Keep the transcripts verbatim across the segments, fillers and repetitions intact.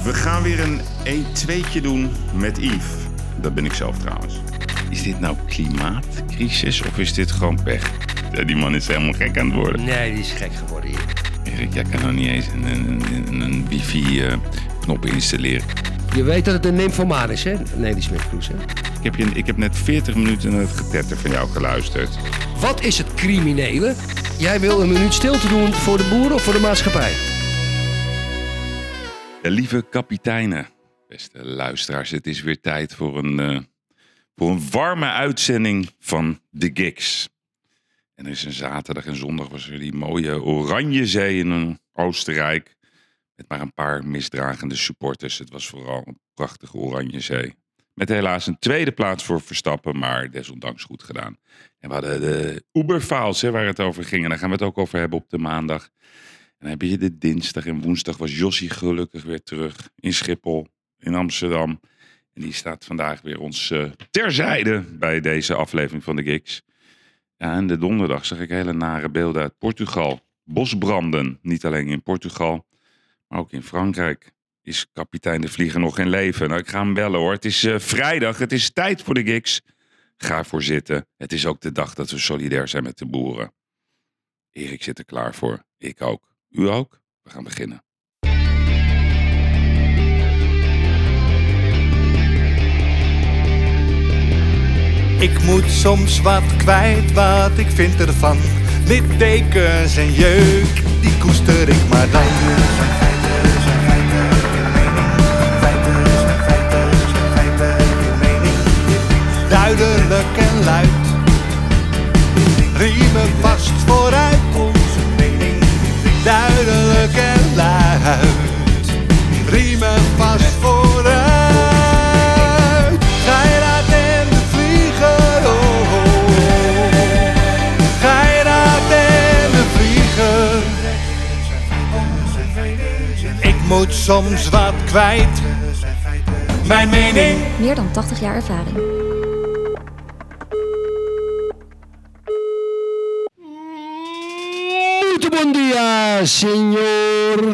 We gaan weer een een tweetje doen met Yves. Dat ben ik zelf trouwens. Is dit nou klimaatcrisis of is dit gewoon pech? Ja, die man is helemaal gek aan het worden. Nee, die is gek geworden hier. Erik, jij kan nog niet eens een, een, een, een wifi-knop uh, installeren. Je weet dat het een nymphomaan is, hè? Nee, die Smit-Kroes, hè? Ik heb, je, ik heb net veertig minuten naar het getetter van jou geluisterd. Wat is het criminele? Jij wil een minuut stilte doen voor de boeren of voor de maatschappij? Ja, lieve kapiteinen, beste luisteraars, het is weer tijd voor een, uh, voor een warme uitzending van The Gigs. En er is een zaterdag en zondag was er die mooie Oranjezee in Oostenrijk. Met maar een paar misdragende supporters. Het was vooral een prachtige Oranjezee. Met helaas een tweede plaats voor Verstappen, maar desondanks goed gedaan. En we hadden de Uber-files waar het over ging. En daar gaan we het ook over hebben op de maandag. En dan heb je de dinsdag en woensdag was Jossie gelukkig weer terug in Schiphol, in Amsterdam. En die staat vandaag weer ons uh, terzijde bij deze aflevering van de Gigs. Ja, en de donderdag zag ik hele nare beelden uit Portugal. Bosbranden, niet alleen in Portugal, maar ook in Frankrijk. Is kapitein de Vlieger nog in leven? Nou, ik ga hem bellen hoor. Het is uh, vrijdag, het is tijd voor de Gigs. Ga ervoor zitten. Het is ook de dag dat we solidair zijn met de boeren. Erik zit er klaar voor. Ik ook. U ook? We gaan beginnen. Ik moet soms wat kwijt, wat ik vind ervan. Littekens en jeuk, die koester ik maar dan. Duidelijk en luid, riemen vast vooruit. Onze mening, duidelijk en luid, riemen vast vooruit. Geiraat en de Vlieger, oh, oh, oh. Geiraat en de Vlieger. Ik moet soms wat kwijt, mijn mening. Meer dan tachtig jaar ervaring. Bom dia, senhor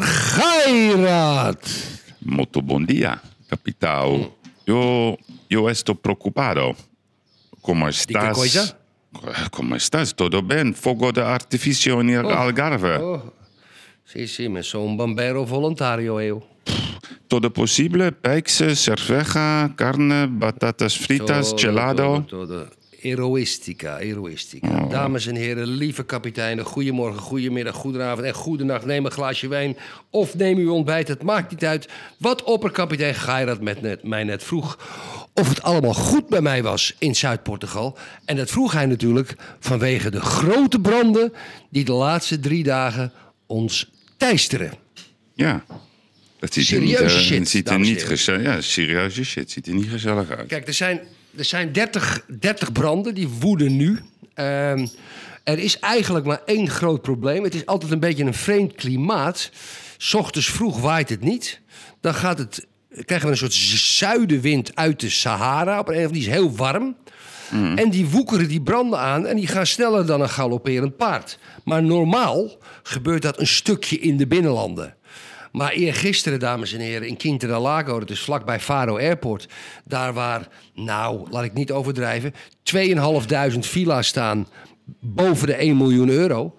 Gairat. Molto bom dia, capitão. Yo, yo estou preocupado. Como estás? coisa? Como estás? Todo bem? Fogo de artificio in Oh. Algarve. Oh, sì, sì, ma sono un bombero volontario, io. Todo possible? Peixe, cerveja, carne, batatas fritas, Todo, gelado. todo, todo. Eroistica, eroistica. Oh. Dames en heren, lieve kapiteinen, goedemorgen, goedemiddag, goedenavond en goedenacht. Neem een glaasje wijn of neem uw ontbijt, het maakt niet uit. Wat opperkapitein Gairat met net, mij net vroeg, of het allemaal goed bij mij was in Zuid-Portugal. En dat vroeg hij natuurlijk vanwege de grote branden die de laatste drie dagen ons teisteren. Ja. Dat ziet Serieuze er niet, uh, shit, ziet er dames en niet heren. gezellig. Ja, serieuze shit. Ziet er niet gezellig uit. Kijk, er zijn, er zijn dertig, dertig branden, die woeden nu. Um, er is eigenlijk maar één groot probleem. Het is altijd een beetje een vreemd klimaat. 's Ochtends vroeg waait het niet. Dan gaat het, krijgen we een soort zuidenwind uit de Sahara. Op een of andere, die is heel warm. Mm. En die woekeren die branden aan en die gaan sneller dan een galopperend paard. Maar normaal gebeurt dat een stukje in de binnenlanden. Maar eergisteren, dames en heren, in Quinta del Lago, dat is vlakbij Faro Airport, daar waar, nou, laat ik niet overdrijven, tweeënhalfduizend villa's staan boven de één miljoen euro.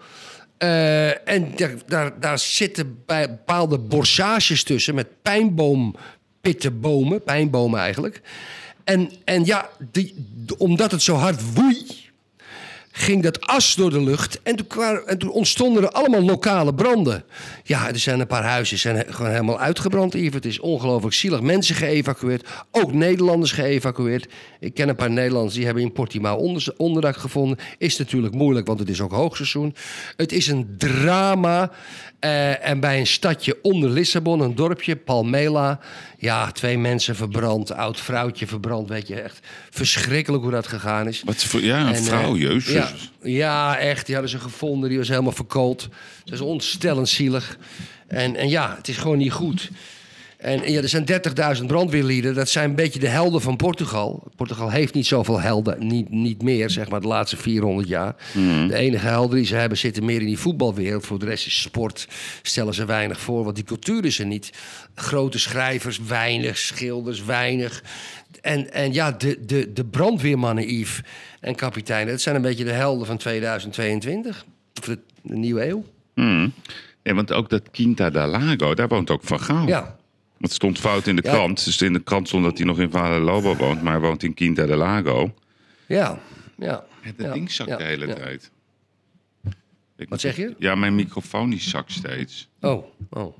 Uh, en daar, daar, daar zitten bij bepaalde borsages tussen met pijnboompittenbomen, pijnbomen eigenlijk. En, en ja, die, omdat het zo hard woei, ging dat as door de lucht en toen, kwamen, en toen ontstonden er allemaal lokale branden. Ja, er zijn een paar huizen zijn gewoon helemaal uitgebrand. Het is ongelooflijk zielig. Mensen geëvacueerd, ook Nederlanders geëvacueerd. Ik ken een paar Nederlanders die hebben in Portimao onder, onderdak gevonden. Is natuurlijk moeilijk, want het is ook hoogseizoen. Het is een drama. Uh, en bij een stadje onder Lissabon, een dorpje, Palmela. Ja, twee mensen verbrand, oud vrouwtje verbrand. Weet je, echt verschrikkelijk hoe dat gegaan is. Wat voor, ja, een en, vrouw, uh, jezus. Ja, ja, echt. Die hadden ze gevonden. Die was helemaal verkoold. Dat is ontstellend zielig. En, en ja, het is gewoon niet goed. En ja, er zijn dertigduizend brandweerlieden. Dat zijn een beetje de helden van Portugal. Portugal heeft niet zoveel helden, niet, niet meer, zeg maar, de laatste vierhonderd jaar. Mm. De enige helden die ze hebben zitten meer in die voetbalwereld. Voor de rest is sport, stellen ze weinig voor. Want die cultuur is er niet. Grote schrijvers, weinig. Schilders, weinig. En, en ja, de, de, de brandweermannen, Yves en kapiteinen... dat zijn een beetje de helden van tweeduizend tweeëntwintig. Of de, de nieuwe eeuw. Mm. Ja, want ook dat Quinta da Lago, daar woont ook Van Gaal. Ja. Het stond fout in de krant. Ja. Dus in de krant stond dat hij nog in Vale Lobo woont, maar hij woont in Quinta da Lago. Ja, ja. ja dat ja. ding zakt ja. de hele ja. tijd. Ik Wat zeg je? Ja, mijn microfoon die zakt steeds. Oh, oh.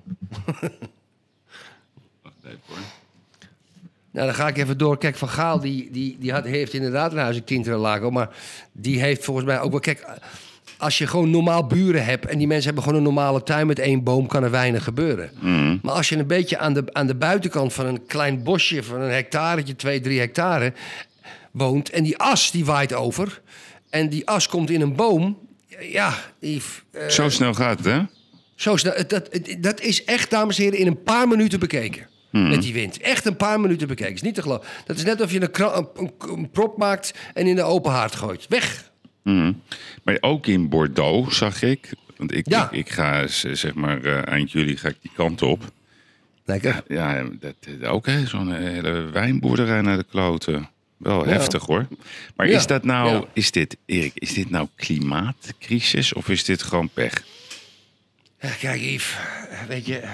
Wacht even hoor. Nou, dan ga ik even door. Kijk, Van Gaal die, die, die had, heeft inderdaad een huis in Quinta da Lago, maar die heeft volgens mij ook wel... Kijk, als je gewoon normaal buren hebt en die mensen hebben gewoon een normale tuin met één boom, kan er weinig gebeuren. Mm. Maar als je een beetje aan de, aan de buitenkant van een klein bosje van een hectaretje, twee, drie hectare woont en die as die waait over en die as komt in een boom, ja, Yves, uh, zo snel gaat het, hè? Zo snel. Dat, dat is echt, dames en heren, in een paar minuten bekeken. Hmm. Met die wind. Echt een paar minuten bekeken. Is niet te geloven. Dat is net of je een, kra- een, een, een prop maakt en in de open haard gooit. Weg. Hmm. Maar ook in Bordeaux zag ik. Want ik, ja. ik, ik ga zeg maar uh, eind juli ga ik die kant op. Lekker. Ja, ja dat, ook hè, zo'n hele wijnboerderij naar de kloten. Wel ja. heftig hoor. Maar ja. is dat nou, ja. is dit, Erik, is dit nou klimaatcrisis of is dit gewoon pech? Ja, kijk Yves, weet je...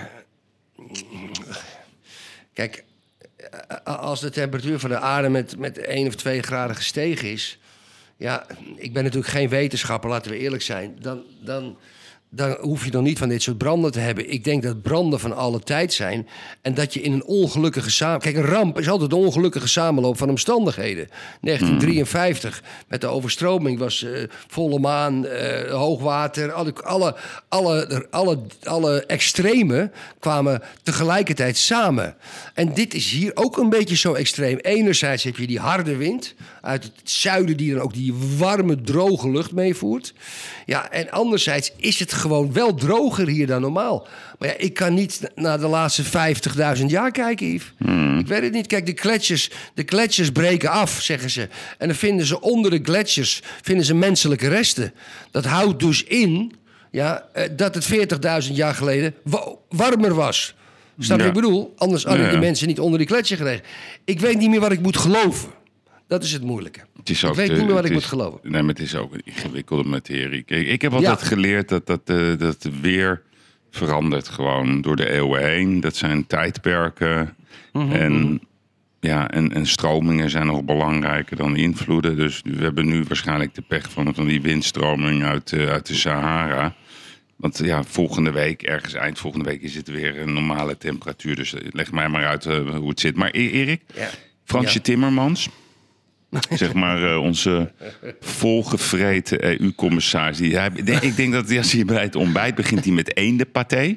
Kijk, als de temperatuur van de aarde met, met één of twee graden gestegen is... Ja, ik ben natuurlijk geen wetenschapper, laten we eerlijk zijn. Dan, dan, dan hoef je dan niet van dit soort branden te hebben. Ik denk dat branden van alle tijd zijn. En dat je in een ongelukkige samenloop... Kijk, een ramp is altijd een ongelukkige samenloop van omstandigheden. negentien drieënvijftig, met de overstroming, was uh, volle maan, uh, hoogwater. Alle, alle, alle, alle, alle extremen kwamen tegelijkertijd samen. En dit is hier ook een beetje zo extreem. Enerzijds heb je die harde wind uit het zuiden die dan ook die warme, droge lucht meevoert. Ja, en anderzijds is het gewoon wel droger hier dan normaal. Maar ja, ik kan niet naar de laatste vijftigduizend jaar kijken, Yves. Hmm. Ik weet het niet. Kijk, de gletsjers, de gletsjers breken af, zeggen ze. En dan vinden ze onder de gletsjers vinden ze menselijke resten. Dat houdt dus in ja, dat het veertigduizend jaar geleden wa- warmer was. Snap je ja. wat ik bedoel? Anders hadden ja, ja. die mensen niet onder die gletsjer gelegen. Ik weet niet meer wat ik moet geloven. Dat is het moeilijke. Het is ook ik weet de, niet meer wat ik is, moet geloven. Nee, maar het is ook een ingewikkelde materie. Kijk, ik heb altijd ja. geleerd dat, dat, uh, dat het weer verandert gewoon door de eeuwen heen. Dat zijn tijdperken. Mm-hmm. En, ja, en, en stromingen zijn nog belangrijker dan invloeden. Dus we hebben nu waarschijnlijk de pech van, van die windstroming uit, uh, uit de Sahara. Want ja, volgende week, ergens eind volgende week, is het weer een normale temperatuur. Dus leg mij maar uit uh, hoe het zit. Maar Erik, ja. Fransje ja. Timmermans... zeg maar uh, onze volgevreten E U-commissaris. Die, hij, ik denk dat als hij bij het ontbijt begint hij met eendenpaté.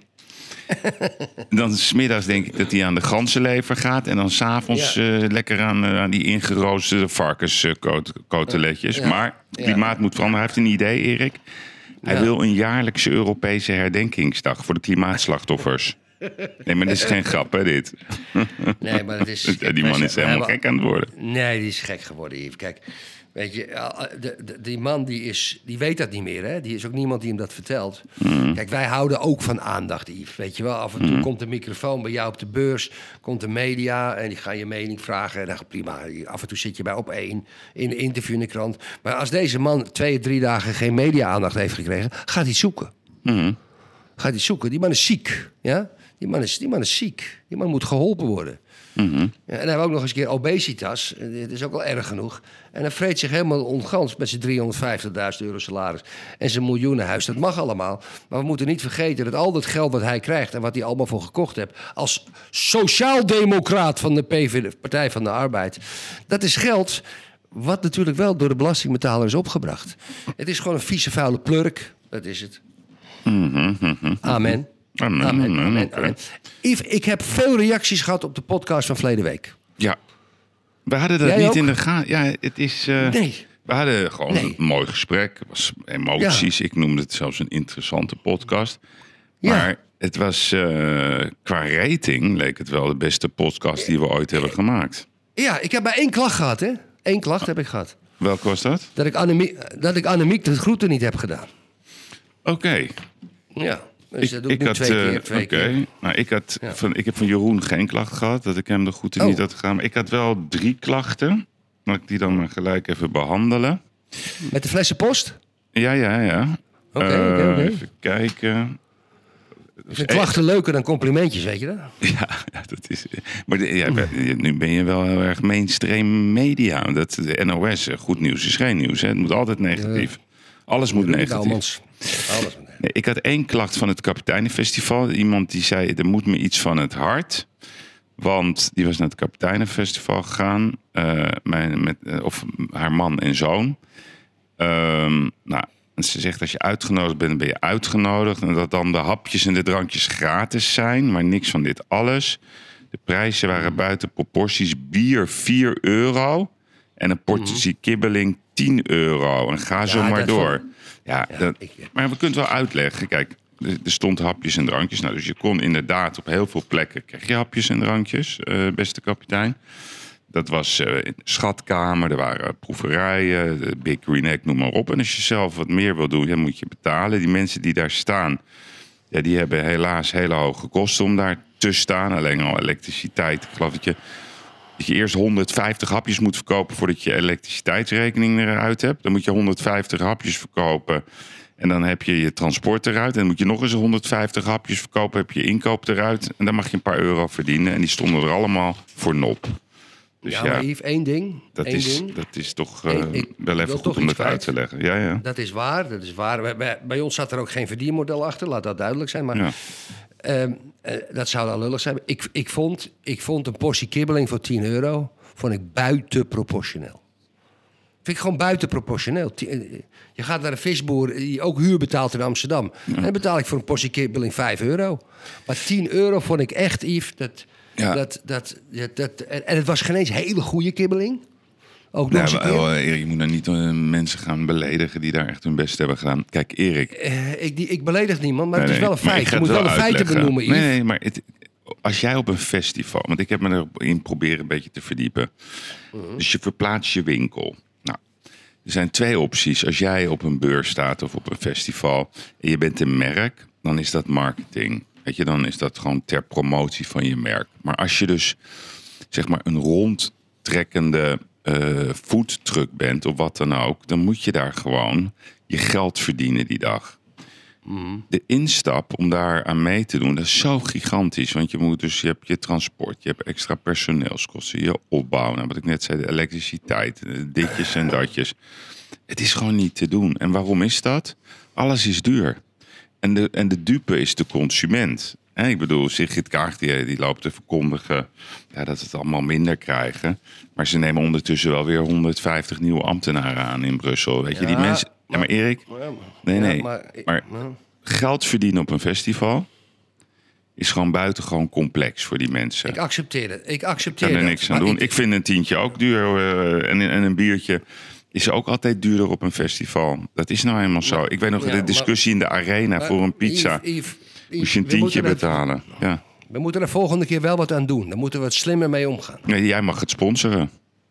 Dan 's middags denk ik dat hij aan de ganzenlever gaat. En dan 's avonds ja. uh, lekker aan, uh, aan die ingeroosterde varkenskoteletjes. Ja. Maar het klimaat ja. moet veranderen. Hij heeft een idee, Erik. Hij ja. wil een jaarlijkse Europese herdenkingsdag voor de klimaatslachtoffers. Nee, maar dit is geen grap, hè, dit. Nee, maar het is... Die man is helemaal hebben, gek aan het worden. Nee, die is gek geworden, Yves. Kijk, weet je, de, de, die man die, is, die weet dat niet meer, hè. Die is ook niemand die hem dat vertelt. Mm. Kijk, wij houden ook van aandacht, Yves. Weet je wel, af en toe mm. komt de microfoon bij jou op de beurs, komt de media en die gaan je mening vragen. Nou, prima, af en toe zit je bij op één in een interview in de krant. Maar als deze man twee, drie dagen geen media-aandacht heeft gekregen, gaat hij zoeken. Mm. Gaat hij zoeken. Die man is ziek, ja. Die man, is, die man is ziek. Die man moet geholpen worden. Mm-hmm. Ja, en dan hebben we ook nog eens een keer obesitas. Dat is ook wel erg genoeg. En dan vreet zich helemaal ongans met zijn driehonderdvijftigduizend euro salaris en zijn miljoenenhuis. Dat mag allemaal. Maar we moeten niet vergeten dat al dat geld wat hij krijgt en wat hij allemaal voor gekocht heeft als sociaaldemocraat van de P V D, Partij van de Arbeid, dat is geld wat natuurlijk wel door de belastingbetaler is opgebracht. Het is gewoon een vieze, vuile plurk. Dat is het. Mm-hmm, mm-hmm. Amen. Amen, amen, amen, amen, okay. amen. Yves, ik heb veel reacties gehad op de podcast van verleden week. Ja, we hadden dat Jij niet ook? in de gaten. Ja, het is. Uh, nee. We hadden gewoon nee. een mooi gesprek. Het was emoties. Ja. Ik noemde het zelfs een interessante podcast. Maar Het was uh, qua rating, leek het wel de beste podcast die we ooit hebben gemaakt. Ja, ik heb maar één klacht gehad, hè? Eén klacht heb ik gehad. Welke was dat? Dat ik Annemie, dat ik Annemiek de groeten niet heb gedaan. Oké. Okay. Ja, dus ik, dat doe ik, ik nu had, twee uh, keer. Twee okay. keer. Nou, ik, had ja. van, ik heb van Jeroen geen klacht gehad, dat ik hem de groeten oh. niet had gedaan. Maar ik had wel drie klachten. Laat ik die dan maar gelijk even behandelen. Met de flessenpost? Ja, ja, ja. Oké, okay, uh, oké, okay, okay. Even kijken. Ik vind klachten echt leuker dan complimentjes, weet je dat? Ja, ja dat is... Maar de, ja, nu ben je wel heel erg mainstream media. Dat, de N O S, goed nieuws is geen nieuws. Hè. Het moet altijd negatief. Alles moet negatief. Alles moet nee, ik had één klacht van het Kapiteinenfestival. Iemand die zei, er moet me iets van het hart. Want die was naar het Kapiteinenfestival gegaan. Uh, mijn, met, uh, of haar man en zoon. Um, nou... En ze zegt, als je uitgenodigd bent, ben je uitgenodigd. En dat dan de hapjes en de drankjes gratis zijn. Maar niks van dit alles. De prijzen waren buiten proporties. Bier vier euro. En een portie kibbeling tien euro. En ga zo ja, maar door. Van... Ja, ja dat... ik... Maar we kunnen het wel uitleggen. Kijk, er stond hapjes en drankjes. Nou, dus je kon inderdaad op heel veel plekken... krijg je hapjes en drankjes, uh, beste kapitein. Dat was uh, in de schatkamer, er waren proeverijen, de Big Green Egg, noem maar op. En als je zelf wat meer wil doen, dan moet je betalen. Die mensen die daar staan, ja, die hebben helaas hele hoge kosten om daar te staan. Alleen al elektriciteit. Ik geloof dat je, dat je eerst honderdvijftig hapjes moet verkopen voordat je elektriciteitsrekening eruit hebt. Dan moet je honderdvijftig hapjes verkopen en dan heb je je transport eruit. En dan moet je nog eens honderdvijftig hapjes verkopen, heb je je inkoop eruit. En dan mag je een paar euro verdienen. En die stonden er allemaal voor nop. Dus ja, maar Yves, één ding. Dat, één is, ding. dat is toch uh, ik, ik, wel even goed om dat uit te leggen. Ja, ja. Dat is waar, dat is waar. Bij, bij ons zat er ook geen verdienmodel achter, laat dat duidelijk zijn. Maar ja. uh, uh, dat zou dan lullig zijn. Ik, ik, vond, ik vond een portie kibbeling voor tien euro vond ik buitenproportioneel. Vind ik gewoon buitenproportioneel. Je gaat naar een visboer die ook huur betaalt in Amsterdam. Ja. En dan betaal ik voor een portie kibbeling vijf euro. Maar tien euro vond ik echt, Yves... Dat, Ja. Dat, dat, dat, dat, en het was geen eens hele goede kibbeling. Ook nog ja, maar, oh, Erik, je moet nou niet uh, mensen gaan beledigen die daar echt hun best hebben gedaan. Kijk, Erik. Uh, ik, die, ik beledig niemand, maar nee, het is wel een feit. Je moet wel, wel een feiten benoemen, Yves. Nee, nee, maar het, als jij op een festival... Want ik heb me erin proberen een beetje te verdiepen. Uh-huh. Dus je verplaatst je winkel. Nou, er zijn twee opties. Als jij op een beurs staat of op een festival... en je bent een merk, dan is dat marketing... Weet je, dan is dat gewoon ter promotie van je merk. Maar als je dus, zeg maar, een rondtrekkende uh, foodtruck bent... of wat dan ook, dan moet je daar gewoon je geld verdienen die dag. Mm. De instap om daar aan mee te doen, dat is zo gigantisch. Want je moet dus, je hebt je transport, je hebt extra personeelskosten... je opbouw, nou, wat ik net zei, de elektriciteit, de ditjes en datjes. Het is gewoon niet te doen. En waarom is dat? Alles is duur. En de, en de dupe is de consument. He, ik bedoel, Sigrid Kaag die, die loopt te verkondigen ja, dat ze het allemaal minder krijgen. Maar ze nemen ondertussen wel weer honderdvijftig nieuwe ambtenaren aan in Brussel. Weet je, ja, die mensen. Ja, maar Erik. Nee, nee. Ja, maar, maar geld verdienen op een festival is gewoon buitengewoon complex voor die mensen. Ik accepteer het. Ik accepteer ik kan er dat, niks aan doen. Ik, ik vind een tientje ook duur. Uh, en, en een biertje is ook altijd duurder op een festival. Dat is nou helemaal zo. Ik weet nog ja, de discussie maar, in de arena maar, voor een pizza. Yves, Yves, Yves, moest je een tientje betalen. Er, ja. We moeten er volgende keer wel wat aan doen. Daar moeten we wat slimmer mee omgaan. Nee, jij mag het sponsoren.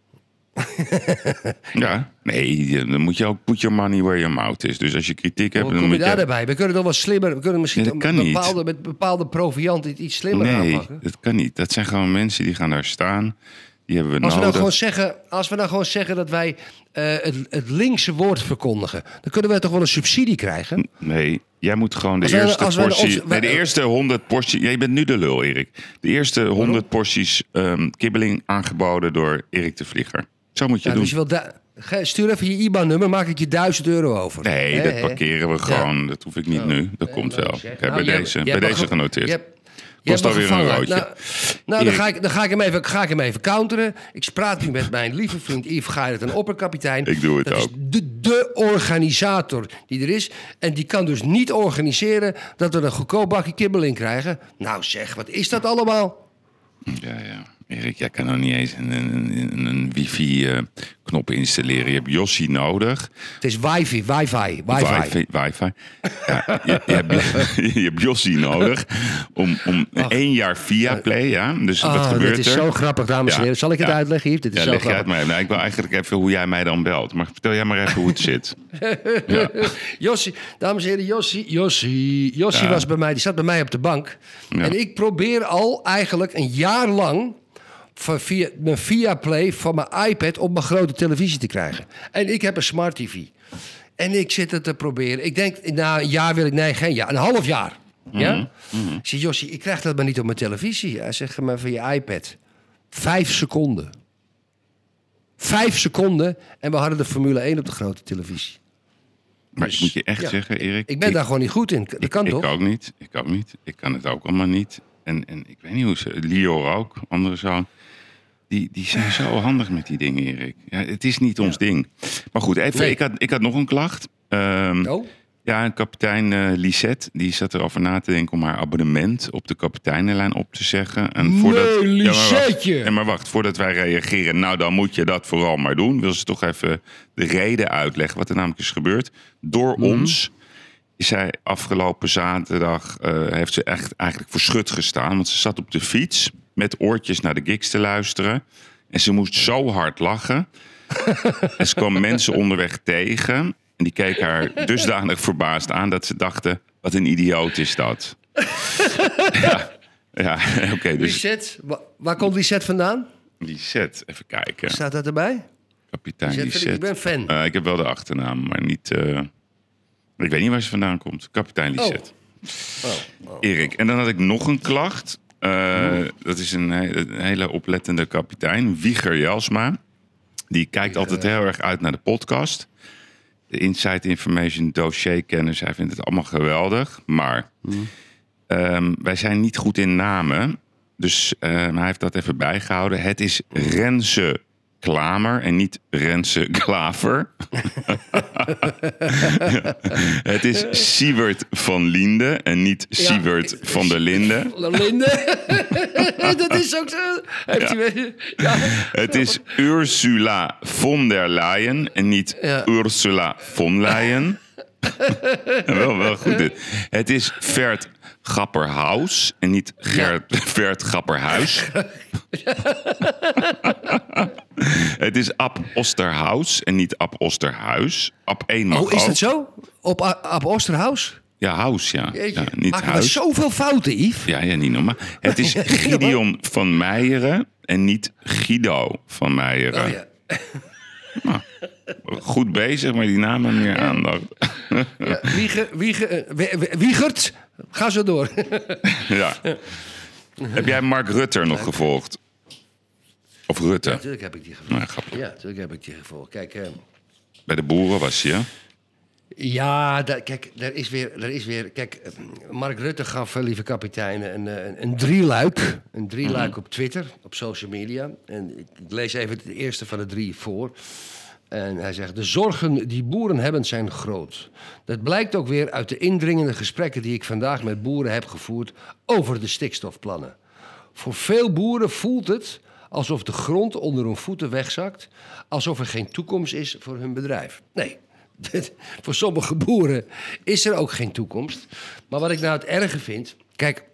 Ja, nee, dan moet je ook put your money where your mouth is. Dus als je kritiek hebt... Hoe kom je daar erbij? We kunnen dan wat slimmer... We kunnen misschien nee, met bepaalde, met bepaalde proviant iets slimmer nee, aanpakken. Nee, dat kan niet. Dat zijn gewoon mensen die gaan daar staan... Die hebben we als, we nodig. nou gewoon zeggen, als we nou gewoon zeggen dat wij uh, het, het linkse woord verkondigen... dan kunnen we toch wel een subsidie krijgen? Nee, jij moet gewoon de als eerste wij, portie... Ons, nee, de eerste honderd porties... Jij bent nu de lul, Erik. De eerste honderd porties um, kibbeling aangeboden door Erik de Vlieger. Zo moet je ja, doen. Dus je wilt stuur even je I B A N-nummer, maak ik je duizend euro over. Nee, hey, dat parkeren we gewoon. Ja. Dat hoef ik niet oh. nu. Dat nee, komt wel. Ik heb nou, bij deze, bij deze genoteerd. Je kost alweer een roodje. Nou, nou dan, ga ik, dan ga, ik hem even, ga ik hem even counteren. Ik praat nu met mijn lieve vriend Yves Geirat, een opperkapitein. Ik doe het dat ook. Is de, de organisator die er is. En die kan dus niet organiseren dat we een goedkoop bakje kibbeling krijgen. Nou zeg, wat is dat allemaal? Ja, ja. Erik, jij kan nog niet eens een, een, een wifi-knop uh, installeren. Je hebt Jossie nodig. Het is wifi, wifi, wifi. Wifi, wifi. Ja, je, je, hebt, je hebt Jossie nodig om, om één jaar Viaplay. Ja? Dus oh, wat gebeurt er? Dit is zo grappig, dames en ja, heren. Zal ik het ja. uitleggen, Yves? Dit is ja, zo leg grappig. je uit, maar nou, ik wil eigenlijk even hoe jij mij dan belt. Maar vertel jij maar even hoe het zit. Ja. Jossie, dames en heren, Jossie, Jossie, Jossie Ja. was bij mij, die zat bij mij op de bank. Ja. En ik probeer al eigenlijk een jaar lang van via, mijn Viaplay van mijn iPad op mijn grote televisie te krijgen. En ik heb een smart T V. En ik zit het te proberen. Ik denk, na een jaar wil ik, nee, geen jaar, een half jaar. Ja? Mm-hmm. Ik zeg, Jossie, ik krijg dat maar niet op mijn televisie. Hij zegt, maar van je iPad. Vijf seconden. Vijf seconden en we hadden de Formule één op de grote televisie. Maar Dus, ik moet je echt ja, zeggen, Erik... Ik ben daar gewoon niet goed in. Dat ik, kan ik toch? ook niet. Ik ook niet. Ik kan het ook allemaal niet. En, en ik weet niet hoe ze... Lior ook, andere zoon. Die, die zijn zo handig met die dingen, Erik. Ja, het is niet ons ding. Maar goed, even, Nee. ik, had, ik had nog een klacht. Ehm, Oh? Ja, kapitein uh, Lisette, die zat erover na te denken om haar abonnement op de kapiteinenlijn op te zeggen. En Nee, Ja, maar wacht. Lisetje! Ja, maar wacht, voordat wij reageren, nou dan moet je dat vooral maar doen. Wil ze toch even de reden uitleggen wat er namelijk is gebeurd. Door Mhm. ons is zij afgelopen zaterdag, uh, heeft ze echt eigenlijk voor schut gestaan. Want ze zat op de fiets met oortjes naar de gigs te luisteren. En ze moest zo hard lachen. En ze kwam mensen onderweg tegen. En die keken haar dusdanig verbaasd aan dat ze dachten, wat een idioot is dat. ja, ja oké. Okay, dus Lisette, wa- waar komt Lisette vandaan? Lisette, even kijken. Staat dat erbij? Kapitein Lisette, Lisette. ik ben fan. Uh, ik heb wel de achternaam, maar niet... Uh, ik weet niet waar ze vandaan komt. Kapitein Lisette. Oh. Oh, oh. Erik, en dan had ik nog een klacht. Uh, dat is een, he- een hele oplettende kapitein, Wieger Jelsma. Die kijkt altijd heel erg uit naar de podcast. De Inside Information dossierkennis, hij vindt het allemaal geweldig. Maar Hmm. um, wij zijn niet goed in namen. Dus uh, hij heeft dat even bijgehouden. Het is Renze Klamer en niet Renze Klaver. Ja. Het is Siewert van Linde en niet Ja. Siewert van der Linde. Linde. Dat is ook zo. Heeft Ja. hij- ja. Het is Ursula von der Leyen en niet Ja. Ursula von Leyen. wel, wel goed dit. Het is Vert Gapperhaus en niet Gert, Vert Gapperhuis. Het is Ab Osterhaus en niet Ab Osterhuis. Ab één mag Oh, is ook. dat zo? Op, A- op Oosterhuis? Ja, huis, ja. Jeetje, ja niet maken we huis. zoveel fouten, Yves? Ja, ja, niet normaal. Het is Gideon van Meijeren en niet Guido van Meijeren. Oh, ja. Nou, goed bezig, maar die naam heeft meer aandacht. Ja, Wiege, Wiege, eh, Wie- Wie- Wiegert, ga zo door. Ja. Heb jij Mark Rutte nog gevolgd? Of Rutte? Ja, natuurlijk heb ik die gevolgd. Nou, grappig. Ja, natuurlijk heb ik die gevolgd. Kijk, eh, Bij de boeren was hij, hè? ja, da- kijk, er is weer, er is weer. Kijk, eh, Mark Rutte gaf, eh, lieve kapiteinen, een, eh, een, een drieluik. Een drieluik op Twitter, op social media. En ik, ik lees even het eerste van de drie voor. En hij zegt: de zorgen die boeren hebben zijn groot. Dat blijkt ook weer uit de indringende gesprekken die ik vandaag met boeren heb gevoerd over de stikstofplannen. Voor veel boeren voelt het alsof de grond onder hun voeten wegzakt, alsof er geen toekomst is voor hun bedrijf. Nee, voor sommige boeren is er ook geen toekomst. Maar wat ik nou het erge vind, kijk,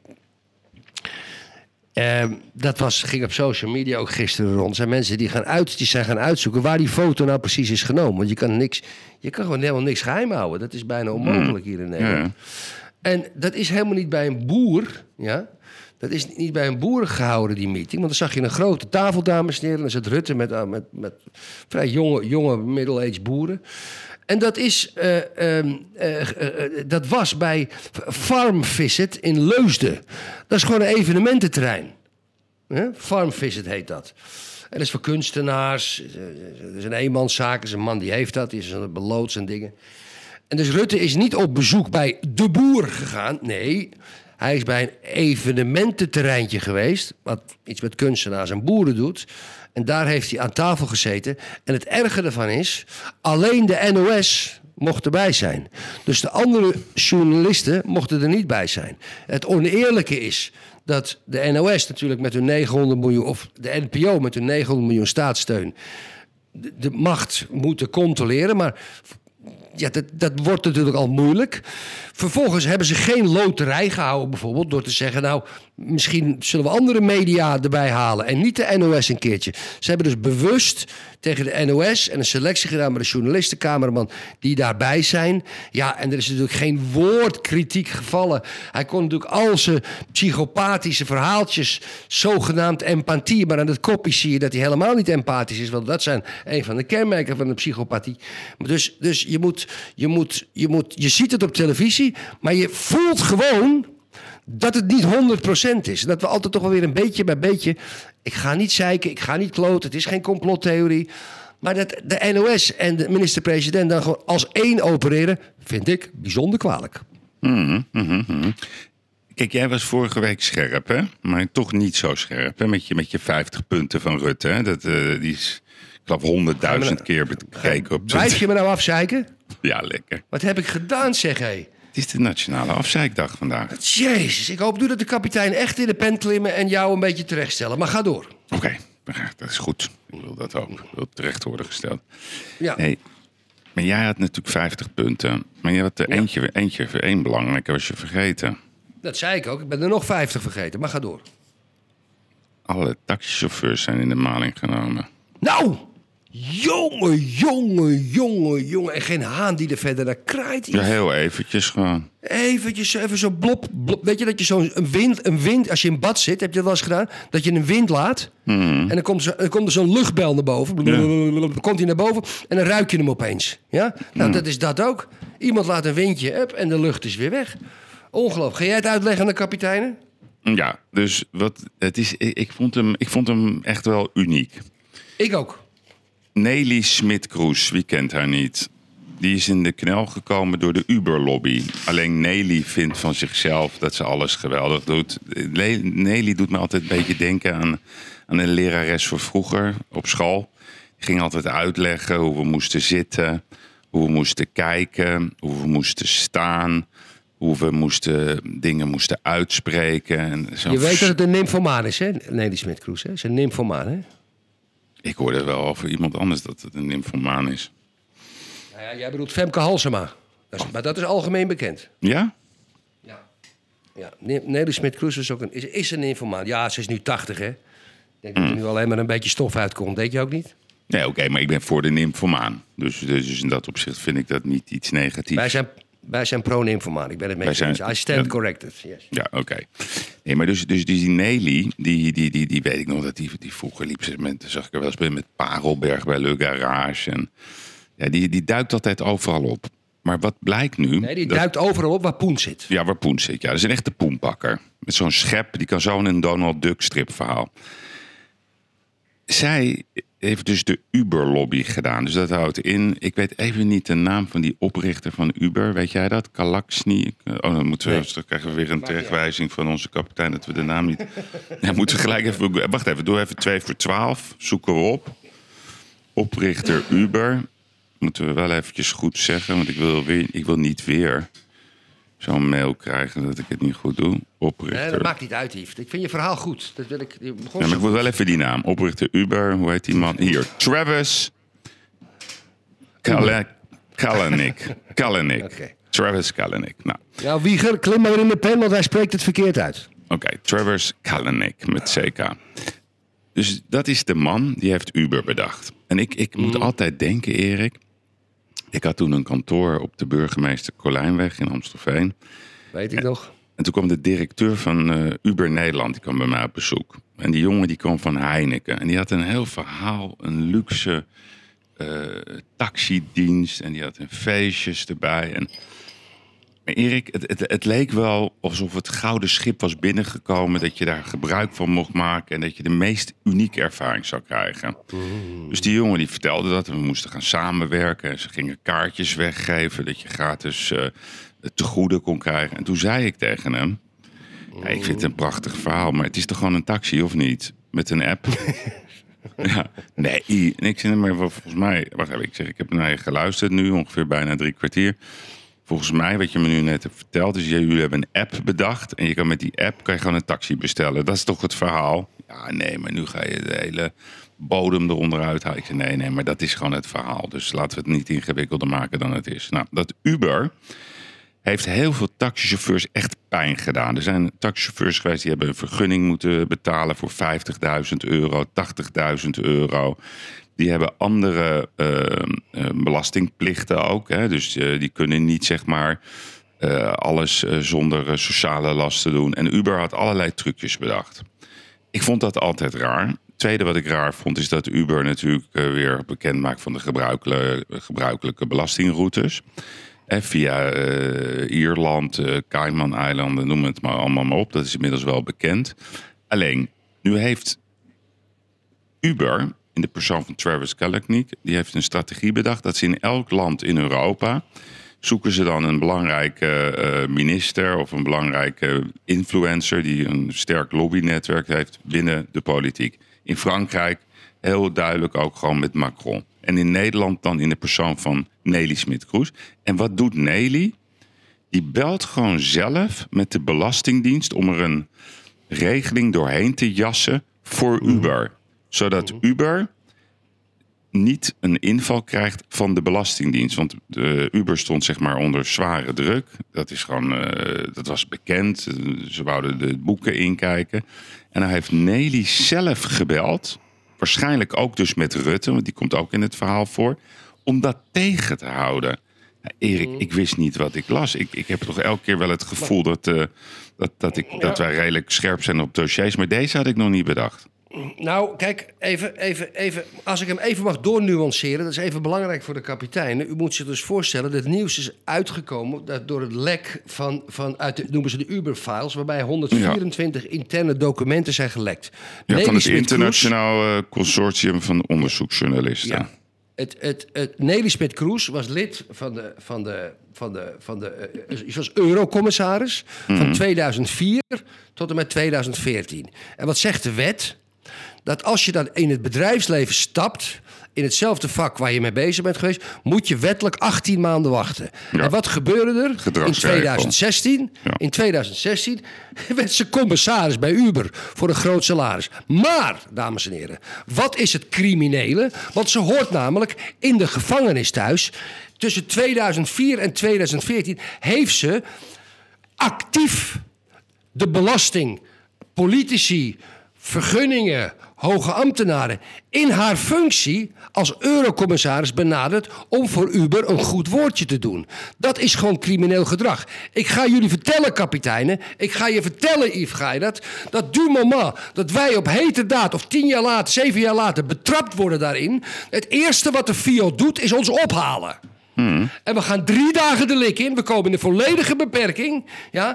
eh, dat was, ging op social media ook gisteren rond. Er zijn mensen die, gaan uit, die zijn gaan uitzoeken waar die foto nou precies is genomen. Want je kan, niks, je kan gewoon helemaal niks geheim houden. Dat is bijna onmogelijk hier in Nederland. Ja. En dat is helemaal niet bij een boer, ja. Dat is niet bij een boer gehouden, die meeting. Want dan zag je een grote tafel, dames en heren. En dan zat Rutte met, uh, met, met vrij jonge, jonge middle-aged boeren. En dat, is, uh, um, uh, uh, uh, dat was bij Farm Visit in Leusden. Dat is gewoon een evenemententerrein. Huh? Farm Visit heet dat. En dat is voor kunstenaars. Dat is een eenmanszaak. Dat is een man die heeft dat. Die is een beloods en dingen. En dus Rutte is niet op bezoek bij de boer gegaan. Nee, hij is bij een evenemententerreintje geweest. Wat iets met kunstenaars en boeren doet. En daar heeft hij aan tafel gezeten. En het erge ervan is, alleen de N O S mocht erbij zijn. Dus de andere journalisten mochten er niet bij zijn. Het oneerlijke is dat de N O S natuurlijk met hun negenhonderd miljoen... of de N P O met hun negenhonderd miljoen staatssteun... de, de macht moeten controleren, maar... Ja, dat, dat wordt natuurlijk al moeilijk. Vervolgens hebben ze geen loterij gehouden bijvoorbeeld... door te zeggen, nou, misschien zullen we andere media erbij halen... en niet de N O S een keertje. Ze hebben dus bewust tegen de N O S en een selectie gedaan... met de journalistenkamerman die daarbij zijn. Ja, en er is natuurlijk geen woord kritiek gevallen. Hij kon natuurlijk al zijn psychopathische verhaaltjes... zogenaamd empathie, maar aan het kopje zie je dat hij helemaal niet empathisch is... want dat zijn een van de kenmerken van de psychopathie. Dus, dus je moet... Je, moet, je, moet, je ziet het op televisie, maar je voelt gewoon dat het niet honderd procent is. Dat we altijd toch wel weer een beetje bij beetje... Ik ga niet zeiken, ik ga niet kloten, het is geen complottheorie. Maar dat de N O S en de minister-president dan gewoon als één opereren... vind ik bijzonder kwalijk. Mm-hmm, mm-hmm. Kijk, jij was vorige week scherp, hè? Maar toch niet zo scherp, hè? Met je, met je vijftig punten van Rutte, hè? Dat, uh, die is... Ik geloof honderdduizend keer bekeken op... Blijf je me nou afzeiken? Ja, lekker. Wat heb ik gedaan, zeg hé? Het is de nationale afzeikdag vandaag. Jezus, ik hoop nu dat de kapitein echt in de pen klimmen... en jou een beetje terechtstellen. Maar ga door. Oké, okay, dat is goed. Ik wil dat ook. Ik wil terecht worden gesteld. Ja. Nee, maar jij had natuurlijk vijftig punten. Maar je had er ja. eentje, eentje voor één belangrijke was je vergeten. Dat zei ik ook. Ik ben er nog vijftig vergeten. Maar ga door. Alle taxichauffeurs zijn in de maling genomen. Nou... Jongen, jongen, jongen, jongen. En geen haan die er verder naar kraait. Ja, heel eventjes gewoon. Eventjes, even zo blop, blop. Weet je dat je zo'n wind, een wind... Als je in bad zit, heb je dat wel eens gedaan? Dat je een wind laat. Mm. En dan komt, zo, dan komt er zo'n luchtbel naar boven. Ja. Dan komt hij naar boven en dan ruik je hem opeens. Ja? Nou, mm. dat is dat ook. Iemand laat een windje up en de lucht is weer weg. Ongelooflijk. Ga jij het uitleggen aan de kapiteinen? Ja, dus wat het is... Ik, ik, vond hem, ik vond hem echt wel uniek. Ik ook. Nelly Smit-Kroes, wie kent haar niet? Die is in de knel gekomen door de Uber-lobby. Alleen Nelly vindt van zichzelf dat ze alles geweldig doet. Nelly doet me altijd een beetje denken aan, aan een lerares voor vroeger op school. Die ging altijd uitleggen hoe we moesten zitten, hoe we moesten kijken, hoe we moesten staan... hoe we moesten, dingen moesten uitspreken. En zo. Je weet dat het een nymphomaan is, hè? Nelly Smit-Kroes, hè? Ze is een nymphomaan, hè? Ik hoorde wel over iemand anders dat het een nymphomaan is. Nou ja, jij bedoelt Femke Halsema. Dat is, maar dat is algemeen bekend. Ja? Ja. ja. Nelly Smit-Kroes is ook een, is, is een nymphomaan. Ja, ze is nu tachtig, hè? Ik denk mm. dat er nu alleen maar een beetje stof uitkomt. Denk je ook niet? Nee, oké, okay, maar ik ben voor de nymphomaan. Dus, dus in dat opzicht vind ik dat niet iets negatiefs. Wij zijn... Wij zijn pro-nymphomaan. Ik ben het met je eens. I stand ja, corrected. Yes. Ja, oké. Okay. Nee, maar dus, dus die Nelly, die, die, die, die weet ik nog dat die, die vroeger liep. Ze met, zag ik er wel eens met Parelberg bij Le Garage. En, ja, die, die duikt altijd overal op. Maar wat blijkt nu... Nee, die dat, duikt overal op waar Poen zit. Ja, waar Poen zit. Ja, dat is een echte poenpakker. Met zo'n schep, die kan zo in een Donald Duck stripverhaal. Zij heeft dus de Uber-lobby gedaan. Dus dat houdt in... Ik weet even niet de naam van die oprichter van Uber. Weet jij dat? Kalaksny? Oh, dan moeten we... Nee. Dan krijgen we weer een terechtwijzing van onze kapitein... dat we de naam niet... Ja, moeten we gelijk even... Wacht even, doe even twee voor twaalf. Zoeken we op. Oprichter Uber. Moeten we wel eventjes goed zeggen. Want ik wil, weer, ik wil niet weer... zo'n mail krijgen dat ik het niet goed doe. Oprichter. Nee, dat maakt niet uit, Yves. Ik vind je verhaal goed. Dat wil ik. Ja, maar ik wil wel even die naam. Oprichter Uber. Hoe heet die man? Hier. Travis Kalanick. Kalanick. Kalanick. Okay. Travis Kalanick. Nou. Ja, Wieger, klim maar in de pen, want hij spreekt het verkeerd uit. Oké, okay. Travis Kalanick met C K. Dus dat is de man die heeft Uber bedacht. En ik, ik moet mm. altijd denken, Erik... Ik had toen een kantoor op de Burgemeester Colijnweg in Amstelveen. Weet ik nog. En toen kwam de directeur van uh, Uber Nederland, die kwam bij mij op bezoek. En die jongen die kwam van Heineken. En die had een heel verhaal, een luxe uh, taxidienst. En die had een feestjes erbij. En... Maar Erik, het, het, het leek wel alsof het gouden schip was binnengekomen... dat je daar gebruik van mocht maken... en dat je de meest unieke ervaring zou krijgen. Mm. Dus die jongen die vertelde dat. En we moesten gaan samenwerken. En ze gingen kaartjes weggeven... dat je gratis uh, te goede kon krijgen. En toen zei ik tegen hem... Ja, ik vind het een prachtig verhaal... maar het is toch gewoon een taxi, of niet? Met een app... Ja, nee. En ik zei, maar volgens mij... Wacht even, ik zeg, ik heb naar je geluisterd nu... ongeveer bijna drie kwartier... volgens mij, wat je me nu net hebt verteld, is jullie hebben een app bedacht. En je kan met die app kan je gewoon een taxi bestellen. Dat is toch het verhaal? Ja, nee, maar nu ga je de hele bodem eronder uithalen. Ik zei, nee, nee, maar dat is gewoon het verhaal. Dus laten we het niet ingewikkelder maken dan het is. Nou, dat Uber heeft heel veel taxichauffeurs echt pijn gedaan. Er zijn taxichauffeurs geweest die hebben een vergunning moeten betalen voor vijftigduizend euro, tachtigduizend euro. Die hebben andere uh, uh, belastingplichten ook. Hè? Dus uh, die kunnen niet, zeg maar, uh, alles uh, zonder uh, sociale lasten doen. En Uber had allerlei trucjes bedacht. Ik vond dat altijd raar. Het tweede wat ik raar vond is dat Uber natuurlijk uh, weer bekend maakt van de gebruikelijke, gebruikelijke belastingroutes. En via uh, Ierland, uh, Cayman-eilanden, noem het maar allemaal maar op. Dat is inmiddels wel bekend. Alleen, nu heeft Uber, in de persoon van Travis Kalanick, die heeft een strategie bedacht dat ze in elk land in Europa zoeken ze dan een belangrijke uh, minister of een belangrijke influencer die een sterk lobbynetwerk heeft binnen de politiek. In Frankrijk heel duidelijk ook gewoon met Macron. En in Nederland dan in de persoon van Nelly Smit-Kroes. En wat doet Nelly? Die belt gewoon zelf met de Belastingdienst om er een regeling doorheen te jassen voor Uber. Zodat Uber niet een inval krijgt van de Belastingdienst. Want de Uber stond zeg maar onder zware druk. Dat is gewoon, uh, dat was bekend. Ze wouden de boeken inkijken. En dan heeft Nelly zelf gebeld. Waarschijnlijk ook dus met Rutte, want die komt ook in het verhaal voor. Om dat tegen te houden. Ja, Erik, ik wist niet wat ik las. Ik, ik heb toch elke keer wel het gevoel dat, uh, dat, dat, ik, dat wij redelijk scherp zijn op dossiers. Maar deze had ik nog niet bedacht. Nou, kijk, even, even, even, als ik hem even mag doornuanceren, dat is even belangrijk voor de kapiteinen. U moet zich dus voorstellen, dat het nieuws is uitgekomen dat door het lek van, van uit de, noemen ze de Uber-files, waarbij honderdvierentwintig ja. interne documenten zijn gelekt. Ja, Nelly van het internationaal uh, consortium van onderzoeksjournalisten. Ja. Het, het, het, Nelly Smit-Kroes was lid van de, van de, van de, van de uh, was eurocommissaris mm. van tweeduizend vier tot en met tweeduizend veertien. En wat zegt de wet? Dat als je dan in het bedrijfsleven stapt, in hetzelfde vak waar je mee bezig bent geweest, moet je wettelijk achttien maanden wachten. Ja. En wat gebeurde er in tweeduizend zestien? Ja. In tweeduizend zestien werd ze commissaris bij Uber voor een groot salaris. Maar, dames en heren, wat is het criminele? Want ze hoort namelijk in de gevangenis thuis. Tussen tweeduizend vier en tweeduizend veertien heeft ze actief de belasting, politici, vergunningen, hoge ambtenaren in haar functie als eurocommissaris benaderd om voor Uber een goed woordje te doen. Dat is gewoon crimineel gedrag. Ik ga jullie vertellen, kapiteinen, ik ga je vertellen, Yves Geirat, dat du moment dat wij op heterdaad of tien jaar later, zeven jaar later betrapt worden daarin, het eerste wat de F I O doet is ons ophalen. Hmm. En we gaan drie dagen de lik in, we komen in een volledige beperking, ja.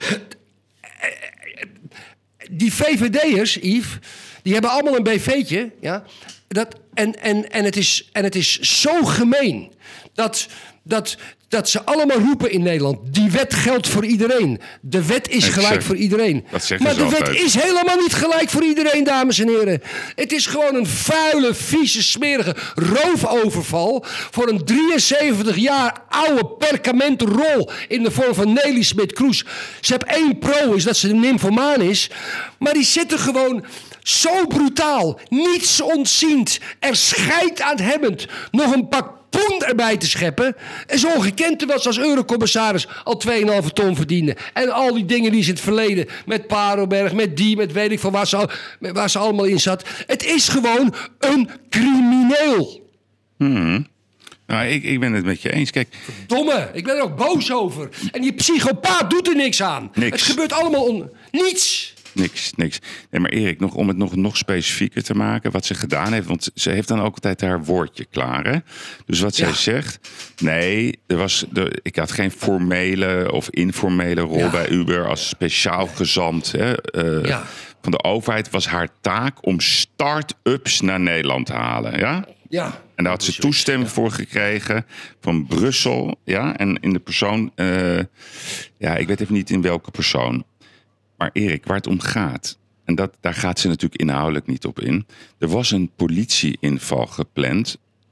Die V V D'ers, Yves, die hebben allemaal een B V'tje. Ja? Dat, en, en, en, het is, en het is zo gemeen dat, dat, dat ze allemaal roepen in Nederland, die wet geldt voor iedereen. De wet is gelijk zeg, voor iedereen. Maar de altijd. wet is helemaal niet gelijk voor iedereen, dames en heren. Het is gewoon een vuile, vieze, smerige roofoverval voor een drieënzeventig jaar oude perkamenten rol in de vorm van Nelly Smit-Kroes. Ze heeft één pro, is dat ze een nymphomaan is. Maar die zitten gewoon zo brutaal, niets ontziend, er scheid aan hebbend, nog een pak poen erbij te scheppen. Is ongekend, terwijl ze als eurocommissaris al twee komma vijf ton verdienen. En al die dingen die ze in het verleden met Paroberg, met die, met weet ik van waar ze, al, waar ze allemaal in zat. Het is gewoon een crimineel. Hmm. Nou, ik, ik ben het met je eens. Kijk, Verdomme, ik ben er ook boos over. En die psychopaat doet er niks aan. Niks. Het gebeurt allemaal on... Niets. Niks, niks. Nee, maar Erik, nog, om het nog, nog specifieker te maken, wat ze gedaan heeft, want ze heeft dan ook altijd haar woordje klaar, hè? Dus wat ja. zij zegt, nee, er was, er, ik had geen formele of informele rol ja. bij Uber als speciaal gezant hè, uh, ja. van de overheid. Was haar taak om start-ups naar Nederland te halen, ja? Ja. En daar had ze toestemming voor gekregen van Brussel, ja? En in de persoon, uh, ja, ik weet even niet in welke persoon. Maar Erik, waar het om gaat, en dat, daar gaat ze natuurlijk inhoudelijk niet op in. Er was een politieinval gepland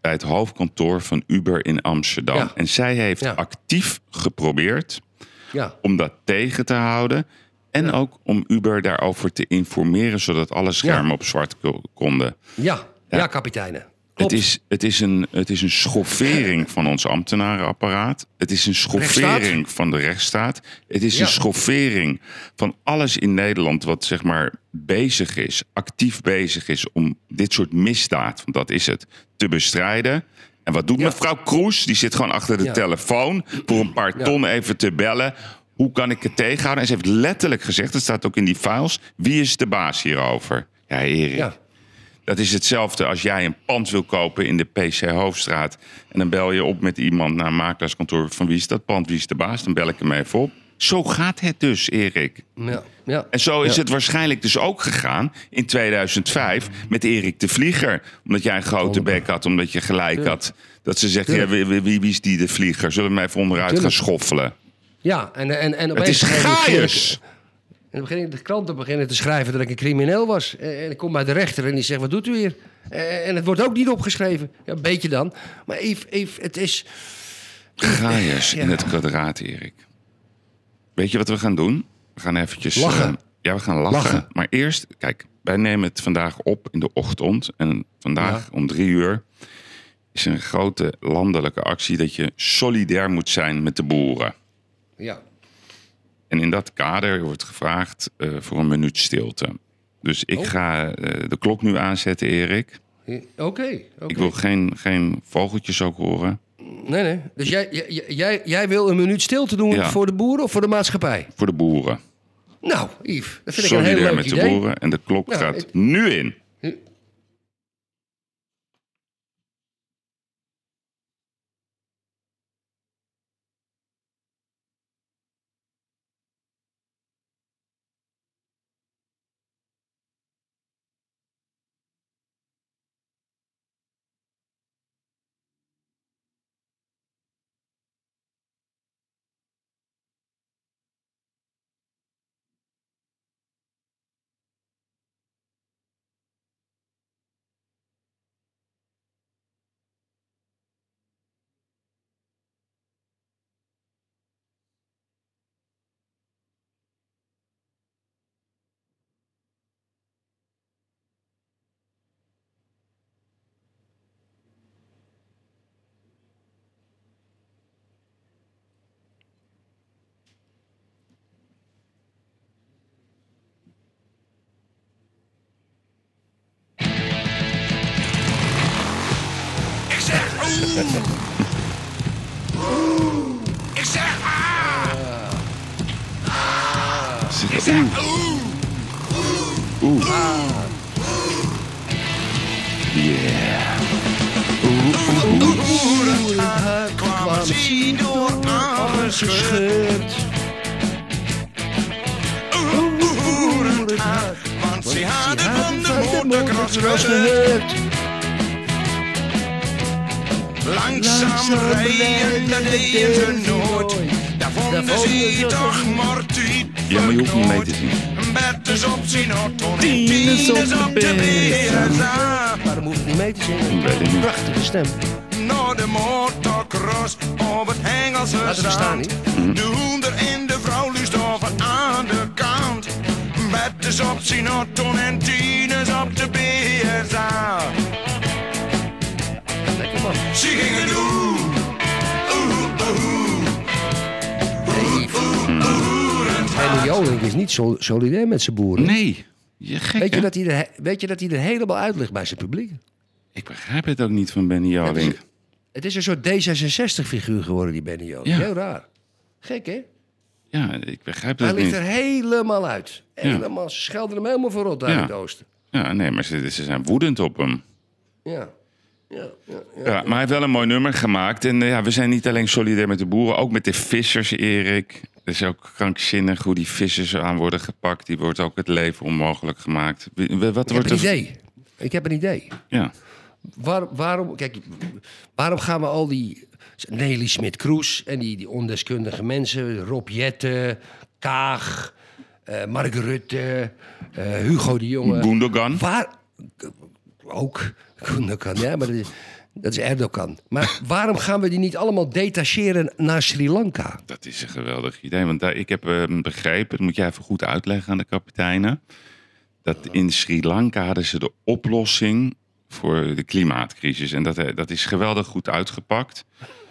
bij het hoofdkantoor van Uber in Amsterdam. Ja. En zij heeft Ja. actief geprobeerd Ja. om dat tegen te houden. En Ja. ook om Uber daarover te informeren, zodat alle schermen Ja. op zwart ko- konden. Ja, ja, kapiteinen. Het Klopt. is, het, is een, het is een schoffering van ons ambtenarenapparaat. Het is een schoffering Rechtsstaat? van de rechtsstaat. Het is Ja. een schoffering van alles in Nederland wat zeg maar bezig is, actief bezig is om dit soort misdaad, want dat is het, te bestrijden. En wat doet Ja. mevrouw Kroes? Die zit gewoon achter de Ja. telefoon voor een paar Ja. ton even te bellen. Hoe kan ik het tegenhouden? En ze heeft letterlijk gezegd, dat staat ook in die files, wie is de baas hierover? Ja, Erik. Ja. Dat is hetzelfde als jij een pand wil kopen in de P C Hoofdstraat. En dan bel je op met iemand naar een makelaarskantoor. Van wie is dat pand, wie is de baas? Dan bel ik hem even op. Zo gaat het dus, Erik. Ja. Ja. En zo is Ja. het waarschijnlijk dus ook gegaan in tweeduizend vijf met Erik de Vlieger. Omdat jij een grote Oh, bek had, omdat je gelijk tuurlijk. had. Dat ze zegt, ja, Tuurlijk. wie, wie, wie is die de Vlieger? Zullen we hem even onderuit Tuurlijk. gaan schoffelen? Ja, en, en, en Het opeens is begin ik- gaaiers. En dan begin ik de kranten beginnen te schrijven dat ik een crimineel was. En ik kom bij de rechter en die zegt, wat doet u hier? En het wordt ook niet opgeschreven. Ja, een beetje dan. Maar Yves, Yves, het is... Gaaiers Ja. in het kwadraat, Erik. Weet je wat we gaan doen? We gaan eventjes... Lachen. eh, ja, we gaan lachen. Lachen. Maar eerst, kijk, wij nemen het vandaag op in de ochtend. En vandaag Ja. om drie uur is een grote landelijke actie dat je solidair moet zijn met de boeren. Ja. En in dat kader wordt gevraagd eh, voor een minuut stilte. Dus ik Oh. ga eh, de klok nu aanzetten, Erik. Oké, oké. Ik wil geen, geen vogeltjes ook horen. Nee, nee. Dus jij, jij, jij, jij wil een minuut stilte doen Ja. voor de boeren of voor de maatschappij? Voor de boeren. Nou, Yves, dat vind ik een heel Solidair leuk met de idee. boeren. En de klok Nou, gaat het- nu in. Ik zeg oeh. Oeh. Ik zeg ah. Zit Ik er- zeg Oeh, oeh. oeh. Yeah. Hoe het hart kwam zien door alles gescheurd. Hoe het hart, want ze hadden van de motocross gehoord. Langzaam rijden, dat deden ze nooit. Daar vonden ze toch mortiet. Ja, maar je hoeft niet mee te zien. Betters op zijn auto en tieners op de berenzaal. Waarom hoef ik niet mee te zingen? Weet ik niet. Prachtige stem. Naar de motocross op het Engelse Laten we staan, zand. Mhm. De hoender en de vrouw lustoven aan de kant. Betters op zijn auto en tieners op de berenzaal. Lekker man. Ze gingen doen. Oeh, oeh, Benny Jolink is niet sol- solidair met zijn boeren. Nee, je gek, Weet je, hè? dat hij er, he- weet je dat hij er helemaal uit ligt bij zijn publiek? Ik begrijp het ook niet van Benny Jolink. Het is een soort D zesenzestig-figuur geworden, die Benny Jolink. Ja. Heel raar. Gek, hè? Ja, ik begrijp Hij dat ligt niet. er helemaal uit. Helemaal. Ze schelden hem helemaal voor rot daar Ja. in het oosten. Ja, nee, maar ze, ze zijn woedend op hem. Ja. Ja, ja, ja. Ja, maar hij heeft wel een mooi nummer gemaakt. En eh, ja, we zijn niet alleen solidair met de boeren, ook met de vissers, Erik. Het is ook krankzinnig hoe die vissers aan worden gepakt. Die wordt ook het leven onmogelijk gemaakt. Wie- Wat Ik heb wordt een er... idee. Ik heb een idee. Ja. Waar, waarom, kijk, waarom gaan we al die Nelly Smit-Kroes en die, die ondeskundige mensen, Rob Jetten, Kaag, eh Mark Rutte, eh, Hugo de Jonge. Gundogan. Waar, ook Gundogan, ja, maar die, Dat is Erdogan. Maar waarom gaan we die niet allemaal detacheren naar Sri Lanka? Dat is een geweldig idee. Want daar, ik heb uh, begrepen, dat moet jij even goed uitleggen aan de kapiteinen, dat in Sri Lanka hadden ze de oplossing voor de klimaatcrisis. En dat, dat is geweldig goed uitgepakt.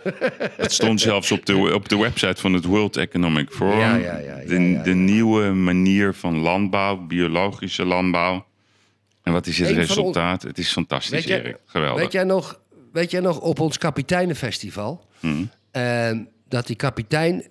Het stond zelfs op de, op de website van het World Economic Forum. Ja, ja, ja, ja, de, ja, ja. de nieuwe manier van landbouw, biologische landbouw. En wat is het Eén van resultaat? Het is fantastisch, Weet jij- Erik. Geweldig. Weet jij nog, weet jij nog op ons kapiteinenfestival... Hmm. eh, dat die kapitein...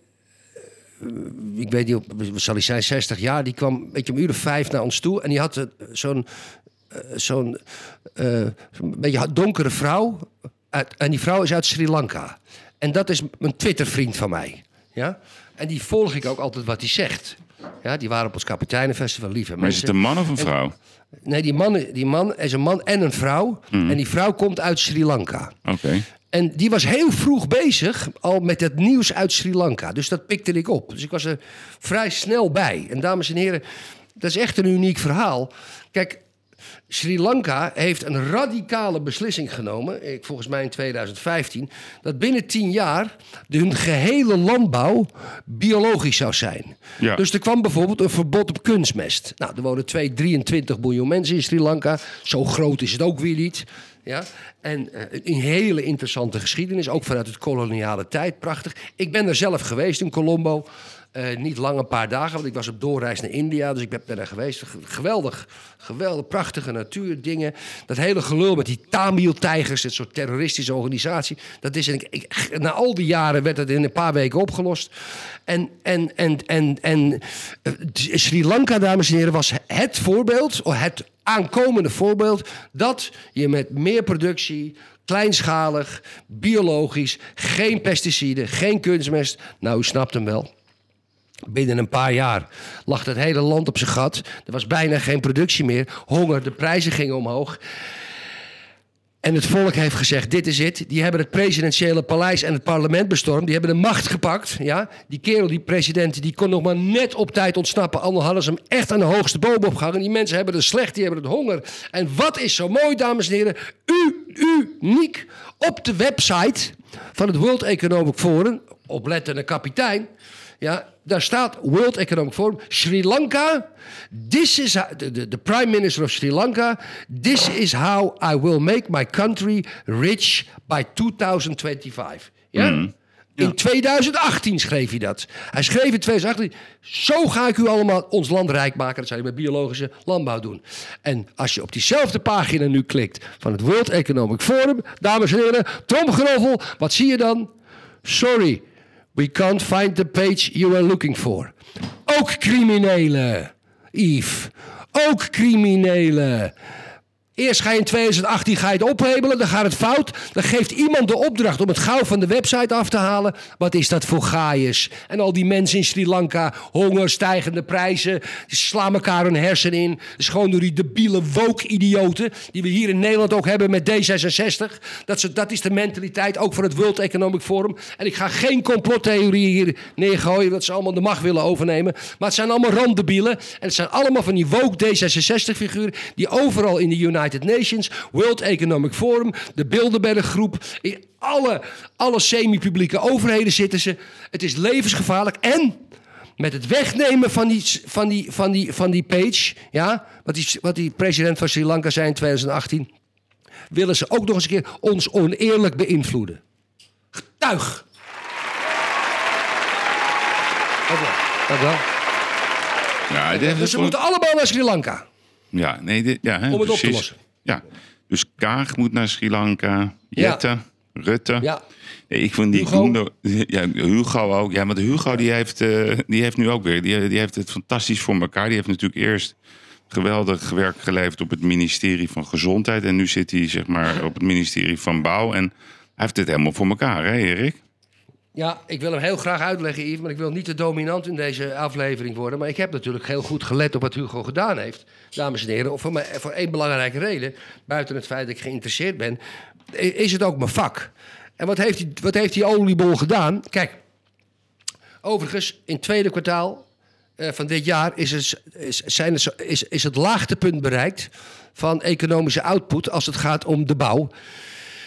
eh, ik weet niet, op- wat zal hij zijn, zestig jaar... die kwam een beetje om uur of vijf naar ons toe... en die had eh, zo'n... eh, zo'n eh, zo'n beetje donkere vrouw... Uit, en die vrouw is uit Sri Lanka. En dat is een Twitter-vriend van mij. Ja? En die volg ik ook altijd wat hij zegt. Ja, die waren op ons kapiteinenfestival, lieve Maar is mensen. het een man of een vrouw? Nee, die man, die man is een man en een vrouw. En die vrouw komt uit Sri Lanka. Oké. En die was heel vroeg bezig al met het nieuws uit Sri Lanka. Dus dat pikte ik op. Dus ik was er vrij snel bij. En dames en heren, dat is echt een uniek verhaal. Kijk, Sri Lanka heeft een radicale beslissing genomen, ik, volgens mij in tweeduizend vijftien... dat binnen tien jaar de, hun gehele landbouw biologisch zou zijn. Ja. Dus er kwam bijvoorbeeld een verbod op kunstmest. Nou, er wonen twee, drieëntwintig miljoen mensen in Sri Lanka. Zo groot is het ook weer niet. Ja? En uh, een hele interessante geschiedenis, ook vanuit het koloniale tijd. Prachtig. Ik ben er zelf geweest in Colombo. Uh, niet lang, een paar dagen, want ik was op doorreis naar India. Dus ik ben daar geweest. Geweldig, geweldig, prachtige natuurdingen. Dat hele gelul met die Tamil-tijgers, het soort terroristische organisatie. Dat is, ik, ik, na al die jaren werd dat in een paar weken opgelost. En, en, en, en, en uh, Sri Lanka, dames en heren, was het voorbeeld, het aankomende voorbeeld, dat je met meer productie, kleinschalig, biologisch, geen pesticiden, geen kunstmest. Nou, u snapt hem wel. Binnen een paar jaar lag het hele land op zijn gat. Er was bijna geen productie meer. Honger, de prijzen gingen omhoog. En het volk heeft gezegd, dit is het. Die hebben het presidentiële paleis en het parlement bestormd. Die hebben de macht gepakt. Ja? Die kerel, die president, die kon nog maar net op tijd ontsnappen. Anders hadden ze hem echt aan de hoogste boom opgehangen. Die mensen hebben het slecht, die hebben het honger. En wat is zo mooi, dames en heren? U, uniek op de website van het World Economic Forum, oplettende kapitein... Ja, daar staat World Economic Forum, Sri Lanka. This is the, the prime minister of Sri Lanka. This is how I will make my country rich by tweeduizend vijfentwintig. Ja? Mm. Ja. In tweeduizend achttien schreef hij dat. Hij schreef in tweeduizend achttien... zo ga ik u allemaal ons land rijk maken. Dat zou je met biologische landbouw doen. En als je op diezelfde pagina nu klikt van het World Economic Forum... dames en heren, tromgeroffel, wat zie je dan? Sorry, we can't find the page you are looking for. Ook criminelen, Yves. Ook criminelen. Eerst ga je in tweeduizend achttien ga je het ophebelen, dan gaat het fout. Dan geeft iemand de opdracht om het gauw van de website af te halen. Wat is dat voor gaaiers? En al die mensen in Sri Lanka, honger, stijgende prijzen. Die slaan elkaar hun hersen in. Het is gewoon door die debiele woke-idioten die we hier in Nederland ook hebben met D zesenzestig. Dat, ze, dat is de mentaliteit ook van het World Economic Forum. En ik ga geen complottheorieën hier neergooien dat ze allemaal de macht willen overnemen. Maar het zijn allemaal randdebielen. En het zijn allemaal van die woke D zesenzestig-figuren die overal in de United Nations, World Economic Forum, de Bilderberg-groep, in alle, alle semi-publieke overheden zitten ze. Het is levensgevaarlijk. En met het wegnemen van die, van die, van die, van die page, ja, wat die, wat die president van Sri Lanka zei in tweeduizend achttien, willen ze ook nog eens een keer ons oneerlijk beïnvloeden. Getuig! Dank u wel. Dank u wel. Ja, dit Dus ze moeten allemaal naar Sri Lanka. Ja, nee, dit, ja, hè, Om het op te precies. lossen. Ja, dus Kaag moet naar Sri Lanka, Jette, Ja. Rutte. Ja. Nee, ik vind die Hugo. Gundo, ja, Hugo ook. Ja, maar de Hugo die heeft, uh, die heeft nu ook weer, die, die heeft het fantastisch voor elkaar. Die heeft natuurlijk eerst geweldig werk geleverd op het ministerie van Gezondheid. En nu zit hij zeg maar op het ministerie van Bouw. En hij heeft het helemaal voor elkaar, hè Erik? Ja, ik wil hem heel graag uitleggen, Yves, maar ik wil niet te dominant in deze aflevering worden. Maar ik heb natuurlijk heel goed gelet op wat Hugo gedaan heeft, dames en heren. Voor, mij, voor één belangrijke reden, buiten het feit dat ik geïnteresseerd ben, is het ook mijn vak. En wat heeft die, wat heeft die oliebol gedaan? Kijk, overigens, in het tweede kwartaal uh, van dit jaar is het, is, zijn het, is, is het laagtepunt bereikt van economische output als het gaat om de bouw.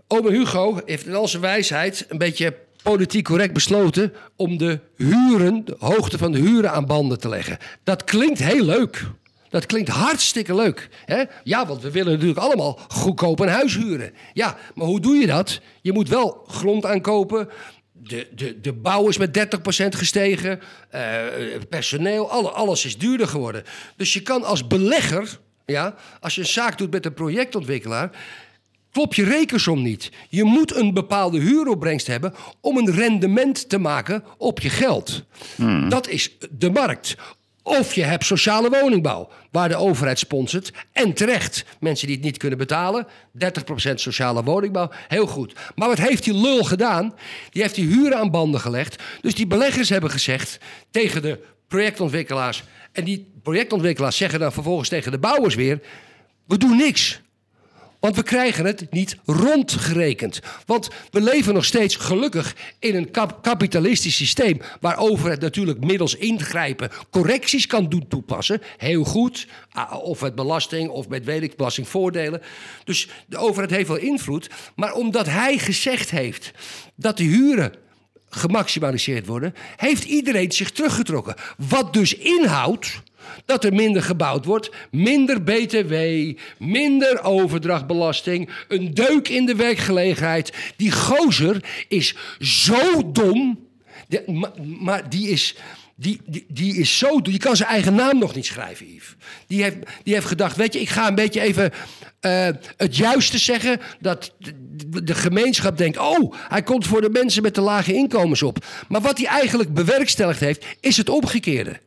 Ome Hugo heeft in al zijn wijsheid een beetje politiek correct besloten om de huren, de hoogte van de huren aan banden te leggen. Dat klinkt heel leuk. Dat klinkt hartstikke leuk. Hè? Ja, want we willen natuurlijk allemaal goedkoop een huis huren. Ja, maar hoe doe je dat? Je moet wel grond aankopen. De, de, de bouw is met dertig procent gestegen. Uh, personeel, alle, alles is duurder geworden. Dus je kan als belegger, ja, als je een zaak doet met een projectontwikkelaar, klop je rekensom niet. Je moet een bepaalde huuropbrengst hebben om een rendement te maken op je geld. Hmm. Dat is de markt. Of je hebt sociale woningbouw, waar de overheid sponsort. En terecht, mensen die het niet kunnen betalen. dertig procent sociale woningbouw, heel goed. Maar wat heeft die lul gedaan? Die heeft die huren aan banden gelegd. Dus die beleggers hebben gezegd tegen de projectontwikkelaars. En die projectontwikkelaars zeggen dan vervolgens tegen de bouwers weer: we doen niks. Want we krijgen het niet rondgerekend. Want we leven nog steeds gelukkig in een kap- kapitalistisch systeem, waar overheid natuurlijk middels ingrijpen correcties kan doen toepassen. Heel goed. Of met belasting of met weet ik, belastingvoordelen. Dus de overheid heeft wel invloed. Maar omdat hij gezegd heeft dat de huren gemaximaliseerd worden, heeft iedereen zich teruggetrokken. Wat dus inhoudt dat er minder gebouwd wordt, minder B T W, minder overdrachtbelasting, een deuk in de werkgelegenheid. Die gozer is zo dom, de, maar, maar die is, die, die, die is zo dom, die kan zijn eigen naam nog niet schrijven, Yves. Die heeft, die heeft gedacht, weet je, ik ga een beetje even uh, het juiste zeggen, dat de, de gemeenschap denkt, oh, hij komt voor de mensen met de lage inkomens op. Maar wat hij eigenlijk bewerkstelligd heeft, is het omgekeerde.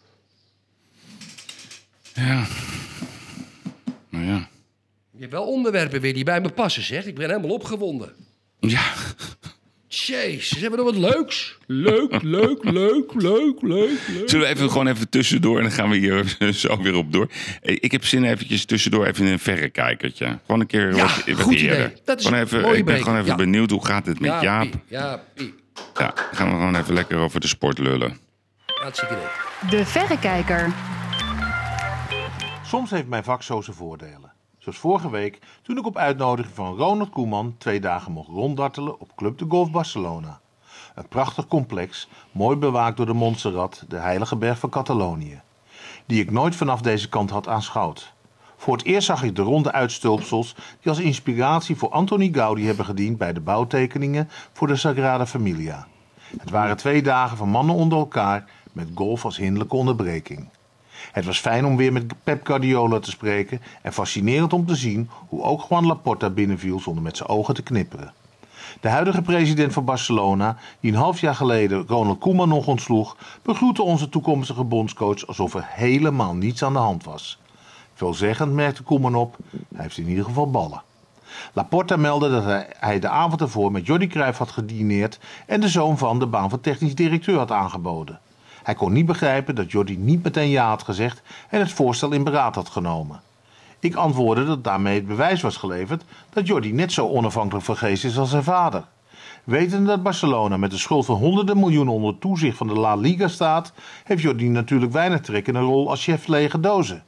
Ja. Nou ja. Je hebt wel onderwerpen weer die bij me passen, zeg. Ik ben helemaal opgewonden. Ja. Jezus, hebben we nog wat leuks? Leuk, leuk, leuk, leuk, leuk, leuk. Zullen we even gewoon even tussendoor en dan gaan we hier zo weer op door. Ik heb zin eventjes tussendoor even in een verrekijkertje. Gewoon een keer ja, wat, wat goed eerder. idee. Dat is gewoon even, een ik ben gewoon even ja. benieuwd, hoe gaat het met ja, Jaap? Pie, ja, Pie. Ja, dan gaan we gewoon even lekker over de sport lullen. Hartstikke leuk. De Verrekijker. Soms heeft mijn vak zo zijn voordelen. Zoals vorige week toen ik op uitnodiging van Ronald Koeman twee dagen mocht ronddartelen op Club de Golf Barcelona. Een prachtig complex, mooi bewaakt door de Montserrat, de heilige berg van Catalonië. Die ik nooit vanaf deze kant had aanschouwd. Voor het eerst zag ik de ronde uitstulpsels die als inspiratie voor Antoni Gaudi hebben gediend bij de bouwtekeningen voor de Sagrada Familia. Het waren twee dagen van mannen onder elkaar met golf als hinderlijke onderbreking. Het was fijn om weer met Pep Guardiola te spreken en fascinerend om te zien hoe ook Juan Laporta binnenviel zonder met zijn ogen te knipperen. De huidige president van Barcelona, die een half jaar geleden Ronald Koeman nog ontsloeg, begroette onze toekomstige bondscoach alsof er helemaal niets aan de hand was. Veelzeggend merkte Koeman op, hij heeft in ieder geval ballen. Laporta meldde dat hij, hij de avond ervoor met Jordi Cruijff had gedineerd en de zoon van de baan van technisch directeur had aangeboden. Hij kon niet begrijpen dat Jordi niet meteen ja had gezegd en het voorstel in beraad had genomen. Ik antwoordde dat daarmee het bewijs was geleverd dat Jordi net zo onafhankelijk van geest is als zijn vader. Wetende dat Barcelona met een schuld van honderden miljoenen onder toezicht van de La Liga staat, heeft Jordi natuurlijk weinig trek in een rol als chef lege dozen.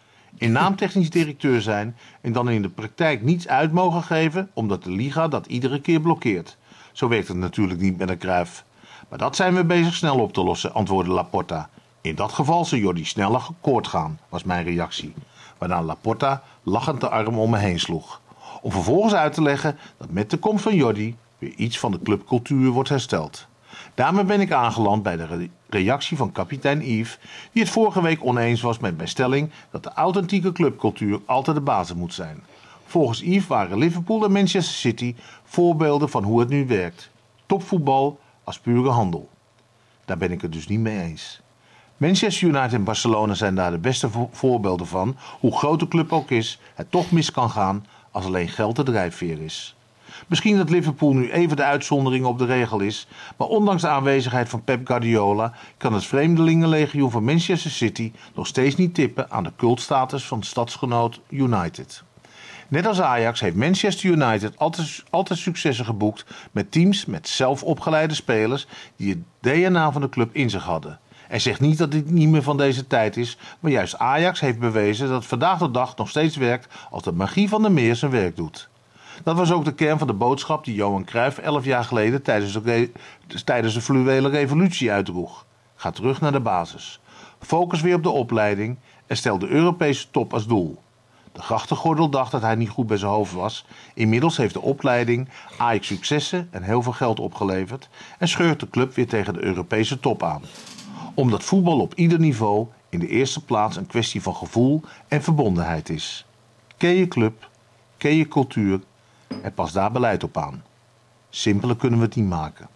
In naam technisch directeur zijn en dan in de praktijk niets uit mogen geven omdat de Liga dat iedere keer blokkeert. Zo werkt het natuurlijk niet met een Cruijff. Maar dat zijn we bezig snel op te lossen, antwoordde Laporta. In dat geval zal Jordi sneller akkoord gaan, was mijn reactie. Waarna Laporta lachend de arm om me heen sloeg. Om vervolgens uit te leggen dat met de komst van Jordi weer iets van de clubcultuur wordt hersteld. Daarmee ben ik aangeland bij de re- reactie van kapitein Yves, die het vorige week oneens was met mijn stelling dat de authentieke clubcultuur altijd de basis moet zijn. Volgens Yves waren Liverpool en Manchester City voorbeelden van hoe het nu werkt. Topvoetbal als pure handel. Daar ben ik het dus niet mee eens. Manchester United en Barcelona zijn daar de beste vo- voorbeelden van, hoe groot de club ook is, het toch mis kan gaan als alleen geld de drijfveer is. Misschien dat Liverpool nu even de uitzondering op de regel is, maar ondanks de aanwezigheid van Pep Guardiola kan het vreemdelingenlegioen van Manchester City nog steeds niet tippen aan de cultstatus van stadsgenoot United. Net als Ajax heeft Manchester United altijd, altijd successen geboekt met teams met zelfopgeleide spelers die het D N A van de club in zich hadden. En zeg niet dat dit niet meer van deze tijd is, maar juist Ajax heeft bewezen dat het vandaag de dag nog steeds werkt als de magie van de meer zijn werk doet. Dat was ook de kern van de boodschap die Johan Cruijff elf jaar geleden tijdens de, re- tijdens de fluwele revolutie uitdroeg. Ga terug naar de basis. Focus weer op de opleiding en stel de Europese top als doel. De grachtengordel dacht dat hij niet goed bij zijn hoofd was. Inmiddels heeft de opleiding Ajax successen en heel veel geld opgeleverd en scheurt de club weer tegen de Europese top aan. Omdat voetbal op ieder niveau in de eerste plaats een kwestie van gevoel en verbondenheid is. Ken je club, ken je cultuur en pas daar beleid op aan. Simpeler kunnen we het niet maken.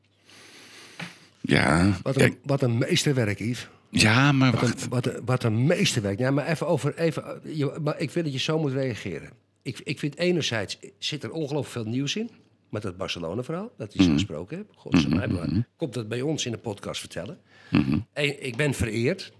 Ja, Wat kijk, een, wat een meesterwerk, Yves. ja, maar Wat wacht. een, wat een, wat een meesterwerk. Ja, maar even over... Even, je, maar ik vind dat je zo moet reageren. Ik, ik vind enerzijds zit er ongelooflijk veel nieuws in. Met dat Barcelona-verhaal, dat hij ze gesproken heeft. God, ze mij maar, komt dat bij ons in de podcast vertellen. En ik ben vereerd.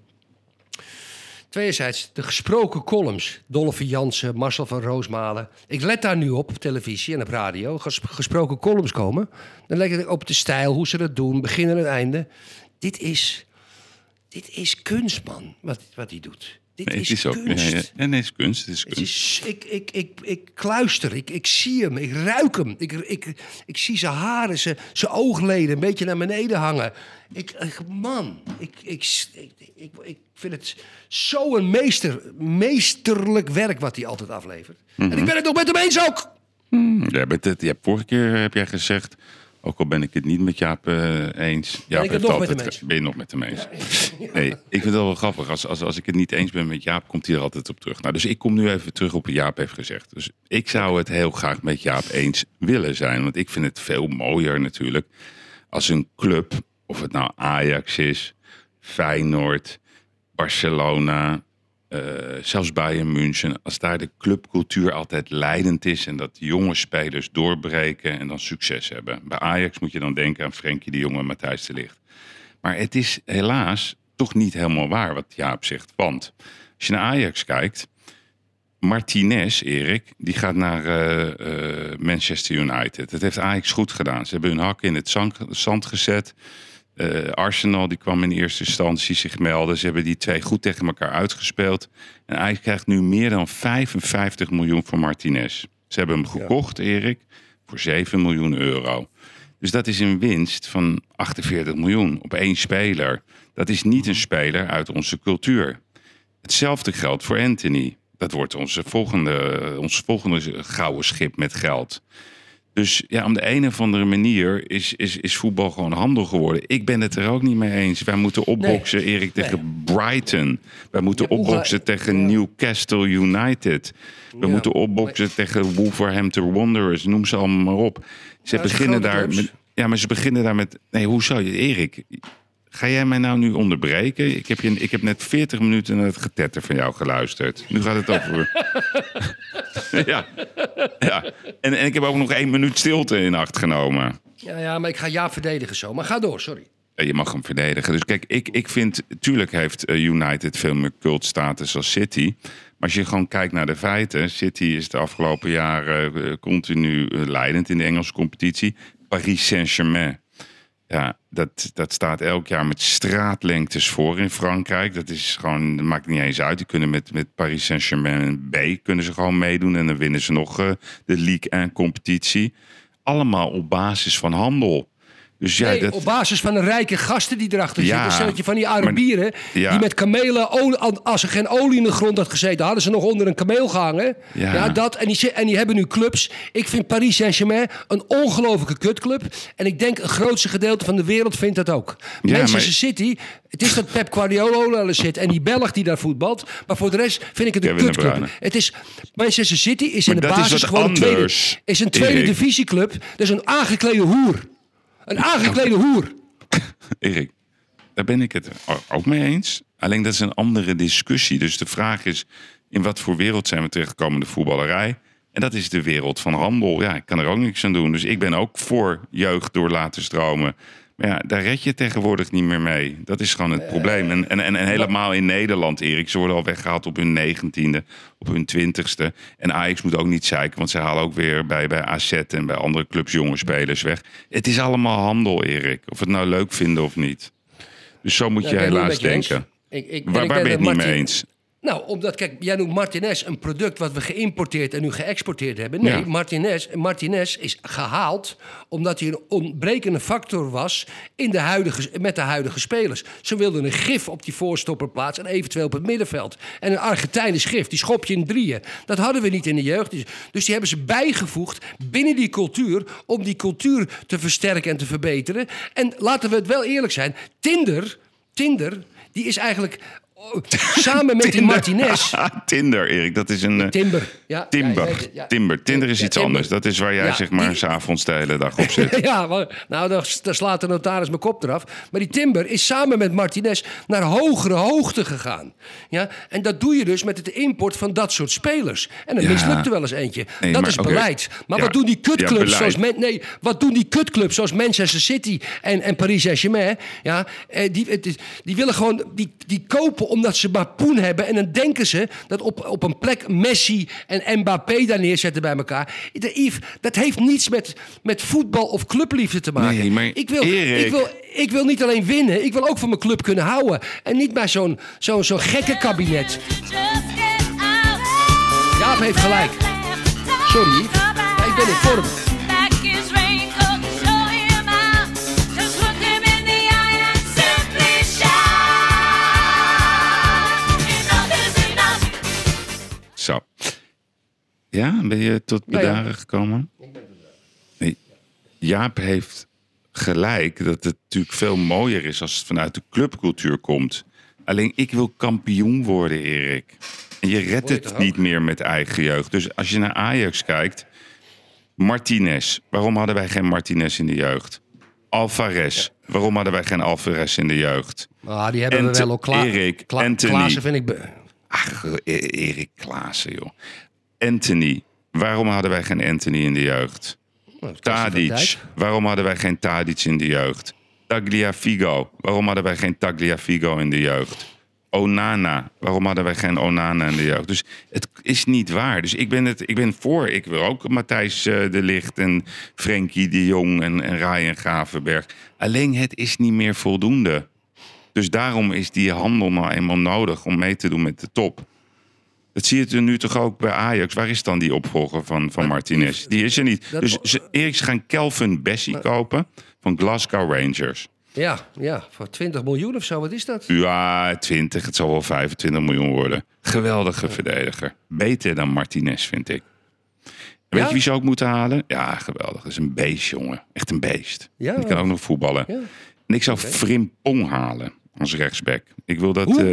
Tweezijds, de gesproken columns. Dolphy Jansen, Marcel van Roosmalen. Ik let daar nu op, op televisie en op radio. Ges, gesproken columns komen. Dan let ik op de stijl, hoe ze dat doen. Begin en het einde. Dit is... Dit is kunst, man, wat, wat hij doet. Dit Nee, is, het is ook, kunst. ja, ja, nee, het is kunst. Het is Het kunst. is, ik, ik, ik, ik kluister, ik, ik zie hem, ik ruik hem. Ik, ik, ik zie zijn haren, zijn, zijn oogleden een beetje naar beneden hangen. Ik, ik, man, ik, ik, ik, ik, ik vind het zo'n meester, meesterlijk werk wat hij altijd aflevert. En ik ben het nog met hem eens ook. Ja, maar dat, je hebt vorige keer heb jij gezegd, ook al ben ik het niet met Jaap eh, eens. Jaap ik het heeft nog met altijd hem eens? ge- Ben je nog met hem eens? Nee, ik vind het wel wel grappig. Als, als, als ik het niet eens ben met Jaap, komt hij er altijd op terug. Nou, dus ik kom nu even terug op wat Jaap heeft gezegd. Dus ik zou het heel graag met Jaap eens willen zijn. Want ik vind het veel mooier natuurlijk als een club, of het nou Ajax is, Feyenoord, Barcelona, uh, zelfs Bayern München, als daar de clubcultuur altijd leidend is en dat jonge spelers doorbreken en dan succes hebben. Bij Ajax moet je dan denken aan Frenkie de Jong en Matthijs de Ligt. Maar het is helaas toch niet helemaal waar wat Jaap zegt. Want als je naar Ajax kijkt, Martinez, Erik, die gaat naar uh, uh, Manchester United. Dat heeft Ajax goed gedaan. Ze hebben hun hakken in het zand, zand gezet. Uh, Arsenal die kwam in eerste instantie zich melden. Ze hebben die twee goed tegen elkaar uitgespeeld. En Ajax krijgt nu meer dan vijfenvijftig miljoen voor Martinez. Ze hebben hem gekocht, ja. Erik, voor zeven miljoen euro. Dus dat is een winst van achtenveertig miljoen op één speler. Dat is niet een speler uit onze cultuur. Hetzelfde geldt voor Anthony. Dat wordt onze volgende, ons volgende gouden schip met geld. Dus ja, op de een of andere manier is, is, is voetbal gewoon handel geworden. Ik ben het er ook niet mee eens. Wij moeten opboksen, nee. Erik, tegen nee. Brighton. Wij moeten ja, opboksen ga... tegen ja. Newcastle United. We ja. moeten opboksen maar... tegen Wolverhampton Wanderers. Noem ze allemaal maar op. Ze ja, beginnen daar met, ja, maar ze beginnen daar met... Nee, hoe zou je... Erik, ga jij mij nou nu onderbreken? Ik heb, je, ik heb net veertig minuten naar het getetter van jou geluisterd. Nu gaat het over... ja, ja. En, en ik heb ook nog één minuut stilte in acht genomen. Ja, ja, maar ik ga Jaap verdedigen zo. Maar ga door, sorry. Je mag hem verdedigen. Dus kijk, ik, ik vind... Tuurlijk heeft United veel meer cultstatus als City. Maar als je gewoon kijkt naar de feiten... City is de afgelopen jaren uh, continu uh, leidend in de Engelse competitie. Paris Saint-Germain. Ja, dat, dat staat elk jaar met straatlengtes voor in Frankrijk. Dat is gewoon, dat maakt niet eens uit. Die kunnen met, met Paris Saint-Germain B kunnen ze gewoon meedoen. En dan winnen ze nog uh, de Ligue één competitie. Allemaal op basis van handel. Dus ja, nee, dat... op basis van de rijke gasten die erachter ja, zitten. Een stelletje van die Arabieren ja. die met kamelen... Olie, als er geen olie in de grond had gezeten... hadden ze nog onder een kameel gehangen. Ja. Ja, dat, en, die, en die hebben nu clubs. Ik vind Paris Saint-Germain een ongelofelijke kutclub. En ik denk een grootste gedeelte van de wereld vindt dat ook. Ja, Manchester maar... City... Het is dat Pep Guardiola er zit en die Belg die daar voetbalt. Maar voor de rest vind ik het een Kevin kutclub. Het is, Manchester City is maar in de basis gewoon een tweede, is een tweede divisieclub. Dat is een aangeklede hoer. Een aangeklede hoer. Erik, daar ben ik het ook mee eens. Alleen dat is een andere discussie. Dus de vraag is, in wat voor wereld zijn we terechtgekomen in de voetballerij? En dat is de wereld van handel. Ja, ik kan er ook niks aan doen. Dus ik ben ook voor jeugd door laten stromen. Maar ja, daar red je tegenwoordig niet meer mee. Dat is gewoon het probleem. En, en, en, en helemaal in Nederland, Erik. Ze worden al weggehaald op hun negentiende, op hun twintigste. En Ajax moet ook niet zeiken, want ze halen ook weer bij, bij A Z en bij andere clubs jonge spelers weg. Het is allemaal handel, Erik. Of we het nou leuk vinden of niet. Dus zo moet je ja, helaas denken. Ik, ik, waar waar ben je het niet Martin, mee eens? Nou, omdat, kijk, jij noemt Martinez een product wat we geïmporteerd en nu geëxporteerd hebben. Nee, Ja. Martinez, Martinez is gehaald omdat hij een ontbrekende factor was in de huidige, met de huidige spelers. Ze wilden een gif op die voorstopper plaatsen en eventueel op het middenveld. En een Argentijnisch gif, die schop je in drieën. Dat hadden we niet in de jeugd. Dus, dus die hebben ze bijgevoegd binnen die cultuur om die cultuur te versterken en te verbeteren. En laten we het wel eerlijk zijn, Tinder, Tinder, die is eigenlijk... samen met die Martinez. Tinder, Erik, dat is een... eh, Timber. Ja, Timber. ja, ja, ja. Timber. Tinder is Ja, iets Timber. anders. Dat is waar jij Ja, zeg maar die- 's avonds de hele dag op zit. Ja, maar, nou, daar, daar slaat de notaris mijn kop eraf. Maar die Timber is samen met Martinez naar hogere hoogte gegaan. Ja? En dat doe je dus met het import van dat soort spelers. En dan Ja. mislukt er wel eens eentje. Nee, dat maar, is oké. beleid. Maar Ja. wat doen die Ja, kutclubs beleid. zoals... Men, nee, wat doen die kutclubs zoals Manchester City en, en Paris Saint-Germain? Ja? Eh, die, het is- die willen gewoon... Die, die kopen omdat ze maar poen hebben. En dan denken ze dat op, op een plek Messi en Mbappé daar neerzetten bij elkaar. De, Yves, dat heeft niets met, met voetbal of clubliefde te maken. Nee, maar ik, wil, Erik- ik, wil, ik wil niet alleen winnen, ik wil ook van mijn club kunnen houden. En niet maar zo'n zo'n zo'n gekke kabinet. Jaap heeft gelijk. Sorry, Yves. Maar ik ben in vorm. Zo. Ja, ben je tot Nou ja. bedaren gekomen? Nee. Jaap heeft gelijk dat het natuurlijk veel mooier is als het vanuit de clubcultuur komt. Alleen ik wil kampioen worden, Erik. En je redt je het toch niet meer met eigen jeugd. Dus als je naar Ajax kijkt, Martinez. Waarom hadden wij geen Martinez in de jeugd? Alvarez. Waarom hadden wij geen Alvarez in de jeugd? Ah, die hebben we Ent- wel ook klaar. Erik, Kla Anthony. Klaassen vind ik... be- Ach, E- Erik Klaassen, joh. Anthony. Waarom hadden wij geen Anthony in de jeugd? Nou, dat is kwestie van Tadic. tijd. Waarom hadden wij geen Tadic in de jeugd? Tagliafico. Waarom hadden wij geen Tagliafico in de jeugd? Onana. Waarom hadden wij geen Onana in de jeugd? Dus het is niet waar. Dus ik ben, het, ik ben voor. Ik wil ook Matthijs eh, de Ligt en Frenkie de Jong en, en Ryan Gravenberg. Alleen het is niet meer voldoende. Dus daarom is die handel nou eenmaal nodig om mee te doen met de top. Dat zie je nu toch ook bij Ajax. Waar is dan die opvolger van, van Martinez? Die is er niet. Dat- Dus ze, Erik, ze gaan Kelvin Bessie kopen van Glasgow Rangers. Ja, ja, voor twintig miljoen of zo, wat is dat? Ja, twintig, het zal wel vijfentwintig miljoen worden. Geweldige verdediger. Beter dan Martinez, vind ik. Weet Ja? je wie ze ook moeten halen? Ja, geweldig. Dat is een beest, jongen. Echt een beest. Ja. Die kan ook nog voetballen. Ja. En ik zou Frimpong halen als rechtsback. Ik wil dat Hoe? eh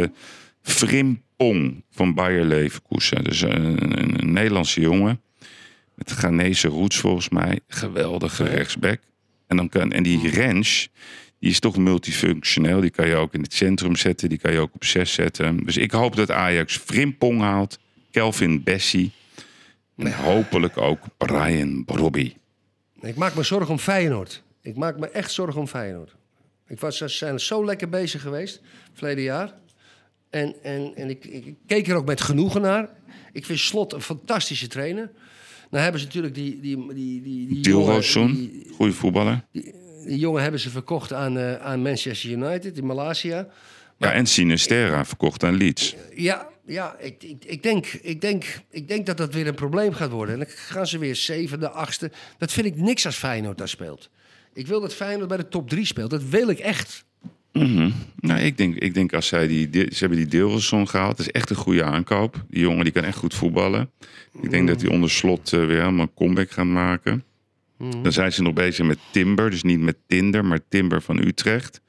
Frimpong van Bayer Leverkusen. Dus een, een, een Nederlandse jongen. Met Ghanese roots volgens mij. Geweldige rechtsback. En, dan kan, en die Rens, die is toch multifunctioneel. Die kan je ook in het centrum zetten. Die kan je ook op zes zetten. Dus ik hoop dat Ajax Frimpong haalt. Kelvin Bessie. En hopelijk ook Brian Brobby. Ik maak me zorgen om Feyenoord. Ik maak me echt zorgen om Feyenoord. Ik was, ze zijn zo lekker bezig geweest, verleden jaar. En, en, en ik, ik, ik keek er ook met genoegen naar. Ik vind Slot een fantastische trainer. Nou hebben ze natuurlijk die... die, die, die, die jongen- Dilrosun, die- goede voetballer. Die jongen hebben ze verkocht aan, eh, aan Manchester United in Malaysia. Ja, en Sinisterra verkocht aan Leeds. Ja, ja ik, ik, ik, denk, ik, denk, ik denk dat dat weer een probleem gaat worden. En dan gaan ze weer zevende, achtste. Dat vind ik niks als Feyenoord daar speelt. Ik wil dat Feyenoord bij de top drie speelt. Dat wil ik echt. Mhm. Nou, ik denk, ik denk als zij die... Ze hebben die Dilrosun gehaald. Dat is echt een goede aankoop. Die jongen die kan echt goed voetballen. Ik denk dat hij onder Slot eh, weer helemaal een comeback gaat maken. Dan zijn ze nog bezig met Timber. Dus niet met Tinder, maar Timber van Utrecht.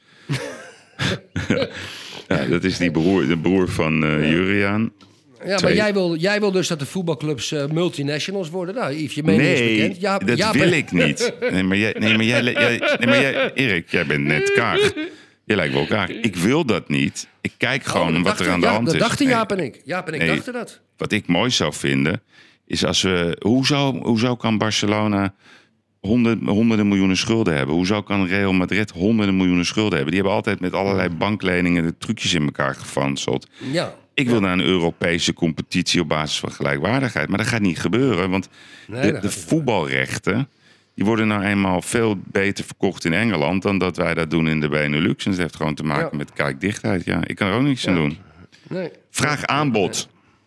Ja, dat is die broer, de broer van eh Juriaan. Ja, maar Twee. jij wil, jij wil dus dat de voetbalclubs eh, multinationals worden. Nou, Yves, je mening is Nee, bekend. Jaap- dat Jaap- wil ik niet. Nee, maar jij, nee, maar jij, jij, nee, maar jij, Erik, jij bent net kaag. Je lijkt wel kaag. Ik wil dat niet. Ik kijk Oh, gewoon dat wat er dachten- aan de ja, hand is. Dat dachten Nee, Jaap en ik. Jaap en ik Nee. dachten dat. Wat ik mooi zou vinden, is als we... Hoezo, hoezo kan Barcelona honderd, honderden miljoenen schulden hebben? Hoezo kan Real Madrid honderden miljoenen schulden hebben? Die hebben altijd met allerlei bankleningen de trucjes in elkaar gefanseld. Ja. Ik wil naar een Europese competitie op basis van gelijkwaardigheid. Maar dat gaat niet gebeuren, want Nee, de, dat de gaat niet voetbalrechten... die worden nou eenmaal veel beter verkocht in Engeland... dan dat wij dat doen in de Benelux. En dat heeft gewoon te maken Ja. met kijkdichtheid. Ja, ik kan er ook niks aan doen. Nee. Vraag aanbod.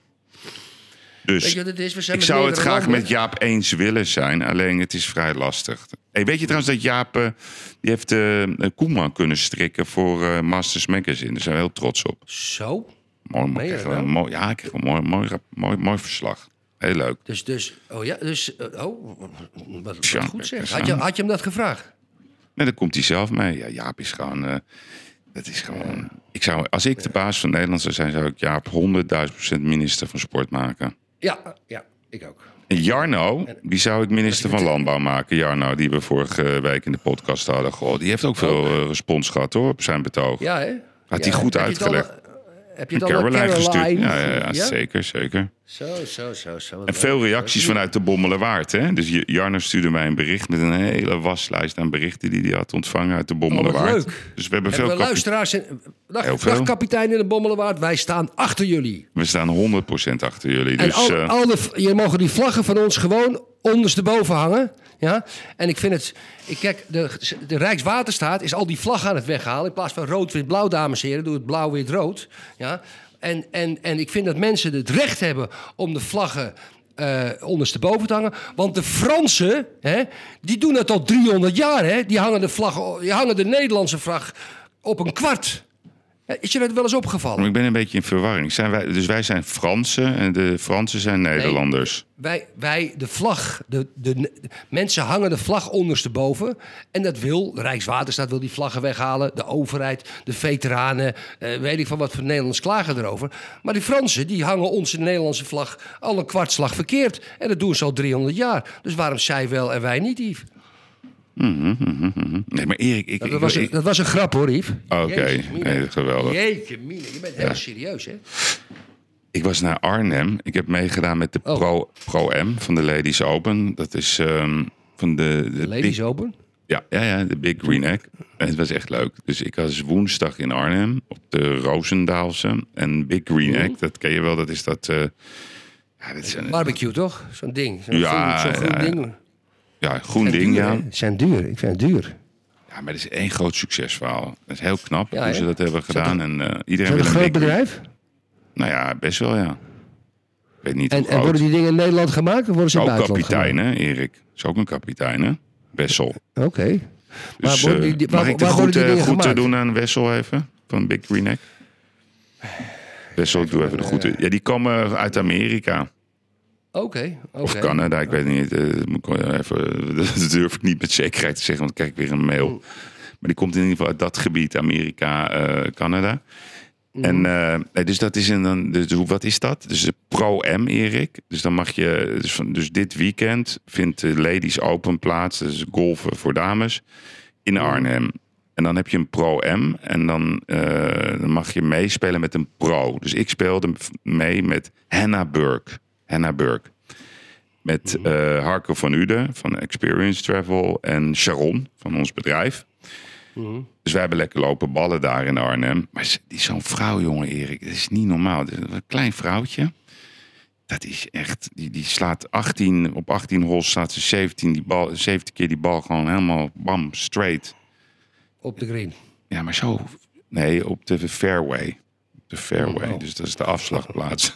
Dus Weet je wat het is? We zijn ik met zou het meerdere graag landen. met Jaap eens willen zijn. Alleen het is vrij lastig. Hey, weet je trouwens dat Jaap... Uh, die heeft uh, Koeman kunnen strikken voor uh, Masters Magazine. Daar zijn we heel trots op. Zo? Mooi, mooi, je krijgen we dat een mooi, ja, ik krijg een mooi, mooi, mooi, mooi verslag. Heel leuk. Dus, dus, oh ja, dus, uh, oh, wat, wat Tja, goed zeg. kijk Had eens je, aan. had je hem dat gevraagd? En dan komt hij zelf mee. Ja, Jaap is gewoon... Uh, dat is gewoon... Ik zou, als ik de baas van Nederland zou zijn, zou ik Jaap honderdduizend procent minister van Sport maken. Ja, ja, ik ook. En Jarno, die zou ik minister van Landbouw maken. Jarno, die we vorige week in de podcast hadden. Goh, die heeft ook veel uh, respons gehad hoor, op zijn betoog. Ja, hè? Had ja, hij goed heb je het uitgelegd. al- Heb je het al naar Caroline gestuurd. Caroline? Ja, ja, ja, zeker, zeker. Zo, zo, zo, zo. Wat En veel leuk. reacties vanuit de Bommelerwaard. Hè? Dus Jarno stuurde mij een bericht met een hele waslijst aan berichten die hij had ontvangen uit de Bommelerwaard. Oh, leuk. Dus we hebben Hebben veel we kapi- luisteraars... In, dag, Heel veel. dag, kapitein in de Bommelerwaard. Wij staan achter jullie. We staan honderd procent achter jullie. En Dus al, uh, al de, je mogen die vlaggen van ons gewoon ondersteboven hangen. Ja? En ik vind het... Ik, kijk, de, de Rijkswaterstaat is al die vlaggen aan het weghalen. In plaats van rood-wit-blauw, dames en heren. Doe het blauw-wit-rood. Ja? En, en, en ik vind dat mensen het recht hebben om de vlaggen uh, ondersteboven te hangen. Want de Fransen, hè, die doen het al driehonderd jaar. Hè? Die, hangen de vlag, die hangen de Nederlandse vlag op een kwart. Ja, is je dat wel eens opgevallen? ik ben een beetje in verwarring. Zijn wij, dus wij zijn Fransen en de Fransen zijn Nederlanders. Wij, wij, de vlag, de, de, de mensen hangen de vlag ondersteboven. En dat wil, de Rijkswaterstaat wil die vlaggen weghalen. De overheid, de veteranen, eh, weet ik van wat voor Nederlanders klagen erover. Maar die Fransen, die hangen onze Nederlandse vlag al een kwartslag verkeerd. En dat doen ze al driehonderd jaar. Dus waarom zij wel en wij niet, Yves? Mm-hmm, mm-hmm. Nee, maar Erik... Ik, Dat, ik, was, ik, een, dat was een grap hoor, Yves. Oké, Jezus, Mina. nee, geweldig. Jeetje, Mina, je bent heel serieus, hè? Ik was naar Arnhem. Ik heb meegedaan met de Oh. Pro, Pro-M van de Ladies Open. Dat is um, van de... de Ladies Big, Open? ja, ja, ja, de Big Green Egg. En het was echt leuk. Dus ik was woensdag in Arnhem op de Roosendaalse. En Big Green Egg, dat ken je wel. Dat is dat... Uh, ja, dat is een, Barbecue, toch? Zo'n ding. Zo'n Ja, groen, zo'n groen ja, ja. ding. ja, groen Zijn ding, duur, ja. hè? Ze zijn duur. Ik vind het duur. Ja, maar het is één groot succesverhaal. Dat is heel knap Ja, hoe hè? ze dat hebben gedaan. En uh, iedereen Is dat wil een een groot Big Green- bedrijf? Nou ja, best wel, ja. Ik weet niet En, hoe en groot. worden die dingen in Nederland gemaakt of worden ze in Ook het buitenland kapitein, gemaakt? hè, Erik? Is ook een kapitein, hè? Wessel. Oké. Dus, Waar worden die- eh, die- mag waar- ik de waar worden die groeten, dingen groeten gemaakt? doen aan Wessel even? Van Big Green Egg? Wessel, doe even de groeten. Ja, die komen uit Amerika. Oké. Of oké. Canada, ik weet niet. eh, moet ik wel even, dat durf ik niet met zekerheid te zeggen, want dan krijg ik weer een mail. Maar die komt in ieder geval uit dat gebied, Amerika, eh, Canada. En eh, nee, dus dat is een, dan, dus hoe- wat is dat? Dus de Pro-M, Erik. Dus dan mag je, dus, van, dus dit weekend vindt de Ladies Open plaats. Dus golfen voor dames in Arnhem. En dan heb je een Pro-M en dan, eh, dan mag je meespelen met een pro. Dus ik speelde mee met Hannah Burke. Hannah Burke. Met eh Harke van Uden van Experience Travel en Sharon van ons bedrijf. Dus wij hebben lekker lopen ballen daar in Arnhem. Maar ze- die zo'n vrouw, jongen, Erik, dat is niet normaal. Dat is een klein vrouwtje. Dat is echt, die, die slaat achttien, op achttien holes slaat ze zeventien, die bal, zeventien keer die bal gewoon helemaal bam, straight. Op de green. Ja, maar zo, nee, op de fairway. Op de fairway, Oh. dus dat is de afslagplaats.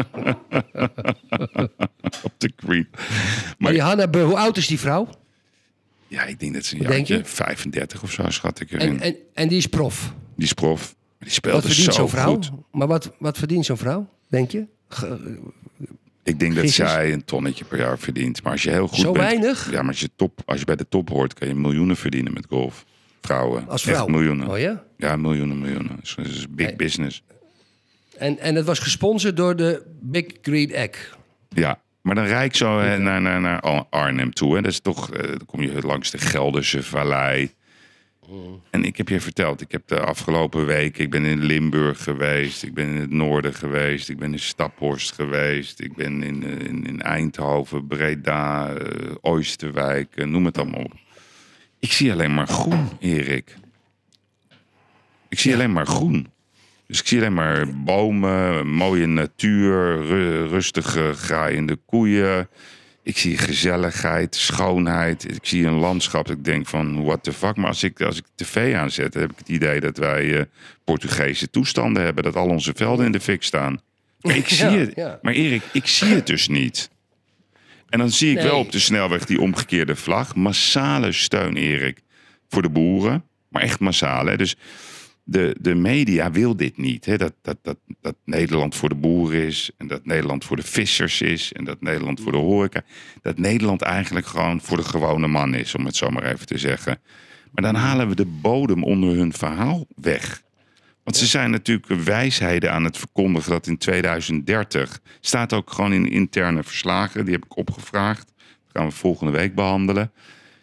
op de green. Maar Maar die Hanna Beur, hoe oud is die vrouw? ja, ik denk dat ze een Wat denk jaartje je? vijfendertig of zo, schat ik erin. En, en, en die is prof. Die is prof. Maar die Wat speelde verdient zo zo'n vrouw? goed. Maar wat, wat verdient zo'n vrouw, denk je? Ge- Ik denk dat Gis eens. zij een tonnetje per jaar verdient. Maar als je heel goed Zo bent... weinig? Ja, maar als je, top, als je bij de top hoort, kan je miljoenen verdienen met golf. Vrouwen. Als vrouw? Echt miljoenen. Oh ja? Ja, miljoenen, miljoenen. Dat is, dat is big Hey. business. En, en het was gesponsord door de Big Green Egg. Ja, maar dan rijd ik zo hè, naar, naar, naar Arnhem toe. Hè. Dat is toch, eh, dan kom je langs de Gelderse Vallei. En ik heb je verteld, ik heb de afgelopen week... ik ben in Limburg geweest, ik ben in het noorden geweest... ik ben in Staphorst geweest, ik ben in, eh, in, in Eindhoven, Breda, eh, Oosterwijk... eh, noem het allemaal op. Ik zie alleen maar groen, Erik. Ik zie alleen maar groen. Dus ik zie alleen maar bomen, mooie natuur, ru- rustige graaiende koeien. Ik zie gezelligheid, schoonheid. Ik zie een landschap. Ik denk van, what the fuck. Maar als ik, als ik tv aanzet, heb ik het idee dat wij uh, Portugese toestanden hebben. Dat al onze velden in de fik staan. Maar ik zie Ja, het. ja. Maar Erik, ik zie het dus niet. En dan zie ik Nee. wel op de snelweg die omgekeerde vlag. Massale steun, Erik, voor de boeren. Maar echt massaal. Hè? Dus de, de media wil dit niet. Hè? Dat, dat, dat, dat Nederland voor de boeren is. En dat Nederland voor de vissers is. En dat Nederland voor de horeca. Dat Nederland eigenlijk gewoon voor de gewone man is. Om het zo maar even te zeggen. Maar dan halen we de bodem onder hun verhaal weg. Want ze zijn natuurlijk wijsheden aan het verkondigen dat in tweeduizend dertig... staat ook gewoon in interne verslagen. Die heb ik opgevraagd. Dat gaan we volgende week behandelen.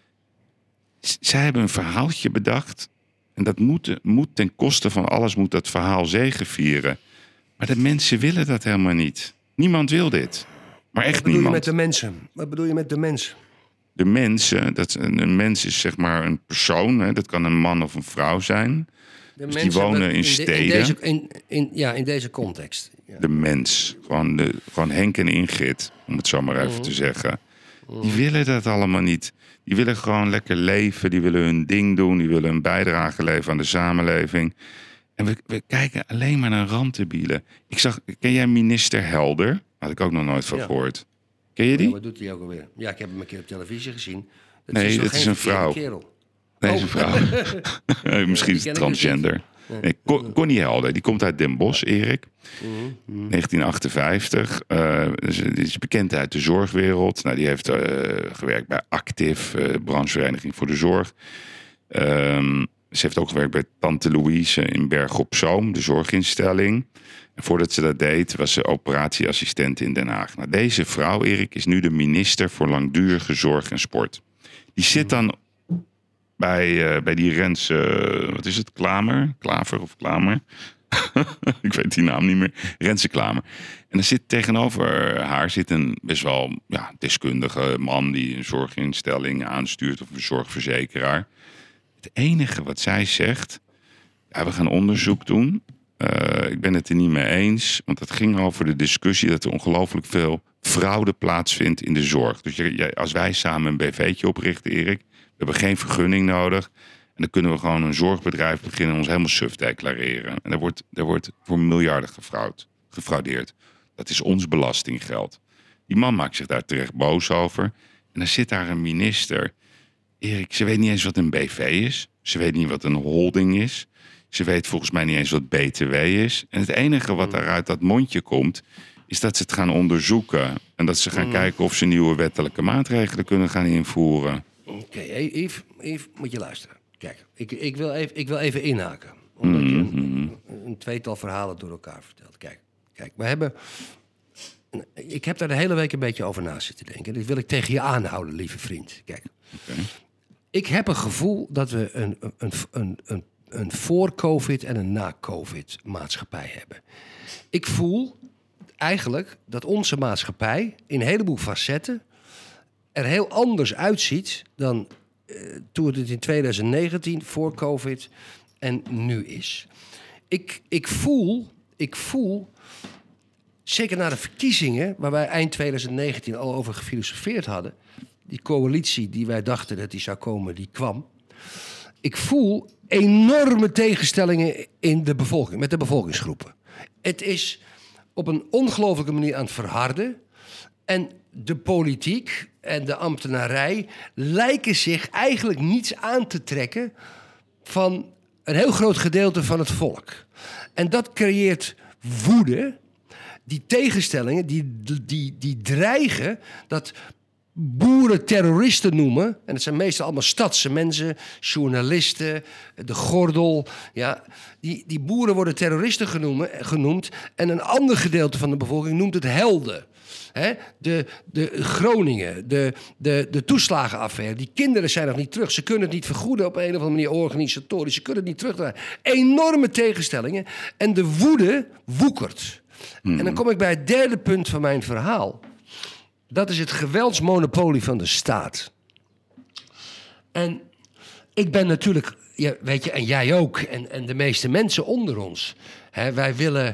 Z- zij hebben een verhaaltje bedacht. En dat moet, moet ten koste van alles moet dat verhaal zegevieren. Maar de mensen willen dat helemaal niet. Niemand wil dit. Maar echt Wat bedoel je niemand. met de mensen? Wat bedoel je met de mensen? De mensen, dat, een, een mens is zeg maar een persoon. Hè? Dat kan een man of een vrouw zijn. De Dus die wonen wat- in de- steden. In deze, in, in, ja, in deze context. Ja. De mens. Gewoon, de, gewoon Henk en Ingrid, om het zo maar even Mhm. te zeggen. Die willen dat allemaal niet. Die willen gewoon lekker leven. Die willen hun ding doen. Die willen een bijdrage leveren aan de samenleving. En we, we kijken alleen maar naar randdebielen. Ik zag, ken jij minister Helder? Had ik ook nog nooit van Ja. gehoord. Ken je Ja, die? wat doet hij ook alweer? Ja, ik heb hem een keer op televisie gezien. Dat Nee, toch dat geen is een verkeerde vrouw. Kerel? Nee, Oh. is een vrouw. Eh, Misschien is Die het ken ik dus transgender. Nee, Con- Connie Helder, die komt uit Den Bosch, Erik. negentien achtenvijftig. Uh, die is bekend uit de zorgwereld. Nou, die heeft uh, gewerkt bij Activ, uh, branchevereniging voor de zorg. Um, ze heeft ook gewerkt bij Tante Louise in Berg op Zoom, de zorginstelling. En voordat ze dat deed, was ze operatieassistent in Den Haag. Nou, deze vrouw, Erik, is nu de minister voor langdurige zorg en sport. Die zit dan bij, uh, bij die Rens, uh, wat is het, Klamer? Klaver of Klamer? Ik weet die naam niet meer. Renze Klamer. En dan zit tegenover haar zit een best wel ja, deskundige man die een zorginstelling aanstuurt of een zorgverzekeraar. Het enige wat zij zegt, ja, we gaan onderzoek doen. Uh, ik ben het er niet mee eens, want het ging over de discussie dat er ongelooflijk veel fraude plaatsvindt in de zorg. Dus je, je, als wij samen een B V'tje oprichten, Erik, we hebben geen vergunning nodig. En dan kunnen we gewoon een zorgbedrijf beginnen en ons helemaal suf declareren. En daar wordt, daar wordt voor miljarden gefraud, gefraudeerd. Dat is ons belastinggeld. Die man maakt zich daar terecht boos over. En dan zit daar een minister. Erik, ze weet niet eens wat een B V is. Ze weet niet wat een holding is. Ze weet volgens mij niet eens wat B T W is. En het enige wat daaruit dat mondje komt, is dat ze het gaan onderzoeken. En dat ze gaan mm. kijken of ze nieuwe wettelijke maatregelen kunnen gaan invoeren. Oké, okay, Yves, Yves, moet je luisteren. Kijk, ik, ik, wil, even, ik wil even inhaken. Omdat mm-hmm. je een, een tweetal verhalen door elkaar vertelt. Kijk, kijk, we hebben... Ik heb daar de hele week een beetje over na zitten denken. Dit wil ik tegen je aanhouden, lieve vriend. Kijk, okay. Ik heb een gevoel dat we een, een, een, een, een voor-covid en een na-covid maatschappij hebben. Ik voel eigenlijk dat onze maatschappij in een heleboel facetten er heel anders uitziet dan uh, toen het in twintig negentien, voor covid en nu is. Ik, ik voel, ik voel, zeker na de verkiezingen, waar wij eind twintig negentien al over gefilosofeerd hadden, die coalitie die wij dachten dat die zou komen, die kwam. Ik voel enorme tegenstellingen in de bevolking, met de bevolkingsgroepen. Het is op een ongelooflijke manier aan het verharden. En de politiek en de ambtenarij lijken zich eigenlijk niets aan te trekken van een heel groot gedeelte van het volk. En dat creëert woede. Die tegenstellingen, die, die, die dreigen dat boeren terroristen noemen. En dat zijn meestal allemaal stadse mensen, journalisten, de gordel. Ja, die, die boeren worden terroristen genoemd, genoemd. En een ander gedeelte van de bevolking noemt het helden. He, de, de Groningen, de, de, de toeslagenaffaire. Die kinderen zijn nog niet terug. Ze kunnen het niet vergoeden op een of andere manier organisatorisch. Ze kunnen het niet terugdraaien. Enorme tegenstellingen. En de woede woekert. Hmm. En dan kom ik bij het derde punt van mijn verhaal. Dat is het geweldsmonopolie van de staat. En ik ben natuurlijk, ja, weet je, en jij ook, en, en de meeste mensen onder ons. Hè, wij willen,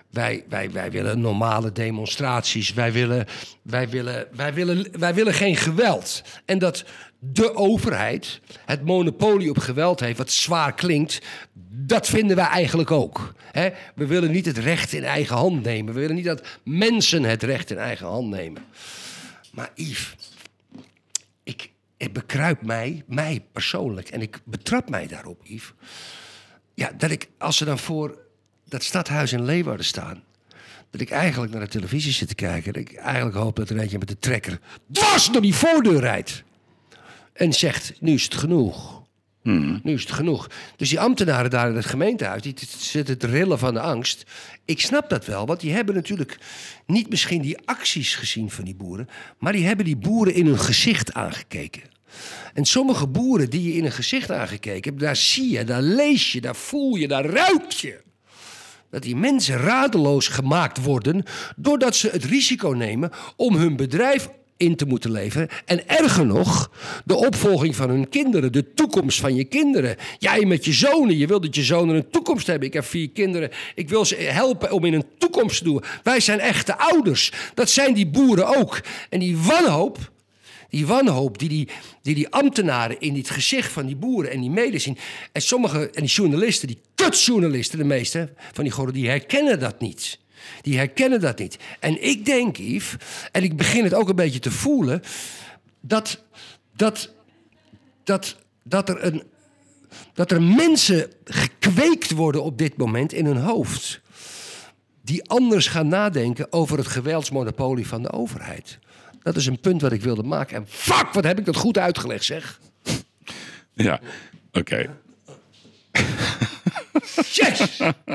Wij, wij, wij willen normale demonstraties. Wij willen, wij, willen, wij, willen, wij willen geen geweld. En dat de overheid het monopolie op geweld heeft, wat zwaar klinkt, dat vinden wij eigenlijk ook. Hè? We willen niet het recht in eigen hand nemen. We willen niet dat mensen het recht in eigen hand nemen. Maar Yves, ik, ik bekruip mij, mij persoonlijk, en ik betrap mij daarop, Yves. Ja, dat ik, als ze dan voor dat stadhuis in Leeuwarden staan, dat ik eigenlijk naar de televisie zit te kijken, dat ik eigenlijk hoop dat er eentje met de trekker dwars door die voordeur rijdt. En zegt, nu is het genoeg. Hmm. Nu is het genoeg. Dus die ambtenaren daar in het gemeentehuis, die zitten te rillen van de angst. Ik snap dat wel, want die hebben natuurlijk niet misschien die acties gezien van die boeren, maar die hebben die boeren in hun gezicht aangekeken. En sommige boeren die je in hun gezicht aangekeken hebt, daar zie je, daar lees je, daar voel je, daar ruik je. Dat die mensen radeloos gemaakt worden doordat ze het risico nemen om hun bedrijf in te moeten leveren. En erger nog, de opvolging van hun kinderen, de toekomst van je kinderen. Jij met je zonen, je wilt dat je zonen een toekomst hebben. Ik heb vier kinderen, ik wil ze helpen om in een toekomst te doen. Wij zijn echte ouders, dat zijn die boeren ook. En die wanhoop, die wanhoop die die, die die ambtenaren in het gezicht van die boeren en die mede zien. En sommige, en die journalisten, die kutjournalisten, de meeste van die goden, die herkennen dat niet. Die herkennen dat niet. En ik denk, Yves, en ik begin het ook een beetje te voelen, dat, dat, dat, dat, er, een, dat er mensen gekweekt worden op dit moment in hun hoofd, die anders gaan nadenken over het geweldsmonopolie van de overheid. Dat is een punt wat ik wilde maken. En fuck, wat heb ik dat goed uitgelegd, zeg. Ja, oké. Okay. Yes!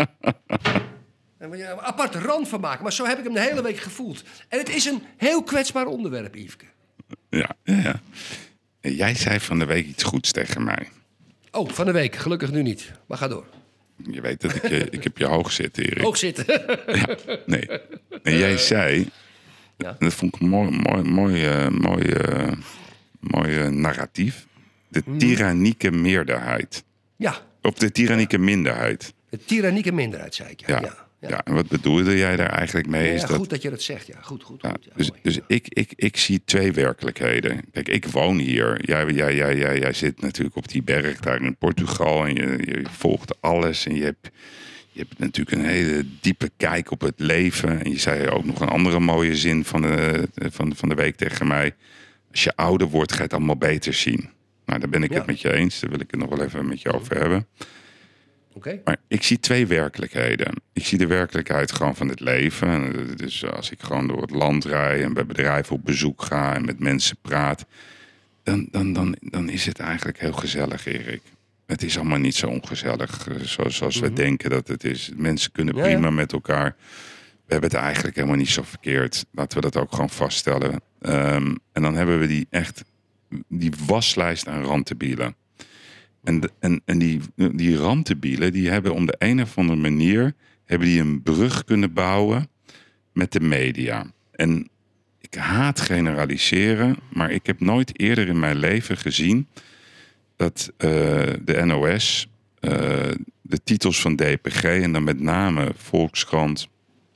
Daar moet je een aparte rand van maken. Maar zo heb ik hem de hele week gevoeld. En het is een heel kwetsbaar onderwerp, Yveske. Ja, ja. Jij zei van de week iets goeds tegen mij. Oh, van de week. Gelukkig nu niet. Maar ga door. Je weet dat ik, ik heb je hoog zitten, Erik. Hoog zitten? Ja, nee. En jij zei, ja. Dat vond ik een mooi, mooi, mooi, uh, mooi, uh, mooi uh, narratief. De tyrannieke meerderheid. Ja. Of de tyrannieke minderheid. De tyrannieke minderheid, zei ik. Ja. Ja. Ja. Ja. Ja, en wat bedoelde jij daar eigenlijk mee? Ja, is ja, dat... Goed dat je dat zegt, ja. Goed, goed, ja, goed. Ja, dus mooi, dus mooi. ik, ik, ik zie twee werkelijkheden. Kijk, ik woon hier. Jij, jij, jij, jij, jij zit natuurlijk op die berg daar in Portugal. En je, je volgt alles. En je hebt, je hebt natuurlijk een hele diepe kijk op het leven. En je zei ook nog een andere mooie zin van de, van, van de week tegen mij. Als je ouder wordt, ga je het allemaal beter zien. Nou, daar ben ik Ja. het met je eens. Daar wil ik het nog wel even met je over hebben. Okay. Maar ik zie twee werkelijkheden. Ik zie de werkelijkheid gewoon van het leven. Dus als ik gewoon door het land rijd en bij bedrijven op bezoek ga en met mensen praat, dan, dan, dan, dan is het eigenlijk heel gezellig, Erik. Het is allemaal niet zo ongezellig zoals, zoals mm-hmm. we denken dat het is. Mensen kunnen prima ja, ja. met elkaar. We hebben het eigenlijk helemaal niet zo verkeerd. Laten we dat ook gewoon vaststellen. Um, en dan hebben we die echt die waslijst aan randdebielen. En, de, en, en die, die randdebielen, die hebben om de een of andere manier hebben die een brug kunnen bouwen met de media. En ik haat generaliseren, maar ik heb nooit eerder in mijn leven gezien dat uh, de N O S, uh, de titels van D P G en dan met name Volkskrant,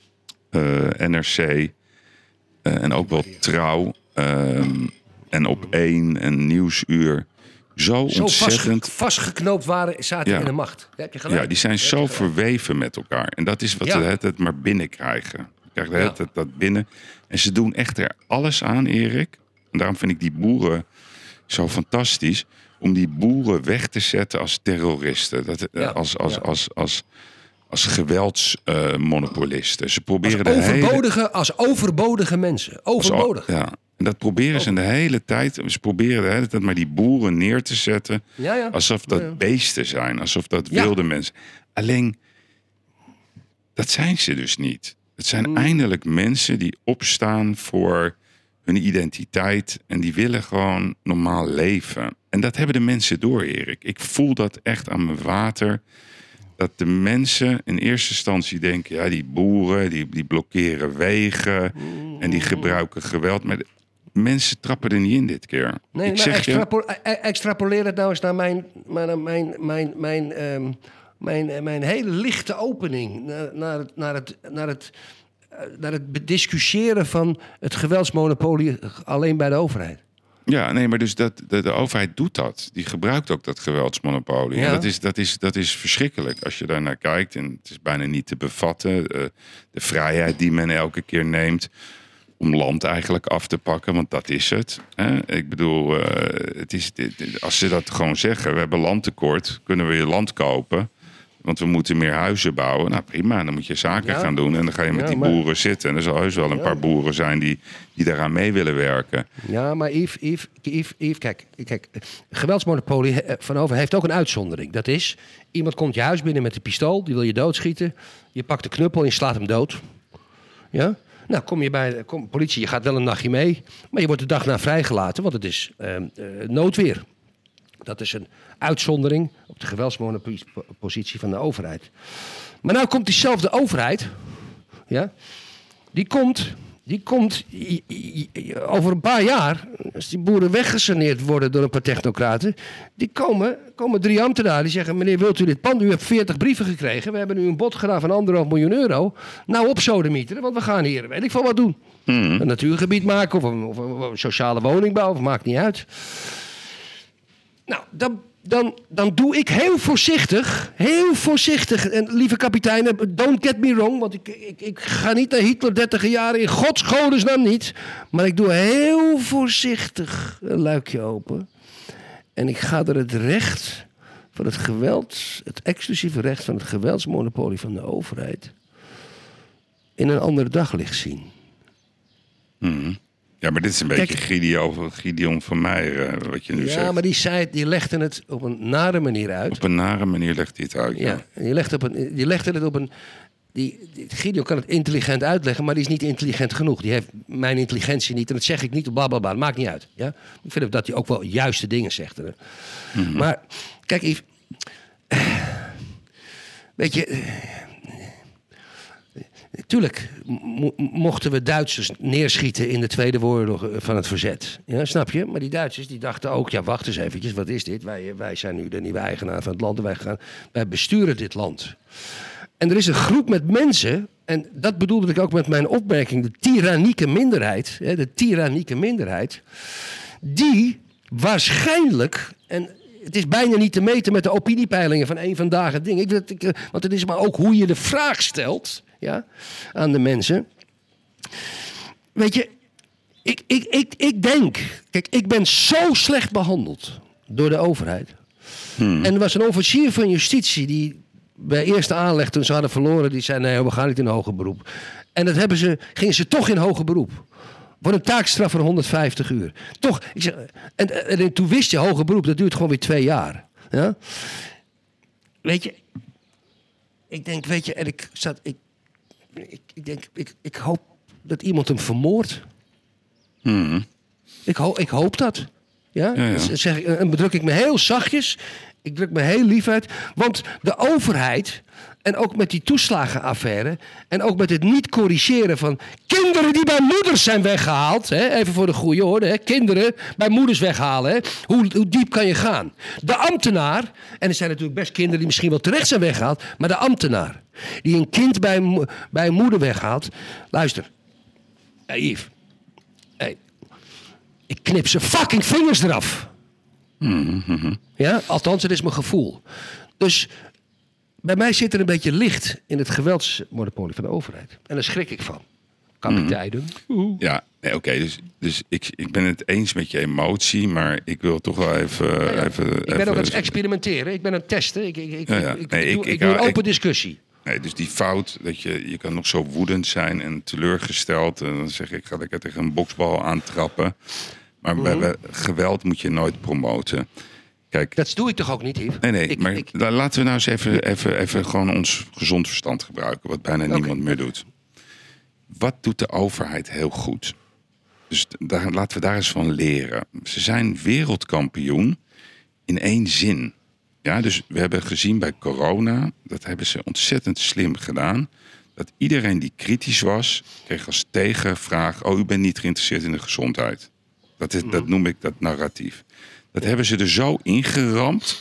uh, N R C uh, en ook wel Trouw uh, en Op één en Nieuwsuur zo, zo ontzettend vast, vastgeknoopt waren, zaten ja. in de macht. Daar heb je gelijk. Ja, die zijn zo verweven met elkaar. En dat is wat ja. ze het, het maar binnenkrijgen. Je krijgt het, ja. het, dat binnen. En ze doen echt er alles aan, Erik. En daarom vind ik die boeren zo fantastisch. Om die boeren weg te zetten als terroristen. Dat, ja. Als, als, ja. als, als, als geweldsmonopolisten. Uh, ze proberen als de overbodige, hele... als overbodige mensen. Overbodig. Als, ja. En dat proberen oh. ze de hele tijd. Ze proberen de hele tijd maar die boeren neer te zetten. Ja, ja. Alsof dat ja, ja. beesten zijn. Alsof dat ja. wilde mensen. Alleen, dat zijn ze dus niet. Het zijn mm. eindelijk mensen die opstaan voor hun identiteit. En die willen gewoon normaal leven. En dat hebben de mensen door, Erik. Ik voel dat echt aan mijn water. Dat de mensen in eerste instantie denken... ja, die boeren, die, die blokkeren wegen... Mm. en die gebruiken geweld. Maar de mensen trappen er niet in dit keer. Nee, ik maar zeg extrapo- je... extrapoleer het nou eens naar mijn, mijn, mijn, mijn, mijn um, mijn, mijn hele lichte opening naar, naar, het, naar, het, naar, het, naar het bediscussiëren van het geweldsmonopolie alleen bij de overheid. Ja, nee, maar dus dat, de, de overheid doet dat. Die gebruikt ook dat geweldsmonopolie. Ja. En dat is, dat, is, dat is verschrikkelijk als je daar naar kijkt. En het is bijna niet te bevatten. Uh, de vrijheid die men elke keer neemt om land eigenlijk af te pakken. Want dat is het. Hè? Ik bedoel, uh, het is, als ze dat gewoon zeggen. We hebben landtekort. Kunnen we je land kopen? Want we moeten meer huizen bouwen. Nou prima, dan moet je zaken Ja. gaan doen. En dan ga je met Ja, die maar- boeren zitten. En er zal heus wel een Ja. paar boeren zijn die, die daaraan mee willen werken. Ja, maar Yves, Yves, Yves, Yves kijk, kijk, geweldsmonopolie eh, van over heeft ook een uitzondering. Dat is, iemand komt je huis binnen met een pistool, die wil je doodschieten. Je pakt de knuppel en je slaat hem dood. Ja? Nou, kom je bij de kom, politie, je gaat wel een nachtje mee. Maar je wordt de dag na vrijgelaten, want het is eh, eh, noodweer. Dat is een uitzondering op de geweldsmonopositie van de overheid. Maar nou komt diezelfde overheid, ja, die komt, die komt i- i- i- over een paar jaar, als die boeren weggesaneerd worden door een paar technocraten, die komen, komen drie ambtenaren die zeggen, meneer, wilt u dit pand? U hebt veertig brieven gekregen, we hebben u een bod gedaan van anderhalf miljoen euro. Nou op sodemieteren, want we gaan hier, weet ik veel wat doen. Een natuurgebied maken of een, of een- of een sociale woningbouw, of maakt niet uit. Nou, dan, dan, dan doe ik heel voorzichtig, heel voorzichtig. En lieve kapitein, don't get me wrong, want ik, ik, ik ga niet naar Hitler dertig jaren, in Gods godesnaam niet. Maar ik doe heel voorzichtig een luikje open. En ik ga er het recht van het geweld, het exclusieve recht van het geweldsmonopolie van de overheid, in een ander daglicht zien. Ja, maar dit is een Kijk- beetje Gideon, Gideon van Meijer, uh, wat je nu Ja, zegt. maar die, zei, die legde het op een nare manier uit. Op een nare manier legt hij het uit. Ja. Ja, en die legde, op een, die legde het op een... Die, die, Gideon kan het intelligent uitleggen, maar die is niet intelligent genoeg. Die heeft mijn intelligentie niet. En dat zeg ik niet op blablabla. Dat maakt niet uit. Ja? Ik vind ook dat hij ook wel juiste dingen zegt. Hè. Mhm. Maar, kijk Yves. Weet je... eh, Tuurlijk mo- mochten we Duitsers neerschieten in de Tweede Wereldoorlog van het verzet. Ja, snap je? Maar die Duitsers die dachten ook, ja wacht eens eventjes, wat is dit? Wij, wij zijn nu de nieuwe eigenaar van het land en wij, gaan, wij besturen dit land. En er is een groep met mensen, en dat bedoelde ik ook met mijn opmerking, de tyrannieke minderheid, hè, de tyrannieke minderheid, die waarschijnlijk, en het is bijna niet te meten met de opiniepeilingen van één vandaag het ding, ik, weet- ik, want het is maar ook hoe je de vraag stelt, ja, aan de mensen. Weet je, ik, ik, ik, ik denk, kijk, ik ben zo slecht behandeld door de overheid. En er was een officier van justitie die bij eerste aanleg, toen ze hadden verloren, die zei: nee, we gaan niet in hoger beroep. En dat hebben ze, gingen ze toch in hoger beroep. Voor een taakstraf van honderdvijftig uur. Toch, ik zeg, en, en, en toen wist je, hoger beroep, dat duurt gewoon weer twee jaar. Ja? Weet je, ik denk, weet je, en ik zat, ik, ik, ik denk, ik, ik hoop dat iemand hem vermoordt. Ik, ho- ik hoop dat. Ja? Ja, ja. Dus zeg ik, en bedruk ik me heel zachtjes. Ik druk me heel lief uit. Want de overheid, en ook met die toeslagenaffaire, en ook met het niet corrigeren van kinderen die bij moeders zijn weggehaald. Hè? Even voor de goeie hoor. Hè? Kinderen bij moeders weghalen. Hè? Hoe, hoe diep kan je gaan? De ambtenaar, en er zijn natuurlijk best kinderen die misschien wel terecht zijn weggehaald, maar de ambtenaar die een kind bij, mo- bij een moeder weghaalt. Luister. Hey Yves. Hey. Ik knip zijn fucking vingers eraf. Ja, althans, het is mijn gevoel. Dus bij mij zit er een beetje licht in het geweldsmonopolie van de overheid. En daar schrik ik van. Kapitein. Ja, nee, oké. dus dus ik, ik ben het eens met je emotie, maar ik wil toch wel even... even Ik ben ook aan het experimenteren. Ik ben aan het testen. Ik, ik, ik, Ja, ja. ik, Nee, ik, ik- doe, ik ik doe een hou- open ik- discussie. Nee, dus die fout, dat je, je kan nog zo woedend zijn en teleurgesteld. En dan zeg ik, ik ga lekker tegen een boksbal aantrappen. Maar bij, bij geweld moet je nooit promoten. Kijk, Dat doe ik toch ook niet, Yves? nee, nee, Ik- maar ik- la- laten we nou eens even, even, even gewoon ons gezond verstand gebruiken. Wat bijna niemand meer doet. Wat doet de overheid heel goed? Dus daar, laten we daar eens van leren. Ze zijn wereldkampioen in één zin. Ja, dus we hebben gezien bij corona, dat hebben ze ontzettend slim gedaan. Dat iedereen die kritisch was, kreeg als tegenvraag: oh, u bent niet geïnteresseerd in de gezondheid. Dat, is, dat noem ik dat narratief. Dat hebben ze er zo ingeramd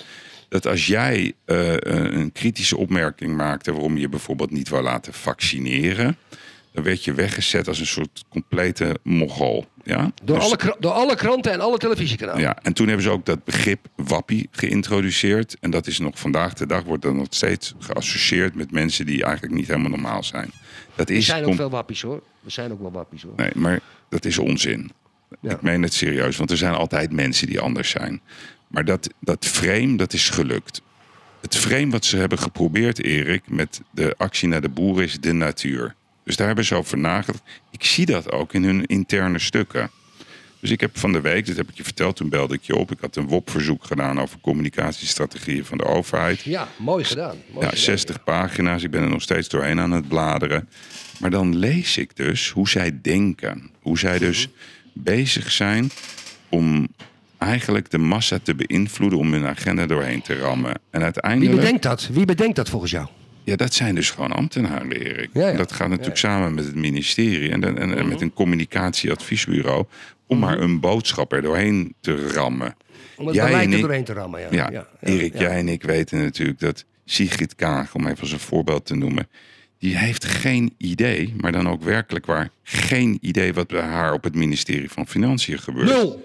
dat als jij uh, een kritische opmerking maakte waarom je bijvoorbeeld niet wou laten vaccineren, dan werd je weggezet als een soort complete mogol. Ja? Door, dus, alle, kra- door alle kranten en alle televisiekanalen. Ja, en toen hebben ze ook dat begrip wappie geïntroduceerd. En dat is nog vandaag de dag, wordt dan nog steeds geassocieerd met mensen die eigenlijk niet helemaal normaal zijn. Dat is We zijn ook com- veel wappies hoor. We zijn ook wel wappies hoor. Nee, maar dat is onzin. Ja. Ik meen het serieus, want er zijn altijd mensen die anders zijn. Maar dat, dat frame, dat is gelukt. Het frame wat ze hebben geprobeerd, Erik, met de actie naar de boeren is de natuur. Dus daar hebben ze over nagedacht. Ik zie dat ook in hun interne stukken. Dus ik heb van de week, dit heb ik je verteld, toen belde ik je op. Ik had een W O P-verzoek gedaan over communicatiestrategieën van de overheid. Ja, mooi gedaan. Mooi Ja, gedaan. zestig pagina's. Ik ben er nog steeds doorheen aan het bladeren. Maar dan lees ik dus hoe zij denken. Hoe zij dus bezig zijn om eigenlijk de massa te beïnvloeden, om hun agenda doorheen te rammen. En Wie uiteindelijk... bedenkt dat? Wie bedenkt dat volgens jou? Ja, dat zijn dus gewoon ambtenaren, Erik. Ja, ja. Dat gaat natuurlijk Ja, samen met het ministerie en, en, en Mhm. met een communicatieadviesbureau, om maar een boodschap er doorheen te rammen. Om het Jij beleid en er ik- doorheen te rammen. Ja, Ja, ja, ja, Erik, ja. jij en ik weten natuurlijk dat Sigrid Kaag, om even als een voorbeeld te noemen, die heeft geen idee, maar dan ook werkelijk waar, geen idee wat bij haar op het ministerie van Financiën gebeurt. Nul!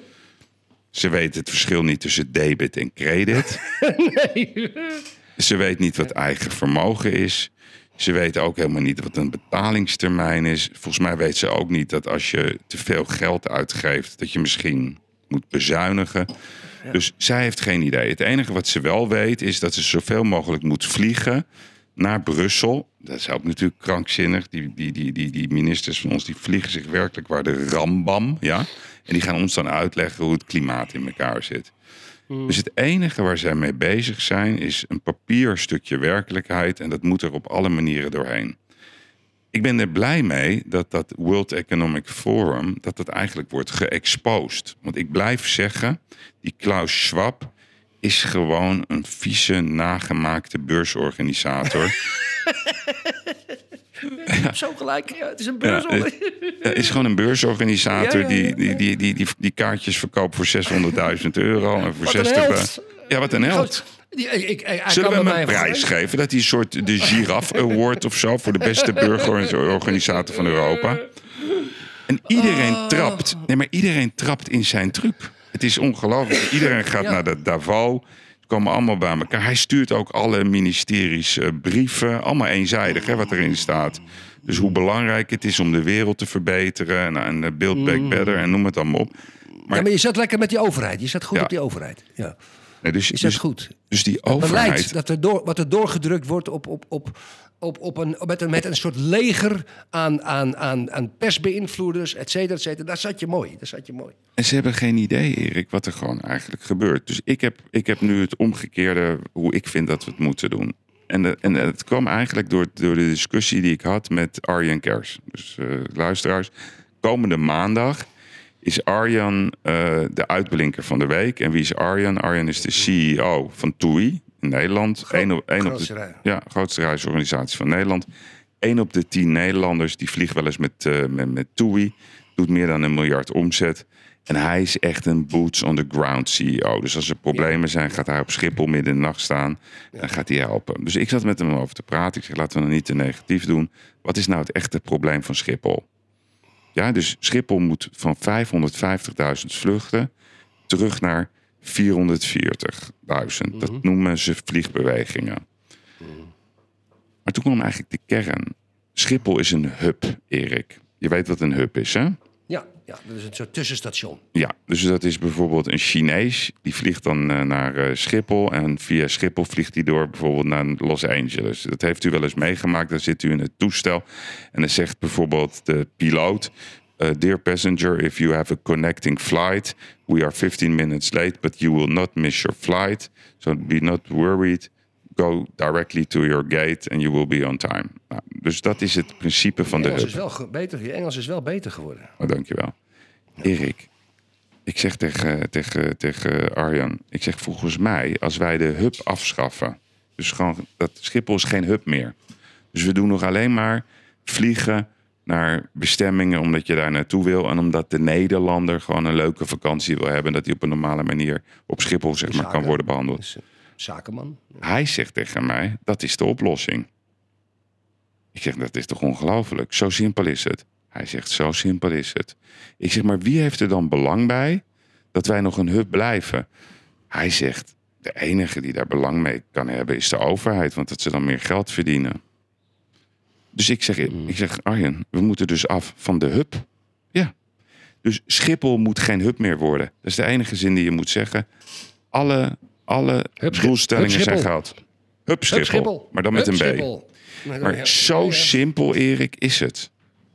Ze weet het verschil niet tussen debit en credit. Nee. Ze weet niet wat eigen vermogen is. Ze weet ook helemaal niet wat een betalingstermijn is. Volgens mij weet ze ook niet dat als je te veel geld uitgeeft, dat je misschien moet bezuinigen. Ja. Dus zij heeft geen idee. Het enige wat ze wel weet is dat ze zoveel mogelijk moet vliegen naar Brussel. Dat is ook natuurlijk krankzinnig. Die, die, die, die, die ministers van ons die vliegen zich werkelijk waar de rambam. Ja? En die gaan ons dan uitleggen hoe het klimaat in elkaar zit. Mm. Dus het enige waar zij mee bezig zijn is een papierstukje werkelijkheid. En dat moet er op alle manieren doorheen. Ik ben er blij mee dat dat World Economic Forum, dat dat eigenlijk wordt geëxposed. Want ik blijf zeggen, die Klaus Schwab is gewoon een vieze, nagemaakte beursorganisator. Ja. Zo gelijk, ja, het is een beursorganisator. Ja, het, het is gewoon een beursorganisator Ja, ja, ja, ja. Die, die, die, die, die kaartjes verkoopt voor zeshonderdduizend euro. En voor Wat een zestig held. Ja, wat een held. Die, ik, ik, hij Zullen we kan hem bij een mij prijs geven? Dat hij een soort de Giraffe Award of zo voor de beste burgerorganisator van Europa. En iedereen Oh. trapt. Nee, maar iedereen trapt in zijn truc. Het is ongelooflijk. Iedereen gaat Ja. naar de Davos. Ze komen allemaal bij elkaar. Hij stuurt ook alle ministeries uh, brieven. Allemaal eenzijdig, hè, wat erin staat. Dus hoe belangrijk het is om de wereld te verbeteren. En, en Build Back Better en noem het allemaal op. Maar, ja, maar je zat lekker met die overheid. Je zat goed Ja. op die overheid. Ja. Nee, dus, Je zat dus, goed. dus die Het overheid... beleid dat er door, wat er doorgedrukt wordt op, op, op, op, op een, met, een, met een soort leger aan, aan, aan, aan persbeïnvloeders, et cetera, et cetera. Daar zat je mooi. Daar zat je mooi. En ze hebben geen idee, Erik, wat er gewoon eigenlijk gebeurt. Dus ik heb, ik heb nu het omgekeerde hoe ik vind dat we het moeten doen. En, de, en het kwam eigenlijk door, door de discussie die ik had met Arjan Kers. Dus uh, luisteraars, komende maandag is Arjan uh, de uitblinker van de week. En wie is Arjan? Arjan is de C E O van T U I in Nederland. Gro- Eén op, één op grootste de, rij. ja, grootste reisorganisatie van Nederland. Eén op de tien Nederlanders die vliegt wel eens met, uh, met, met T U I. Doet meer dan een miljard omzet. En hij is echt een boots on the ground C E O. Dus als er problemen zijn, gaat hij op Schiphol midden in de nacht staan. En dan gaat hij helpen. Dus ik zat met hem over te praten. Ik zeg, laten we het niet te negatief doen. Wat is nou het echte probleem van Schiphol? Ja, dus Schiphol moet van vijfhonderdvijftigduizend vluchten terug naar vierhonderdveertigduizend. Mm-hmm. Dat noemen ze vliegbewegingen. Mm-hmm. Maar toen kwam eigenlijk de kern. Schiphol is een hub, Erik. Je weet wat een hub is, hè? Ja, ja, dat is een soort tussenstation. Ja, dus dat is bijvoorbeeld een Chinees. Die vliegt dan uh, naar uh, Schiphol. En via Schiphol vliegt hij door bijvoorbeeld naar Los Angeles. Dat heeft u wel eens meegemaakt. Dan zit u in het toestel. En dan zegt bijvoorbeeld de piloot... Uh, Dear passenger, if you have a connecting flight... we are fifteen minutes late, but you will not miss your flight. So be not worried. Go directly to your gate and you will be on time. Nou, dus dat is het principe van je de Engels hub. is wel ge- beter, je Engels is wel beter geworden. Oh, dankjewel. Erik, ik zeg tegen, tegen, tegen Arjan... ik zeg volgens mij, als wij de hub afschaffen... dus gewoon, dat Schiphol is geen hub meer. Dus we doen nog alleen maar vliegen naar bestemmingen... omdat je daar naartoe wil... en omdat de Nederlander gewoon een leuke vakantie wil hebben... dat hij op een normale manier op Schiphol zeg maar, kan worden behandeld. zakenman. Hij zegt tegen mij, dat is de oplossing. Ik zeg, dat is toch ongelooflijk? Zo simpel is het. Hij zegt, zo simpel is het. Ik zeg, maar wie heeft er dan belang bij dat wij nog een hub blijven? Hij zegt, de enige die daar belang mee kan hebben is de overheid, want dat ze dan meer geld verdienen. Dus ik zeg, ik zeg, Arjen, we moeten dus af van de hub. Ja. Dus Schiphol moet geen hub meer worden. Dat is de enige zin die je moet zeggen. Alle, alle Hub, doelstellingen hub, zijn Schiphol. gehaald. Hub Schiphol, Hub Schiphol. maar dan met Hub een B. Schiphol. Maar, dan- Maar zo ja, ja. simpel, Erik, is het.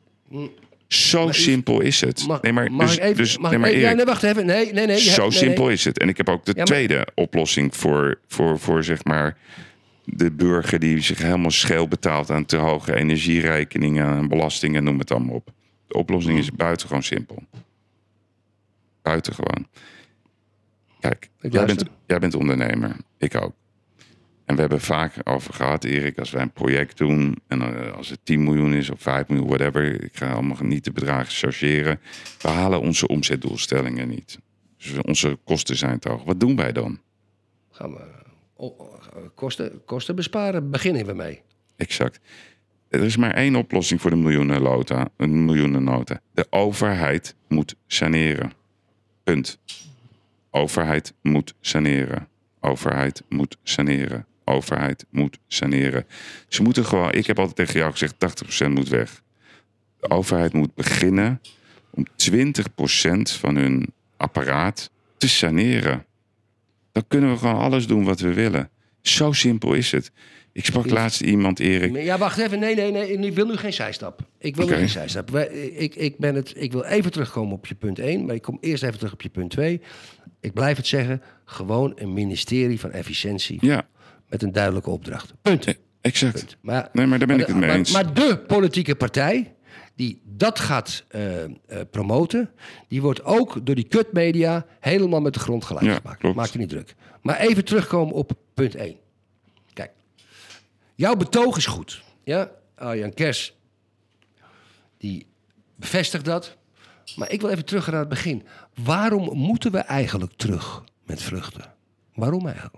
Zo Maar simpel is het. Mag, nee, maar, mag dus, ik even... dus, mag nee, ik maar even- ja, Erik, nee, wacht even. Nee, nee, nee. je zo hebt- nee, simpel nee. is het. En ik heb ook de maar- tweede oplossing voor, voor, voor, zeg maar, de burger die zich helemaal scheel betaalt aan te hoge energierekeningen en belastingen, noem het allemaal op. De oplossing is buitengewoon simpel. Buitengewoon. Kijk, Ik jij luister. bent, jij bent ondernemer. Ik ook. En we hebben vaak over gehad, Erik, als wij een project doen en uh, als het tien miljoen is of vijf miljoen, whatever. Ik ga allemaal niet de bedragen chargeren. We halen onze omzetdoelstellingen niet. Dus onze kosten zijn te hoog. Wat doen wij dan? Gaan we oh, oh, kosten, kosten besparen, beginnen we mee. Exact. Er is maar één oplossing voor de miljoenennota. Een miljoenennota. De overheid moet saneren. Punt. Overheid moet saneren. Overheid moet saneren. Overheid moet saneren. Ze moeten gewoon... Ik heb altijd tegen jou gezegd, tachtig procent moet weg. De overheid moet beginnen om twintig procent van hun apparaat te saneren. Dan kunnen we gewoon alles doen wat we willen. Zo simpel is het. Ik sprak laatst iemand, Erik. Ja, wacht even. Nee, nee, nee. Ik wil nu geen zijstap. Ik wil Oké. nu geen zijstap. Wij- Ik, ik, ben het, ik wil even terugkomen op je punt één. Maar ik kom eerst even terug op je punt twee. Ik blijf het zeggen. Gewoon een ministerie van efficiëntie. Ja, Met een duidelijke opdracht. Punt. eh, exact. Punt. Maar, Nee, maar daar ben maar ik de- het mee maar- eens. Maar de politieke partij die dat gaat eh, eh, promoten, die wordt ook door die kutmedia helemaal met de grond gelijk Ja, gemaakt. klopt. Maak je niet druk. Maar even terugkomen op punt één. Kijk, jouw betoog is goed. Ja, Arjan Kers, die bevestigt dat. Maar ik wil even terug naar het begin. Waarom moeten we eigenlijk terug met vluchten? Waarom eigenlijk?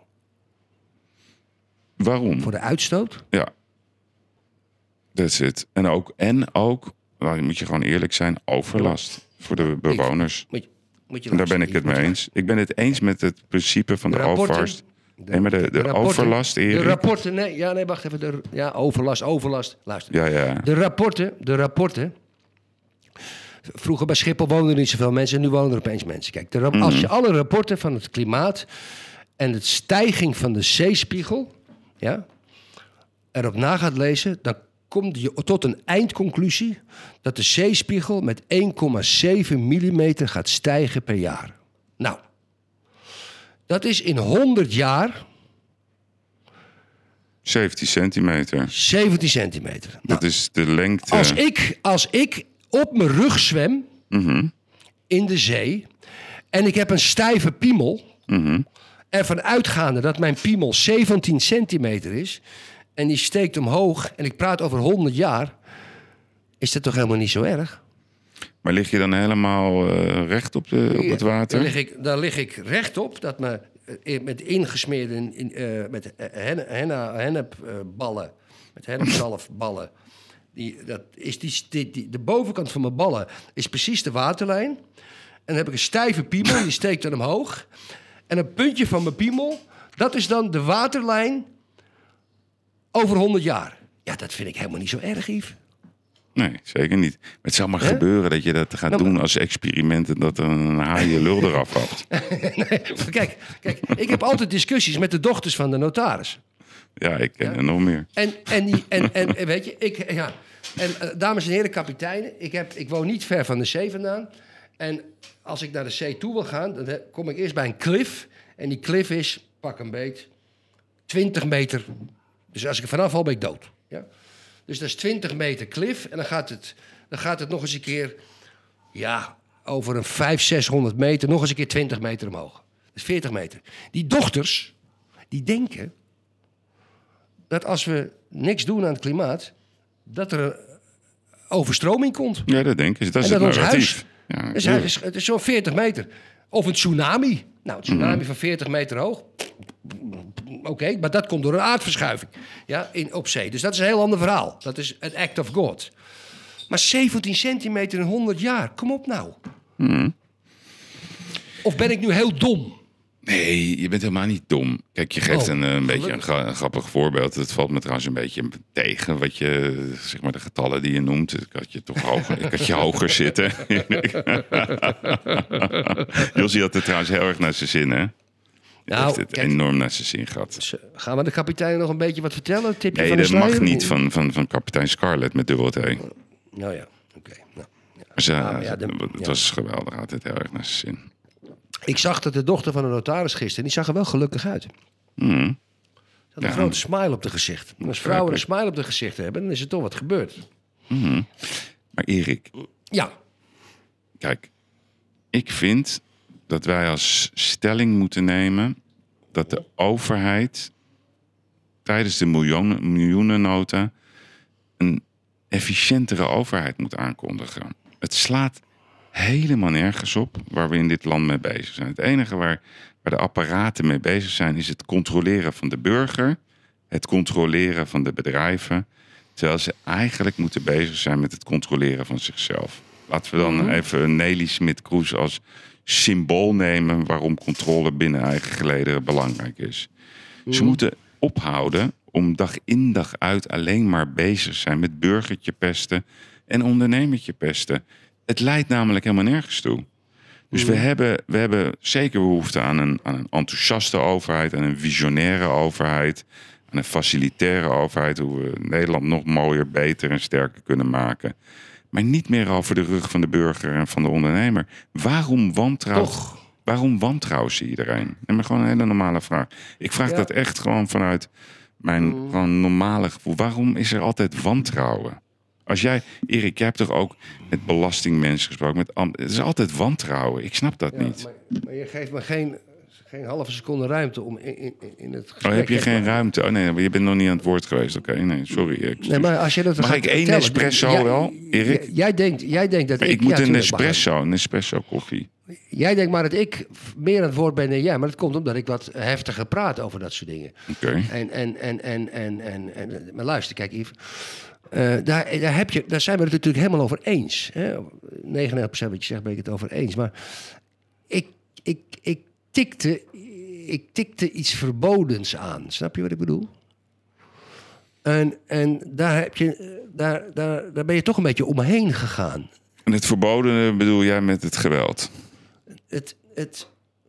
Waarom? Voor de uitstoot? Ja. That's it. En ook, en ook, nou, moet je gewoon eerlijk zijn, overlast voor de bewoners. Moet je, moet je En daar ben luisteren. ik het Je moet mee eens. Ik ben het eens met het principe van de, De rapporten- overlast. Nee, maar de, de, rapporten- overlast, De Erik. rapporten, nee, ja, nee, wacht even. De, ja, overlast, overlast. Luister. Ja, ja. De rapporten, de rapporten. Vroeger bij Schiphol woonden er niet zoveel mensen en nu wonen er opeens mensen. Kijk, de rap- als je alle rapporten van het klimaat en de stijging van de zeespiegel, ja, erop na gaat lezen, dan kom je tot een eindconclusie dat de zeespiegel met één komma zeven millimeter gaat stijgen per jaar. Nou, dat is in honderd jaar zeventien centimeter. zeventien centimeter. Nou, Dat is de lengte. als, ik, als ik op mijn rug zwem Mhm, in de zee en ik heb een stijve piemel, mhm. ervan uitgaande dat mijn piemel zeventien centimeter is en die steekt omhoog en ik praat over honderd jaar, is dat toch helemaal niet zo erg? Maar lig je dan helemaal eh, recht op, de, op het water? Daar lig ik, daar lig ik rechtop, dat me eh, met ingesmeerde in, eh, met eh, hen- henna- hennepballen, met hennepzalfballen. Die, dat is die, die, die, de bovenkant van mijn ballen is precies de waterlijn. En dan heb ik een stijve piemel, die steekt dan omhoog. En een puntje van mijn piemel, dat is dan de waterlijn over honderd jaar. Ja, dat vind ik helemaal niet zo erg, Yves. Nee, zeker niet. Maar het zal maar Hè? gebeuren dat je dat gaat Nou, doen als experiment en dat er een haai je lul eraf hapt. Nee, kijk, kijk, ik heb altijd discussies met de dochters van de notaris. Ja, ik ken Ja? er nog meer. En, en, die, en, en, en weet je, ik, ja. En eh, dames en heren kapiteinen, ik, heb, ik woon niet ver van de zee vandaan. En als ik naar de zee toe wil gaan, dan he- kom ik eerst bij een klif. En die klif is, pak een beet, twintig meter. Dus als ik er vanaf val, ben ik dood. Ja? Dus dat is twintig meter klif. En dan gaat het, dan gaat het nog eens een keer, ja, over een vijfhonderd, zeshonderd meter, nog eens een keer twintig meter omhoog. Dat is veertig meter. Die dochters, die denken dat als we niks doen aan het klimaat, dat er een overstroming komt. Ja, dat denk ik. Dat is En het dat ons narratief. huis- Ja, Het is, tuurlijk. het is, het is zo'n veertig meter. Of een tsunami. Nou, een tsunami mm. van veertig meter hoog. Oké, okay, maar dat komt door een aardverschuiving ja, in, op zee. Dus dat is een heel ander verhaal. Dat is een act of God. Maar zeventien centimeter in honderd jaar, kom op nou. Mm. Of ben ik nu heel dom? Nee, je bent helemaal niet dom. Kijk, je geeft oh, een, een beetje een, gra- een grappig voorbeeld. Het valt me trouwens een beetje tegen. Wat je, zeg maar, de getallen die je noemt. Ik had je toch hoger, ik had je hoger zitten. Josie had het trouwens heel erg naar zijn zin, hè? Nou, heeft het kijk, enorm naar zijn zin gehad. Gaan we de kapitein nog een beetje wat vertellen? Tipje nee, van dat sluier? mag niet van, van, van kapitein Scarlett met dubbel T. Nou ja, oké. Okay. Nou, ja. Ze, ah, ja, de, het ja. was geweldig, had het heel erg naar zijn zin. Ik zag dat de dochter van een notaris gisteren, die zag er wel gelukkig uit. Mm. Ze had een ja. grote smile op de gezicht. En als vrouwen een smile op de gezicht hebben, dan is er toch wat gebeurd. Mm. Maar Erik. Ja. Kijk, ik vind dat wij als stelling moeten nemen dat de overheid tijdens de miljoenen, miljoenennota een efficiëntere overheid moet aankondigen. Het slaat helemaal nergens op waar we in dit land mee bezig zijn. Het enige waar, waar de apparaten mee bezig zijn is het controleren van de burger, het controleren van de bedrijven, terwijl ze eigenlijk moeten bezig zijn met het controleren van zichzelf. Laten we dan mm-hmm. even Nelly Smit-Kroes als symbool nemen waarom controle binnen eigen gelederen belangrijk is. Mm. Ze moeten ophouden om dag in dag uit alleen maar bezig zijn met burgertje pesten en ondernemertje pesten. Het leidt namelijk helemaal nergens toe. Dus mm. we, hebben, we hebben zeker behoefte aan een, aan een enthousiaste overheid, aan een visionaire overheid, aan een facilitaire overheid, hoe we Nederland nog mooier, beter en sterker kunnen maken. Maar niet meer over de rug van de burger en van de ondernemer. Waarom wantrouwen, waarom wantrouwen ze iedereen? En maar gewoon een hele normale vraag. Ik vraag ja. dat echt gewoon vanuit mijn mm. gewoon normale gevoel. Waarom is er altijd wantrouwen? Als jij, Erik, jij hebt toch ook met belastingmensen gesproken. Met, het is altijd wantrouwen. Ik snap dat ja, niet. Maar, maar je geeft me geen, geen halve seconde ruimte om in, in, in het gesprek... Oh, heb je geen maar... ruimte? Oh nee, je bent nog niet aan het woord geweest. Oké, okay, nee, sorry. Ik, nee, maar als je dat mag ik één vertellen, espresso jij, wel, Erik? Jij denkt, jij denkt dat maar ik... Ik moet ja, een espresso, een espresso koffie. Jij denkt maar dat ik meer aan het woord ben dan jij. Maar dat komt omdat ik wat heftiger praat over dat soort dingen. Oké. Okay. En, en, en, en, en, en, en, maar luister, kijk Yves... Uh, daar, daar, heb je, daar zijn we het natuurlijk helemaal over eens. Hè? negenennegentig procent wat je zegt ben ik het over eens. Maar ik, ik, ik, tikte, ik tikte iets verbodens aan. Snap je wat ik bedoel? En, en daar, heb je, daar, daar, daar ben je toch een beetje omheen gegaan. En het verbodene bedoel jij met het geweld? Het... het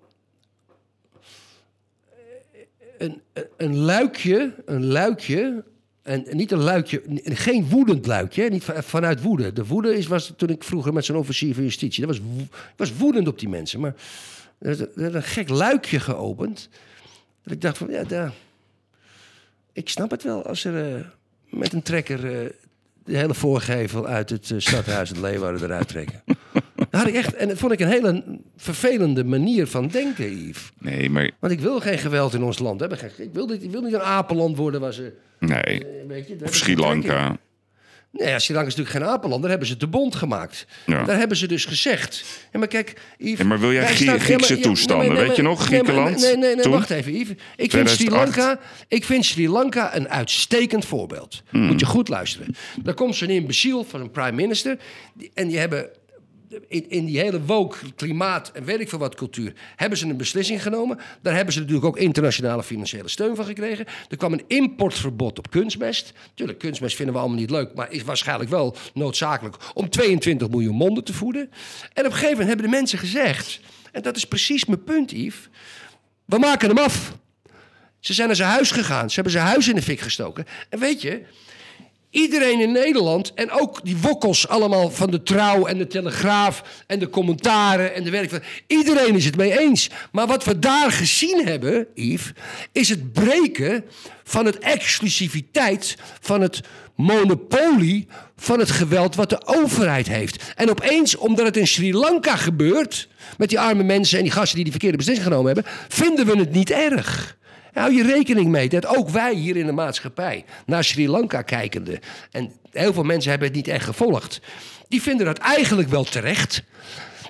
een, een luikje... Een luikje... En niet een luikje, geen woedend luikje, niet vanuit woede. De woede is, was toen ik vroeger met zo'n officier van justitie... Dat was, wo- ik was woedend op die mensen, maar er werd een gek luikje geopend. Dat ik dacht van, ja, daar, ik snap het wel als er uh, met een trekker... Uh, de hele voorgevel uit het uh, stadhuis het Leeuwarden eruit trekken. Dat had ik echt, en dat vond ik een hele vervelende manier van denken, Yves. Nee, maar... Want ik wil geen geweld in ons land hebben. Ik wil niet, ik wil niet een apenland worden waar ze... Nee, uh, weet je, of Sri Lanka. Nee, ja, Sri Lanka is natuurlijk geen apenland. Daar hebben ze de bond gemaakt. Ja. Daar hebben ze dus gezegd... Ja, maar kijk, Yves... Ja, maar wil jij Grie- Griekse ja, maar, toestanden? Ja, nee, nee, weet je nog, Griekenland? Nee, nee, nee, nee wacht even, Yves. Ik vind, Sri Lanka, ik vind Sri Lanka een uitstekend voorbeeld. Hmm. Moet je goed luisteren. Daar komt zo'n imbeciel van een prime minister... en die hebben... In, in die hele woke, klimaat en weet ik veel wat cultuur... hebben ze een beslissing genomen. Daar hebben ze natuurlijk ook internationale financiële steun van gekregen. Er kwam een importverbod op kunstmest. Tuurlijk, kunstmest vinden we allemaal niet leuk... maar is waarschijnlijk wel noodzakelijk om tweeëntwintig miljoen monden te voeden. En op een gegeven moment hebben de mensen gezegd... en dat is precies mijn punt, Yves... we maken hem af. Ze zijn naar zijn huis gegaan. Ze hebben zijn huis in de fik gestoken. En weet je... Iedereen in Nederland, en ook die wokkels allemaal van de Trouw en de Telegraaf... en de commentaren en de werk... Iedereen is het mee eens. Maar wat we daar gezien hebben, Yves... is het breken van het exclusiviteit... van het monopolie van het geweld wat de overheid heeft. En opeens, omdat het in Sri Lanka gebeurt... met die arme mensen en die gasten die die verkeerde beslissing genomen hebben... vinden we het niet erg. Hou je rekening mee dat ook wij hier in de maatschappij... naar Sri Lanka kijkende... en heel veel mensen hebben het niet echt gevolgd... die vinden dat eigenlijk wel terecht...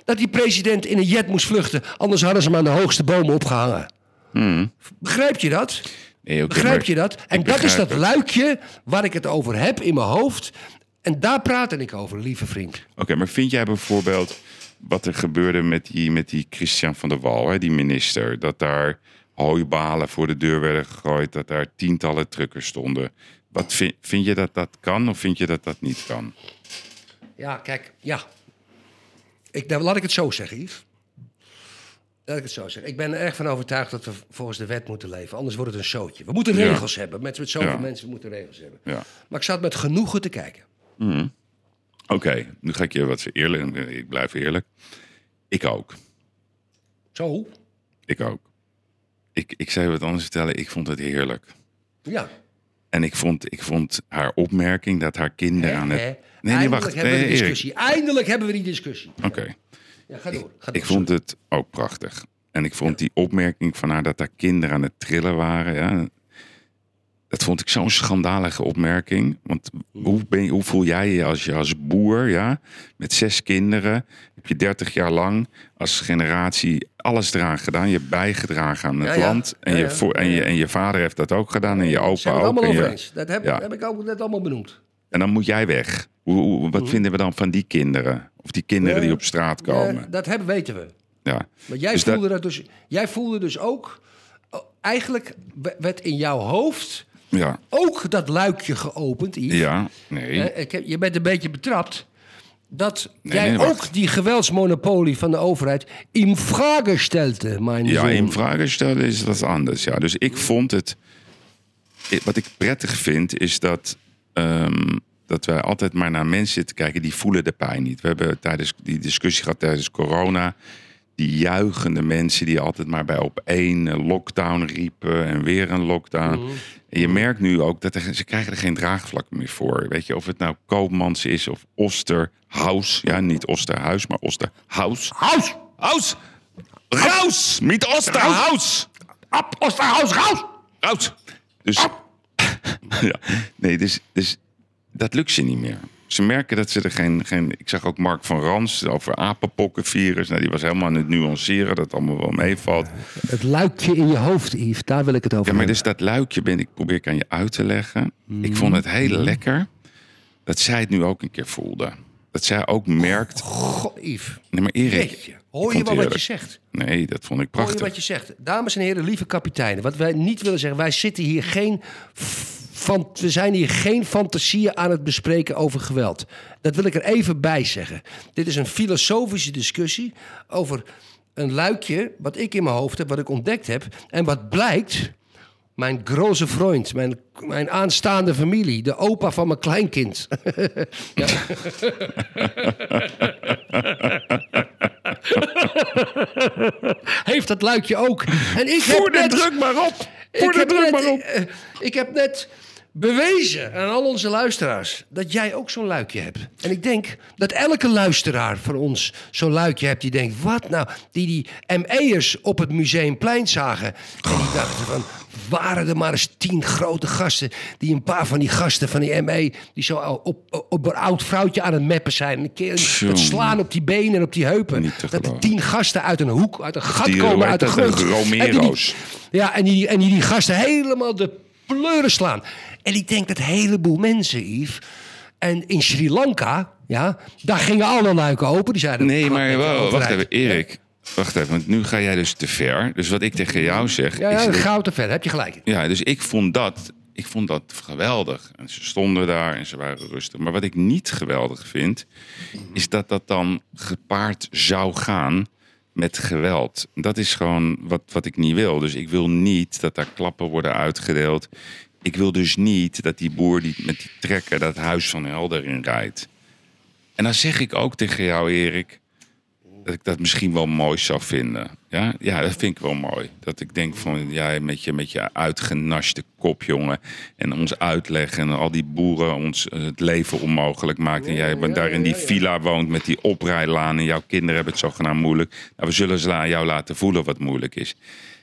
dat die president in een jet moest vluchten. Anders hadden ze hem aan de hoogste bomen opgehangen. Hmm. Begrijp je dat? Nee, okay, Begrijp maar je dat? En ik dat is dat begrijp het. luikje waar ik het over heb in mijn hoofd. En daar praat ik over, lieve vriend. Oké, okay, maar vind jij bijvoorbeeld wat er gebeurde met die, met die Christian van der Wal, hè, die minister? Dat daar hooibalen voor de deur werden gegooid, dat daar tientallen truckers stonden. Wat vind, vind je dat dat kan of vind je dat dat niet kan? Ja, kijk, ja. Ik, nou, laat ik het zo zeggen, Yves. Laat ik het zo zeggen. Ik ben er erg van overtuigd dat we volgens de wet moeten leven. Anders wordt het een showtje. We moeten Ja. regels hebben. Met, met zoveel Ja. mensen moeten regels hebben. Ja. Maar ik zat met genoegen te kijken. Oké, okay, nu ga ik je wat eerlijk. Ik blijf eerlijk. Ik ook. Zo? Ik ook. Ik, ik zou je wat anders vertellen. Ik vond het heerlijk. Ja. En ik vond, ik vond haar opmerking dat haar kinderen Hè, aan het... hè? Nee, nee, Eindelijk wacht. hebben we Nee, die Erik. discussie. Eindelijk hebben we die discussie. Oké. Ja, ga door. Ga door. Ik vond het ook prachtig. En ik vond die opmerking van haar dat haar kinderen aan het trillen waren. Ja, dat vond ik zo'n schandalige opmerking. Want hoe, ben je, hoe voel jij je als je als boer, ja, met zes kinderen, heb je dertig jaar lang als generatie alles eraan gedaan. Je hebt bijgedragen aan het Ja, ja. land. En, Ja, je, ja. voor, en, je, en je vader heeft dat ook gedaan. En je opa Zijn we het ook. allemaal En, over je, eens. Dat heb, Ja. heb ik ook net allemaal benoemd. en dan moet jij weg. Hoe, hoe- wat vinden we dan van die kinderen? Of die kinderen die Ja. op straat komen? Ja, dat hebben, weten we. Ja. Maar jij, Dus dat- voelde dat dus, jij voelde dus ook... oh, eigenlijk werd in jouw hoofd Ja, ook dat luikje geopend, Yves. ja, nee. Eh, ik heb, je bent een beetje betrapt dat Nee, jij nee, wacht. ook die geweldsmonopolie van de overheid in vraag stelde, mijn Ja, zoon. in vragen stellen is dat anders. Ja. Dus ik vond het... Wat ik prettig vind, is dat, ehm, dat wij altijd maar naar mensen zitten kijken die voelen de pijn niet. We hebben tijdens die discussie gehad tijdens corona. Die juichende mensen die altijd maar bij op één eh, lockdown riepen en weer een lockdown. Mhm. En je merkt nu ook dat er, ze krijgen er geen draagvlak meer voor. Weet je, of het nou Koopmans is of Osterhaus. Ja, niet Osterhuis, maar Osterhaus. Haus! Haus! Raus! Niet Osterhaus! Ab, Osterhaus, raus! Raus! Dus, ja, nee, dus, dus dat lukt ze niet meer. Ze merken dat ze er geen, geen... Ik zag ook Mark van Rans over apenpokkenvirus. Nou, die was helemaal aan het nuanceren, dat het allemaal wel meevalt. Het luikje in je hoofd, Yves, daar wil ik het over Ja, maar hebben. dus dat luikje ben ik probeer ik aan je uit te leggen. Ik vond het heel lekker dat zij het nu ook een keer voelde. Dat zij ook merkt... Goh, Yves. Nee, maar Erik... Jeetje. ik Hoor je vond wel het wat je heerlijk. zegt? Nee, dat vond ik Hoor je prachtig. wat je zegt? Dames en heren, lieve kapiteinen. Wat wij niet willen zeggen, wij zitten hier geen... Van, we zijn hier geen fantasieën aan het bespreken over geweld. Dat wil ik er even bij zeggen. Dit is een filosofische discussie over een luikje... wat ik in mijn hoofd heb, wat ik ontdekt heb. En wat blijkt, mijn grote vriend, mijn, mijn aanstaande familie... de opa van mijn kleinkind... ja. heeft dat luikje ook. En ik Voer heb de net... druk maar op! Ik Voer de heb, druk net, maar op! eh, ik heb net bewezen aan al onze luisteraars dat jij ook zo'n luikje hebt. En ik denk dat elke luisteraar van ons zo'n luikje hebt die denkt... wat nou, die die M E'ers op het Museumplein zagen. En die dachten van, waren er maar eens tien grote gasten... die een paar van die gasten van die M E... die zo op, op, op een oud vrouwtje aan het meppen zijn. En een keer Tjonge. dat slaan op die benen en op die heupen. Niet te Dat er geloven. tien gasten uit een hoek, uit een gat Die, komen hoe uit de heet dat, grond. de En die- Romero's. ja, en die, en die, die gasten helemaal de pleuren slaan. En ik denk dat een heleboel mensen, Yves... En in Sri Lanka, ja, daar gingen alle luiken open. Die zeiden... Nee, maar "Met de wel, wacht overheid." even, Erik. Wacht even, want nu ga jij dus te ver. Dus wat ik tegen jou zeg... Ja, is ja dat- goud te ver, heb je gelijk. ja, dus ik vond dat... Ik vond dat geweldig. En ze stonden daar en ze waren rustig. Maar wat ik niet geweldig vind... is dat dat dan gepaard zou gaan met geweld. Dat is gewoon wat, wat ik niet wil. Dus ik wil niet dat daar klappen worden uitgedeeld. Ik wil dus niet dat die boer die met die trekker... dat huis van Helder in rijdt. En dan zeg ik ook tegen jou, Erik... dat ik dat misschien wel mooi zou vinden. Ja, ja, dat vind ik wel mooi. Dat ik denk van, jij met je, met je uitgenaschte kop, jongen... en ons uitleggen en al die boeren ons eh, het leven onmogelijk maakt... en jij bent daar in die villa woont met die oprijlaan... en jouw kinderen hebben het zogenaamd moeilijk. Nou, we zullen ze aan jou laten voelen wat moeilijk is.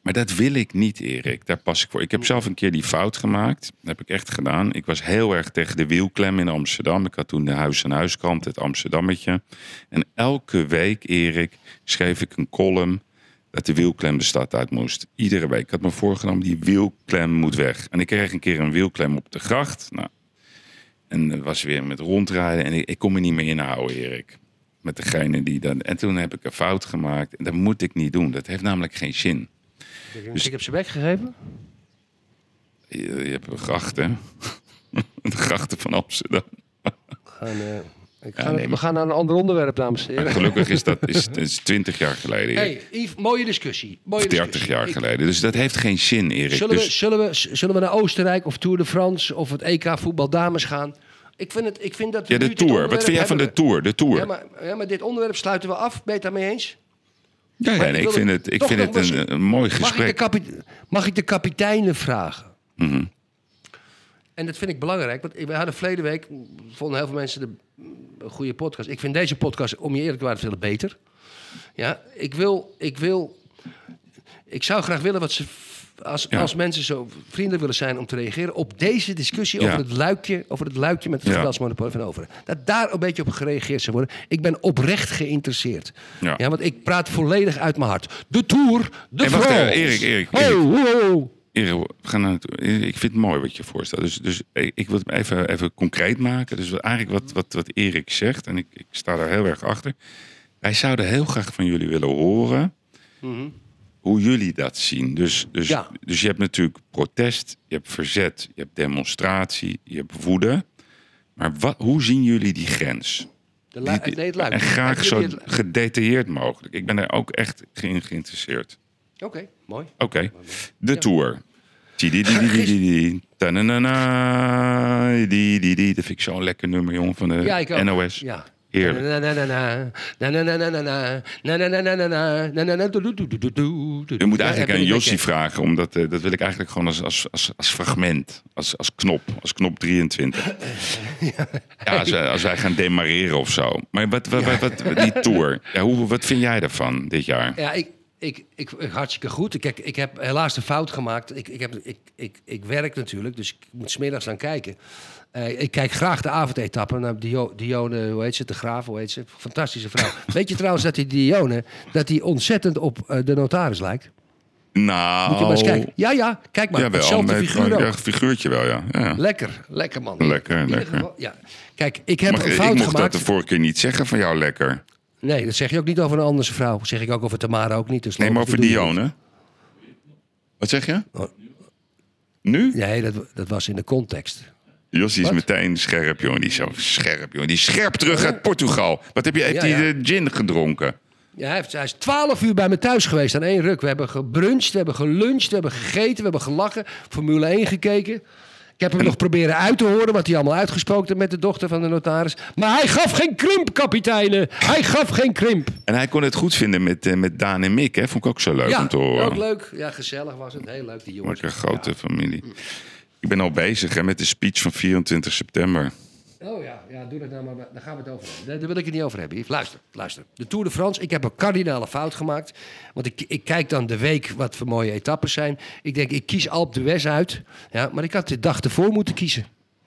Maar dat wil ik niet, Erik. Daar pas ik voor. Ik heb zelf een keer die fout gemaakt. Dat heb ik echt gedaan. Ik was heel erg tegen de wielklem in Amsterdam. Ik had toen de Huis-aan-Huiskrant, het Amsterdammetje. En elke week, Erik, schreef ik een column dat de wielklem de stad uit moest. Iedere week. Ik had me voorgenomen, die wielklem moet weg. En ik kreeg een keer een wielklem op de gracht. Nou, en dat was weer met rondrijden. En ik, ik kon me niet meer inhouden, Erik. Met degene die dan... En toen heb ik een fout gemaakt. En dat moet ik niet doen. Dat heeft namelijk geen zin. Dus ik heb ze weggegeven? Je, je hebt een gracht, hè? De grachten van Amsterdam. We gaan, uh, ik ga Ja, nee, we maar- gaan naar een ander onderwerp, dames en Maar heren. gelukkig is dat is, dat is twintig jaar geleden, Erik. Hey, Yves, mooie discussie. Mooie Of dertig discussie. jaar Ik- geleden. Dus dat heeft geen zin, Erik. Zullen, Dus, we, zullen, we, zullen we naar Oostenrijk of Tour de France of het E K voetbal dames gaan? Ik vind, het, ik vind dat we ja, nu de dit Tour. Wat onderwerp vind jij van de hebben. Tour? De Tour. Ja maar, ja, maar dit onderwerp sluiten we af. Ben je het daarmee eens? Ja, ja, Maar nee, ik ik wil vind het het, ik toch vind nog het een, misschien- een mooi Mag ik, de gesprek. kapi- mag ik de kapiteinen vragen? Mhm. En dat vind ik belangrijk. Want we hadden verleden week, vonden heel veel mensen de, een goede podcast. Ik vind deze podcast, om je eerlijk te zijn, veel beter. Ja, ik wil, ik wil, ik zou graag willen wat ze, als, Ja. als mensen zo vriendelijk willen zijn om te reageren op deze discussie Ja. over het luikje, over het luikje met het Ja. geweldsmonopolie van Overheid. Dat daar een beetje op gereageerd zou worden. Ik ben oprecht geïnteresseerd. Ja. Ja, want ik praat volledig uit mijn hart. De Tour, de Hey, wacht France. even, Erik, Erik, Ho, Erik. ho, ho. Erik, we gaan naar het- ik vind het mooi wat je voorstelt. Dus, dus ik wil het even, even concreet maken. Dus wat- eigenlijk wat, wat, wat Erik zegt, en ik, ik sta daar heel erg achter. Wij zouden heel graag van jullie willen horen hoe jullie dat zien. Dus, dus, Ja. dus je hebt natuurlijk protest, je hebt verzet, je hebt demonstratie, je hebt woede. Maar wat, hoe zien jullie die grens? De lu- Die- nee, het luikje. en graag Hebben zo jullie het- gedetailleerd mogelijk. Ik ben daar ook echt in geïnteresseerd. Oké, mooi. Oké, de Tour. Tidididididi. Tananana. Dididi. Dat vind ik zo'n lekker nummer, jongen, van de Ja, ik ook. N O S. Ja. Heerlijk. Na, na, na, na, na, na, na, na, na, na, na, na, na, na, na, na, na, na, na, doe, doe, doe, doe, doe, doe. Je moet Ja, eigenlijk heb aan ik een Jossie beetje- vragen, omdat eh, dat wil ik eigenlijk gewoon als, als, als, als fragment, als, als knop, als knop drieëntwintig. Ja, als, wij- als wij gaan demareren of zo. Maar wat, wat, wat, wat- die Tour, ja, hoe, wat vind jij daarvan dit jaar? Ja, ik, ik, ik, ik- hartstikke goed. Kijk, ik heb helaas de fout gemaakt. Ik, ik, heb, ik, ik, ik werk natuurlijk, dus ik moet 's middags gaan kijken. Eh, ik kijk graag de avondetappen naar Dio, Dione, hoe heet ze, de Graaf, hoe heet ze? Fantastische vrouw. Weet je trouwens dat die Dione, dat die ontzettend op eh, de notaris lijkt? Nou, Moet je maar eens kijken. Ja, ja, kijk maar. jawel, Hetzelfde met- figuur ook. ja, figuurtje wel, ja. ja. Lekker, lekker man. Lekker, In ieder lekker. geval, ja. Kijk, ik heb Mag, een ik fout mocht gemaakt. dat de vorige keer niet zeggen van jou lekker. Nee, dat zeg je ook niet over een andere vrouw. Dat zeg ik ook over Tamara ook niet. Dus Nee, maar loop, over dat doe je niet. Dione. Wat zeg je? Oh. Nu? Nee, dat, dat was in de context. Jossie is Wat? meteen scherp, jongen. Die is zo scherp, jongen. Die is scherp terug uit Portugal. Wat heb je? Heeft Ja, hij ja. de gin gedronken? Ja, hij, heeft, hij is twaalf uur bij me thuis geweest aan één ruk. We hebben gebruncht, we hebben geluncht, we hebben gegeten, we hebben gelachen. Formule één gekeken. Ik heb hem nog proberen uit te horen wat hij allemaal uitgesproken heeft met de dochter van de notaris. Maar hij gaf geen krimp, kapiteinen. Hij gaf geen krimp. En hij kon het goed vinden met, eh, met Daan en Mick, hè? Vond ik ook zo leuk Ja, om te horen. ook leuk. Ja, gezellig was het. Heel leuk, die jongens. Lekker grote familie. Ik ben al bezig hè, met de speech van vierentwintig september. Oh ja, ja, doe dat nou maar. Daar gaan we het over hebben. Daar, daar wil ik het niet over hebben. Yves. Luister, luister. De Tour de France, ik heb een kardinale fout gemaakt. Want ik, ik kijk dan de week wat voor mooie etappes zijn. Ik denk, ik kies Alpe d'Huez uit. Ja, maar ik had de dag ervoor moeten kiezen.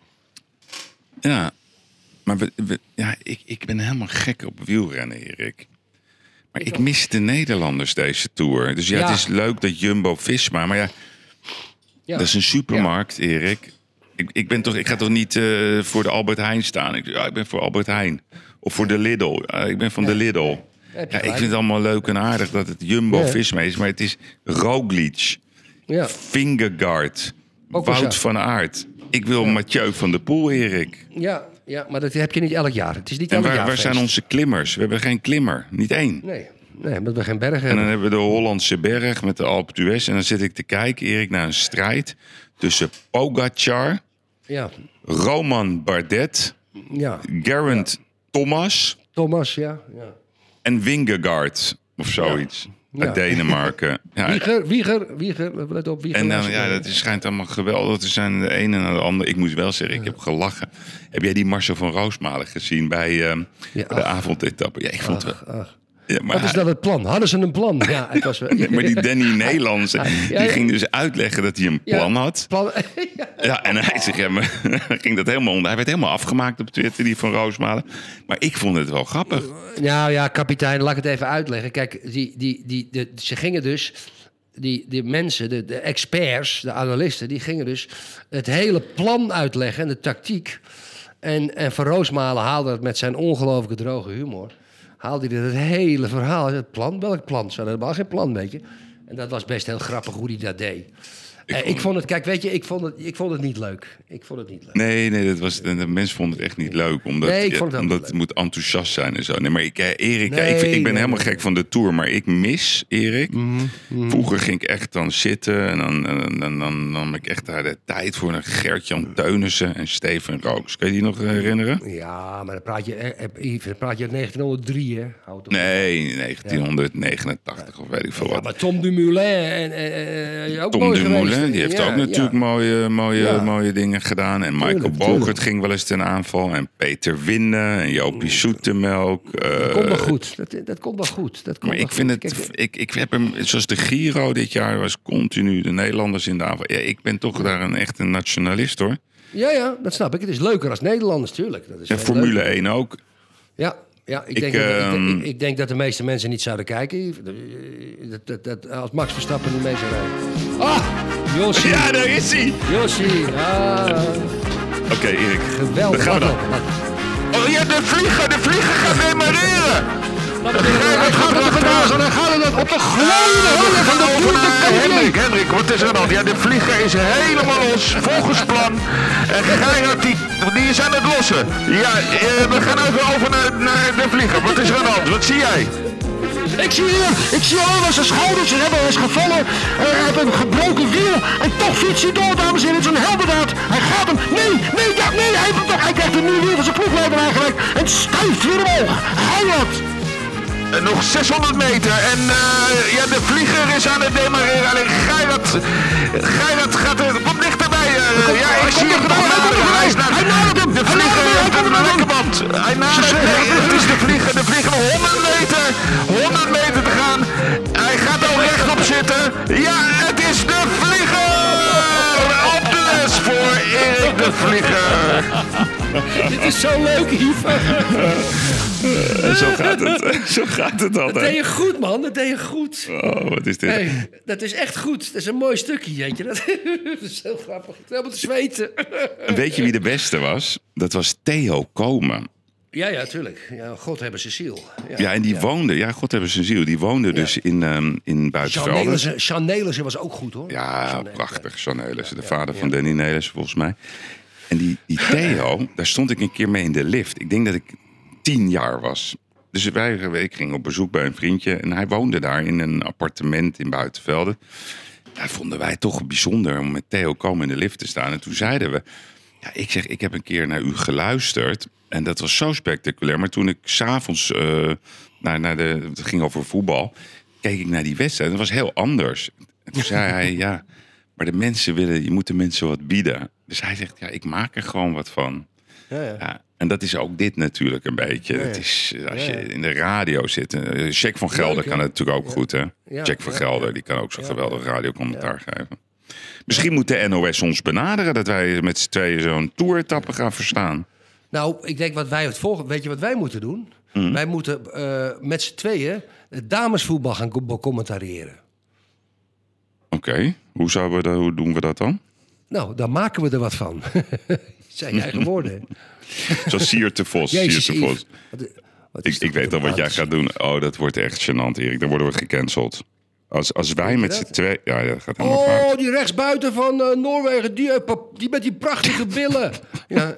Ja, maar we, we- ja, ik, ik ben helemaal gek op wielrennen, Erik. Maar ik mis de Nederlanders deze Tour. Dus ja, Ja. het is leuk dat Jumbo-Visma... Maar ja, Ja. dat is een supermarkt, Erik. Ik, ik, ben toch, ik ga toch niet eh, voor de Albert Heijn staan? Ik, ja, ik ben voor Albert Heijn. Of voor de Lidl. Ja, ik ben van de Lidl. heb je Ja, ik gelijk. vind het allemaal leuk en aardig dat het Jumbo-Visma is. Maar het is Roglic, Ja. Vingegaard, Ook wel Wout zo. van Aert. Ik wil Mathieu van der Poel, Erik. Ja, ja, maar dat heb je niet elk jaar. Het is niet En elk waar, jaar waar zijn feest. onze klimmers? We hebben geen klimmer, niet één. Nee, nee, omdat we geen bergen En hebben. dan hebben we de Hollandse berg met de Alpe d'Huez. En dan zit ik te kijken, Erik, naar een strijd tussen Pogacar, Ja, Roman Bardet, ja. Geraint Thomas Thomas, ja. ja. en Wingegaard of zoiets. Ja. Uit Denemarken. Ja. Wieger, Wieger, Wieger, let op, Wieger. En dan, luister. ja, dat is- schijnt allemaal geweldig te zijn. De ene na de andere. Ik moet wel zeggen, ik heb gelachen. Heb jij die Marcel van Roosmalen gezien bij, eh, Ja, bij de ach. avondetappe? Ja, ik vond het wel. Ach, ach. Ja, maar Wat is hij- dan het plan? Hadden ze een plan? Ja, het was wel... Nee, maar die Danny Nederlandse, Ja, die ja. ging dus uitleggen dat hij een Ja, plan had. plan- ja. Ja, en hij, zich, ja, maar, hij ging dat helemaal onder. Hij werd helemaal afgemaakt op Twitter, die van Roosmalen. Maar ik vond het wel grappig. Nou ja, kapitein, laat ik het even uitleggen. Kijk, die, die, die, de, ze gingen dus... Die, die mensen, de, de experts, de analisten... die gingen dus het hele plan uitleggen en de tactiek. En, en Van Roosmalen haalde het met zijn ongelooflijke droge humor... haalde hij het hele verhaal. Het plan, welk plan? Ze hadden helemaal geen plan, weet je. En dat was best heel grappig hoe hij dat deed. Ik, vond- ik vond het, kijk, weet je, ik vond het, ik vond het niet leuk. Ik vond het niet leuk. Nee, nee, dat was, de, de mensen vonden het echt niet leuk. Omdat, Nee, ik ja, vond het ook omdat niet het moet enthousiast zijn en zo. Nee, maar ik, eh, Erik, ja, Nee, ik, vind- ik ben nee, helemaal nee. gek van de Tour. Maar ik mis Erik. Mhm, Vroeger ging ik echt dan zitten. En dan, dan, dan, dan, dan nam ik echt daar de tijd voor. Gert-Jan Teunissen en Steven Rooks. Kun je die nog herinneren? Ja, maar dan praat je, eh, eh, Yves, dan praat je uit negentienhonderd hè? Houd toch op. Nee, negentien negenentachtig of weet ik veel Ja, wat. maar Tom Dumoulin en, en, en ook Tom mooi Dumoulin, geweest. die heeft Ja, ook natuurlijk ja. mooie, mooie, Ja. mooie dingen gedaan. En Michael Tuurlijk, Bogert tuurlijk. ging wel eens ten aanval. En Peter Winnen en Jopie Zoetemelk. Dat eh, komt wel goed. Dat, dat komt wel goed. Dat komt Maar wel ik vind goed. het, Kijk, ik, ik heb hem, zoals de Giro dit jaar was continu de Nederlanders in de aanval. Ja, ik ben toch daar een echte nationalist hoor. ja, ja, dat snap ik. Het is leuker als Nederlanders, tuurlijk. Dat is En veel Formule leuker. één ook. Ja, ja ik, Ik, denk dat, ik, ehm, ik, ik denk dat de meeste mensen niet zouden kijken. Yves. Dat, dat, dat, als Max Verstappen niet mee zou rijden. Ah, Jossie. Ja, daar is hij. Jossie. Ah, Oké, Erik. geweldig. Daar gaan we Wat dan. een- wat- Oh ja, de vlieger, de vlieger gaat demareren. Hij gaat met de vandaag en dan gaat het op de gewone holen van de Tour de Hendrik, Hendrik, wat is er dan? Ja, de vlieger is helemaal los, volgens plan. En Gerard, die, die is aan het lossen. Ja, eh, we gaan even over naar, naar de vlieger. Wat is er aan de hand? Wat zie jij? Ik zie hier, ik zie al zijn schouders hebben is gevallen. Hij heeft een gebroken wiel. En toch fietst hij door, dames en heren. Het is een heldendaad. Hij gaat hem. Nee, nee, ja, nee. Hij, heeft hem toch, hij krijgt een nieuw wiel van zijn ploegleider aangereikt. En stijft weer omhoog. Gerard. Eh, nog zeshonderd meter en eh, ja, de vlieger is aan het demareren. Alleen Gerard, Gerard gaat er wat dichterbij. eh, ja, ik zie hem nog naderen. Hij is naar Hij nadert hem. de Hij vlieger nadert hem. heeft Hij een nadert hem. lekkerband. Hij nadert, nee, het is de vlieger. De vlieger nog honderd meter, honderd meter te gaan. Hij gaat al rechtop zitten. Ja, het is de vlieger. Op de les voor Erik de Vlieger. Dit is zo leuk, Yves. En zo gaat het. Zo gaat het Dat deed altijd. je goed, man. Dat deed je goed. Oh, wat is dit? Hey, dat is echt goed. Dat is een mooi stukje, weet je. Dat, dat is heel grappig. Ik ben helemaal te zweten. En weet je wie de beste was? Dat was Theo Komen. Ja, ja, tuurlijk. Ja, God hebben ze ziel. Ja, Ja, en die woonde, ja, God hebben zijn ziel. Die woonde dus in, um, in Jean Buitenvelden. Nelissen, Jean Nelissen was ook goed, hoor. Ja, Jean- prachtig. Jean Nelissen, de vader van Danny Nelissen volgens mij. En die, die Theo, daar stond ik een keer mee in de lift. Ik denk dat ik tien jaar was. Dus wij, ik ging op bezoek bij een vriendje. En hij woonde daar in een appartement in Buitenvelden. Dat vonden wij toch bijzonder om met Theo Komen in de lift te staan. En toen zeiden we... Ja, ik zeg, ik heb een keer naar u geluisterd. En dat was zo spectaculair. Maar toen ik s'avonds uh, naar, naar de... Het ging over voetbal. Keek ik naar die wedstrijd. En dat was heel anders. En toen zei hij, ja... Maar de mensen willen... Je moet de mensen wat bieden. Dus hij zegt, ja, ik maak er gewoon wat van. Ja, ja. Ja, en dat is ook dit natuurlijk een beetje. Het is, als je in de radio zit... Uh, Jack van Gelder Leuk, hè? kan het natuurlijk ook goed, hè? Ja, Jack van ja, Gelder, ja. die kan ook zo'n Ja, geweldig ja. radiocommentaar geven. Misschien moet de N O S ons benaderen... dat wij met z'n tweeën zo'n toeretappe gaan verstaan. Nou, ik denk wat wij het volgende... Weet je wat wij moeten doen? Mhm. Wij moeten uh, met z'n tweeën het damesvoetbal gaan co- commentariëren. Oké, okay. hoe, zouden we dat- hoe doen we dat dan? Nou, dan maken we er wat van. zijn je eigen woorden. Zoals Siert de Vos. Jezus, Siert de Vos. Yves. Wat, wat is Ik, dat ik weet al voor wat jij praat? gaat doen. Oh, dat wordt echt gênant, Erik. Dan worden we gecanceld. Als, als wij je met dat? z'n tweeën... Ja, ja, dat gaat helemaal fout. Oh, die rechtsbuiten van uh, Noorwegen, die, uh, pap- die met die prachtige billen. Ja.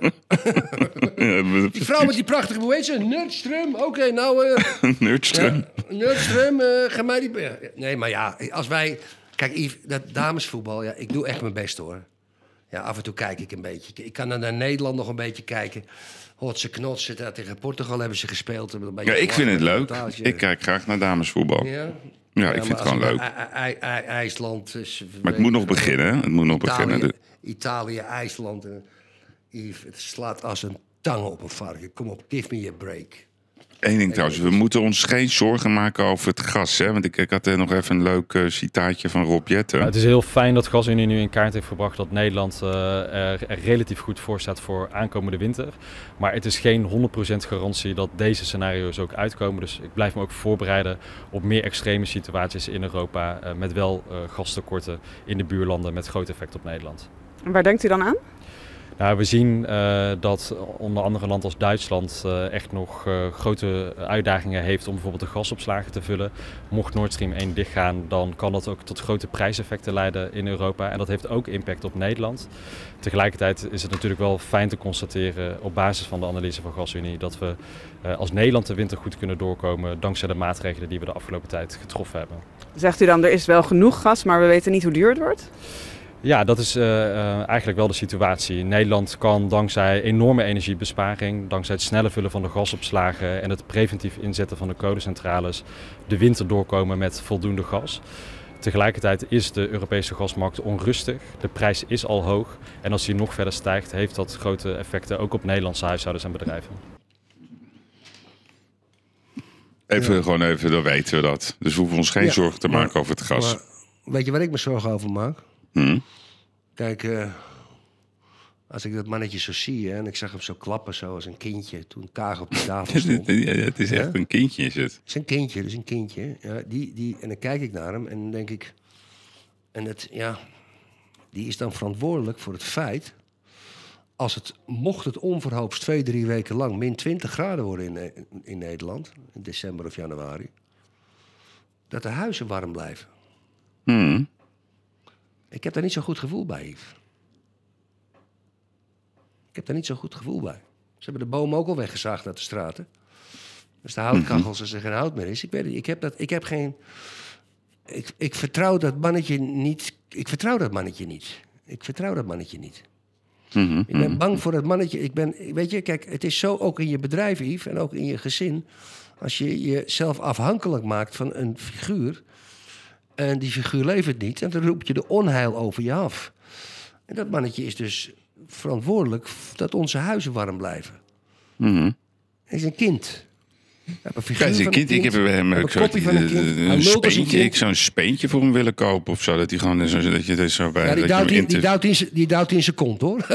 Die vrouw met die prachtige, hoe heet ze? Nerdström. Oké, okay, nou... Uh, Nerdström. ja, Nerdström, uh, ga mij die... ja, nee, maar ja, als wij... Kijk, Yves, dat damesvoetbal, ja, ik doe echt mijn best, hoor. Ja, af en toe kijk ik een beetje. Ik kan dan naar Nederland nog een beetje kijken. Hotse knotsen, daar tegen Portugal hebben ze gespeeld. Een beetje Ja, ik vind het leuk. totaaltje. Ik kijk graag naar damesvoetbal. Ja? Ja, ik vind maar het gewoon als leuk. I- I- I- I- IJsland... Is, Maar het moet nog beginnen, hè? Het moet nog Italië, beginnen. De- Italië, IJsland. Uh, Yves, het slaat als een tang op een varken. Kom op, give me a break. Eén ding trouwens, we moeten ons geen zorgen maken over het gas. Hè? Want ik, ik had er nog even een leuk uh, citaatje van Rob Jetten. Ja, het is heel fijn dat GasUnie nu in kaart heeft gebracht dat Nederland uh, er, er relatief goed voor staat voor aankomende winter. Maar het is geen honderd procent garantie dat deze scenario's ook uitkomen. Dus ik blijf me ook voorbereiden op meer extreme situaties in Europa. Uh, met wel uh, gastekorten in de buurlanden met groot effect op Nederland. En waar denkt u dan aan? Nou, we zien uh, dat onder andere land als Duitsland uh, echt nog uh, grote uitdagingen heeft om bijvoorbeeld de gasopslagen te vullen. Mocht Nord Stream één dichtgaan, dan kan dat ook tot grote prijseffecten leiden in Europa. En dat heeft ook impact op Nederland. Tegelijkertijd is het natuurlijk wel fijn te constateren op basis van de analyse van GasUnie dat we uh, als Nederland de winter goed kunnen doorkomen dankzij de maatregelen die we de afgelopen tijd getroffen hebben. Zegt u dan, er is wel genoeg gas, maar we weten niet hoe duur het wordt? Ja, dat is uh, uh, eigenlijk wel de situatie. Nederland kan dankzij enorme energiebesparing, dankzij het sneller vullen van de gasopslagen en het preventief inzetten van de kolencentrales de winter doorkomen met voldoende gas. Tegelijkertijd is de Europese gasmarkt onrustig, de prijs is al hoog en als die nog verder stijgt heeft dat grote effecten ook op Nederlandse huishoudens en bedrijven. Even ja. gewoon even, dan weten we dat. Dus we hoeven ons geen ja, zorgen te maar, maken over het gas. Maar, weet je waar ik me zorgen over maak? Hmm? Kijk, uh, als ik dat mannetje zo zie hè, en ik zag hem zo klappen zo als een kindje toen Kaag op de tafel stond. ja, het is echt ja? een kindje, is het? Het is een kindje, dus een kindje. Ja, die, die, en dan kijk ik naar hem en dan denk ik... En het, ja, die is dan verantwoordelijk voor het feit... als het, mocht het onverhoops twee, drie weken lang min twintig graden worden in, in Nederland... in december of januari... dat de huizen warm blijven. Hmm. Ik heb daar niet zo'n goed gevoel bij, Yves. Ik heb daar niet zo'n goed gevoel bij. Ze hebben de bomen ook al weggezaagd uit de straten. Dus de houtkachels, als er geen hout meer is. Ik weet het, ik heb, dat, ik heb geen... Ik, ik vertrouw dat mannetje niet. Ik vertrouw dat mannetje niet. Ik vertrouw dat mannetje niet. Mm-hmm. Ik ben bang voor dat mannetje. Ik ben, weet je, kijk, het is zo ook in je bedrijf, Yves, en ook in je gezin. Als je jezelf afhankelijk maakt van een figuur... en die figuur levert niet... en dan roep je de onheil over je af. En dat mannetje is dus verantwoordelijk... dat onze huizen warm blijven. Mm-hmm. Hij is een kind. Een Hij is een kind. Ik heb hem een kopje van een kind. Een speentje, ik zou een speentje voor hem willen kopen of zo. Dat hij gewoon zo, dat je er zo bij. Ja, die, duwt in, die, duwt in zijn, die duwt in zijn kont, hoor.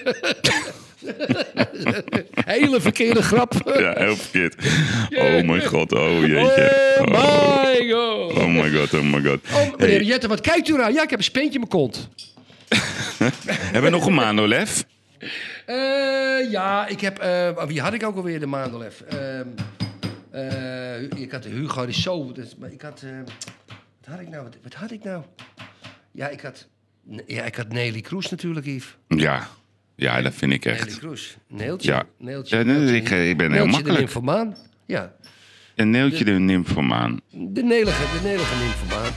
Hele verkeerde grap. Ja, heel verkeerd. Oh mijn god, oh jeetje. Oh my god. Oh my god, oh my god. Oh, meneer hey. Jette, wat kijkt u nou? Ja, ik heb een speentje in mijn kont. Hebben we nog een Manolev? Uh, ja, ik heb... Uh, wie had ik ook alweer, de Manolev? Uh, uh, ik had de Hugo, die is zo... Dus, maar ik had... Uh, wat had ik nou? Wat, wat had ik nou? Ja, ik had... Ja, ik had Nelly Kroes natuurlijk, Yves. Ja. Ja, dat vind ik echt. Nelly Kroes. Neeltje. Ja. Neeltje. Ja, nee, ik, ik ben heel makkelijk. De nymfomaan. Ja. Een Neeltje de, de nymfomaan. De nelige, de nelige nymfomaan.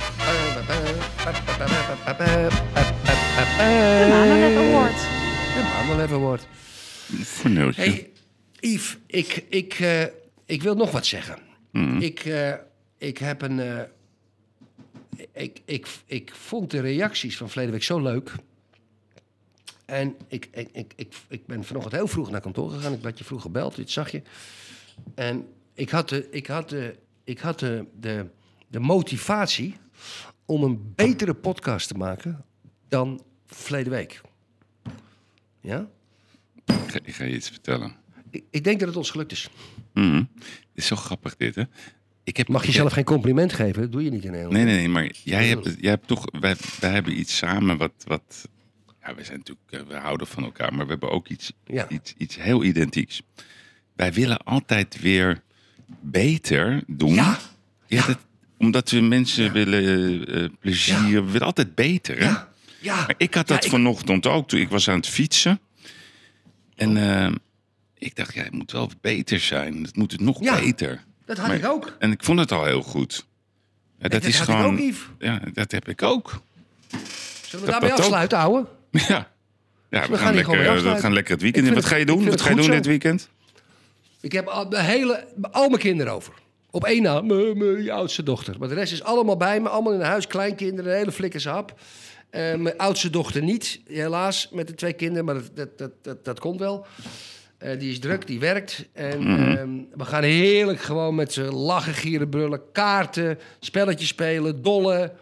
De Manolev Award. De Manolev Award. Voor Neeltje. Hey, Yves, ik, ik, uh, ik wil nog wat zeggen. Mm. Ik, uh, ik heb een... Uh, ik, ik, ik vond de reacties van verleden week zo leuk... En ik, ik, ik, ik, ik ben vanochtend heel vroeg naar kantoor gegaan. Ik had je vroeg gebeld, dit zag je. En ik had de, ik had de, ik had de, de, de motivatie om een betere podcast te maken dan verleden week. Ja? Ik ga, ik ga je iets vertellen. Ik, ik denk dat het ons gelukt is. Mm. Het is zo grappig dit, hè? Ik heb, Mag je zelf geen compliment geven? Dat doe je niet in Nederland. Nee, nee, nee, maar jij hebt, jij hebt toch... Wij, wij hebben iets samen wat... wat Ja, we zijn natuurlijk, we houden van elkaar, maar we hebben ook iets, ja. iets, iets heel identieks. Wij willen altijd weer beter doen. Ja. Ja, ja. Dat, omdat we mensen ja. willen uh, plezier. Ja. We willen altijd beter. Hè? Ja. Ja. Maar ik had dat ja, vanochtend ook. Toen ik was aan het fietsen. En uh, ik dacht, ja, het moet wel beter zijn. Het moet het nog ja, beter. Dat had maar, ik ook. En ik vond het al heel goed. Ja, dat, dat is had gewoon. Ik ook, Yves. Ja, dat heb ik ook. Zullen we daarbij afsluiten, ouwe? Ja. Ja, we, we gaan, gaan, lekker, we gaan lekker het weekend in. Wat ga je doen? Wat ga je doen dit weekend? Ik heb al, de hele, al mijn kinderen over. Op één na, mijn oudste dochter. Maar de rest is allemaal bij me. Allemaal in huis, kleinkinderen, een hele flikkers hap. Uh, mijn oudste dochter niet, helaas, met de twee kinderen. Maar dat, dat, dat, dat, dat komt wel. Uh, die is druk, die werkt. En Mm-hmm. uh, we gaan heerlijk gewoon met z'n lachen, gieren, brullen, kaarten, spelletjes spelen, dollen.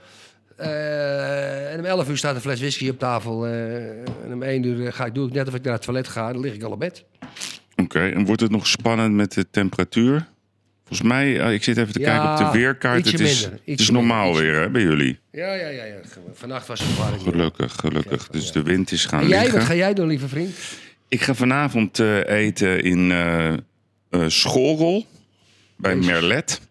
Uh, en om elf uur staat een fles whisky op tafel. Uh, en om één uur ga ik, doe ik net of ik naar het toilet ga. Dan lig ik al op bed. Oké, okay, en wordt het nog spannend met de temperatuur? Volgens mij, uh, ik zit even te ja, kijken op de weerkaart. Het is, minder, het is normaal minder, weer hè, bij jullie. Ja, ja, ja, ja. Vannacht was het warm. Gelukkig, gelukkig. Dus ja. de wind is gaan en jij, liggen. wat ga jij doen, lieve vriend? Ik ga vanavond uh, eten in uh, uh, Schorrel bij Jezus. Merlet.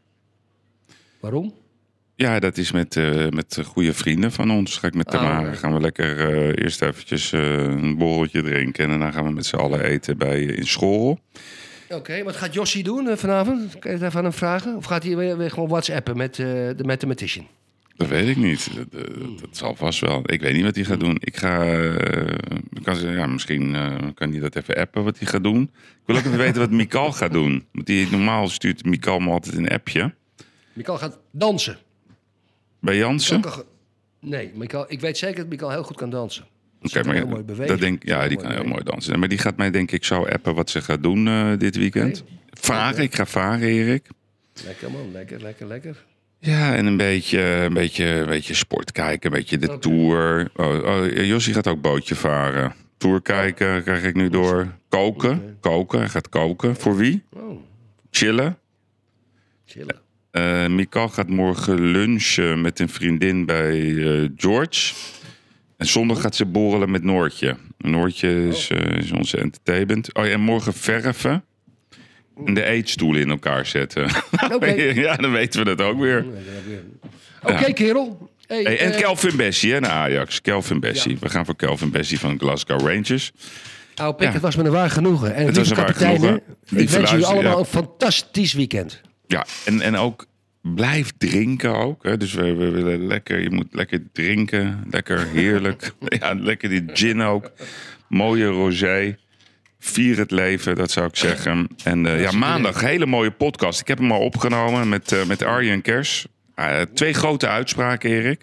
Waarom? Ja, dat is met, uh, met goede vrienden van ons. Ga ik met Tamara. Oh, nee. Gaan we lekker uh, eerst eventjes uh, een borreltje drinken. En daarna gaan we met z'n allen eten bij, uh, in Schorrel. Oké, okay, wat gaat Jossie doen uh, vanavond? Kan je het even aan hem vragen? Of gaat hij weer, weer gewoon whatsappen met uh, de Mathematician? Dat weet ik niet. Dat, dat, dat zal vast wel. Ik weet niet wat hij gaat doen. Ik ga... Uh, kan, ja, misschien uh, kan hij dat even appen wat hij gaat doen. Ik wil ook even weten wat Mikal gaat doen. Want die, normaal stuurt Mikal me altijd een appje. Mikal gaat dansen. Bij Jansen? Kan... Nee, Mikal, ik weet zeker dat Mikal heel goed kan dansen. Oké, okay, maar ja, dat denk, ja, die kan heel mooi dansen. Maar die gaat mij denk ik zo appen wat ze gaat doen uh, dit weekend. Okay. Varen, okay. Ik ga varen, Erik. Lekker man, lekker, lekker, lekker. Ja, en een beetje, een beetje, een beetje sport kijken, een beetje de okay. tour. Oh, oh, Jossie gaat ook bootje varen. Tour kijken, krijg ik nu door. Koken, okay. koken, hij gaat koken. Voor wie? Oh. Chillen. Chillen. Uh, Mikal gaat morgen lunchen met een vriendin bij uh, George. En zondag gaat ze borrelen met Noortje. Noortje is, uh, is onze entertainment. Oh ja, en morgen verven. En de eetstoelen in elkaar zetten. Okay. Ja, dan weten we dat ook weer. Oké, okay, ja. kerel. Hey, hey, en uh, Kelvin Bessie, hè, naar Ajax. Kelvin Bessie. Ja. We gaan voor Kelvin Bessie van Glasgow Rangers. Oude Pik, ja. Het was me een waar genoegen. En het lieve kapiteinen, ik wens jullie allemaal ja. een fantastisch weekend. Ja, en, en ook blijf drinken ook. Hè. Dus we, we willen lekker, je moet lekker drinken. Lekker heerlijk. Ja, lekker die gin ook. Mooie rosé. Vier het leven, dat zou ik zeggen. En uh, ja, maandag, hele mooie podcast. Ik heb hem al opgenomen met, uh, met Arjen Kers. Uh, twee grote uitspraken, Erik.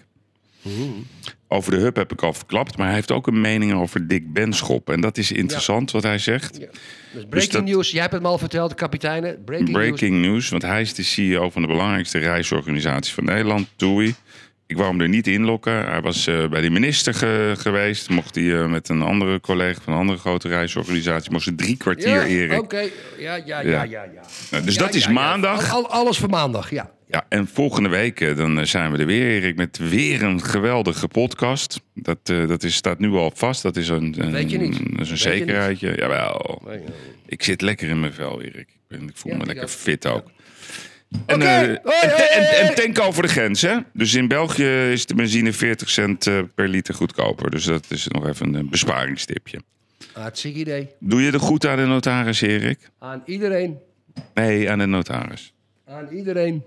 Over de hub heb ik al verklapt. Maar hij heeft ook een mening over Dick Benschop. En dat is interessant ja. wat hij zegt. Ja. Dus breaking dus dat, news, jij hebt het me al verteld, kapiteinen. Breaking, breaking news. news, want hij is de C E O van de belangrijkste reisorganisatie van Nederland, T U I. Ik wou hem er niet inlokken. Hij was uh, bij de minister ge- geweest. Mocht hij uh, met een andere collega van een andere grote reisorganisatie... moest het drie kwartier, ja, Erik. Oké, okay. ja, ja, ja, ja, ja. Nou, dus ja, dat ja, is ja, maandag. Ja. Al, alles voor maandag, ja. Ja, en volgende week uh, dan zijn we er weer, Erik, met weer een geweldige podcast. Dat, uh, dat is, staat nu al vast. Dat is een, een, Weet je niet. Dat is een Weet zekerheidje. Jawel. Nee, nee. Ik zit lekker in mijn vel, Erik. Ik, ben, ik voel ja, me lekker ook. fit ook. En, okay. uh, hoi, hoi, en, en, en tank over de grens, hè? Dus in België is de benzine veertig cent uh, per liter goedkoper. Dus dat is nog even een besparingstipje. Hartstikke idee. Doe je er goed aan de notaris, Erik? Aan iedereen. Nee, aan de notaris. Aan iedereen.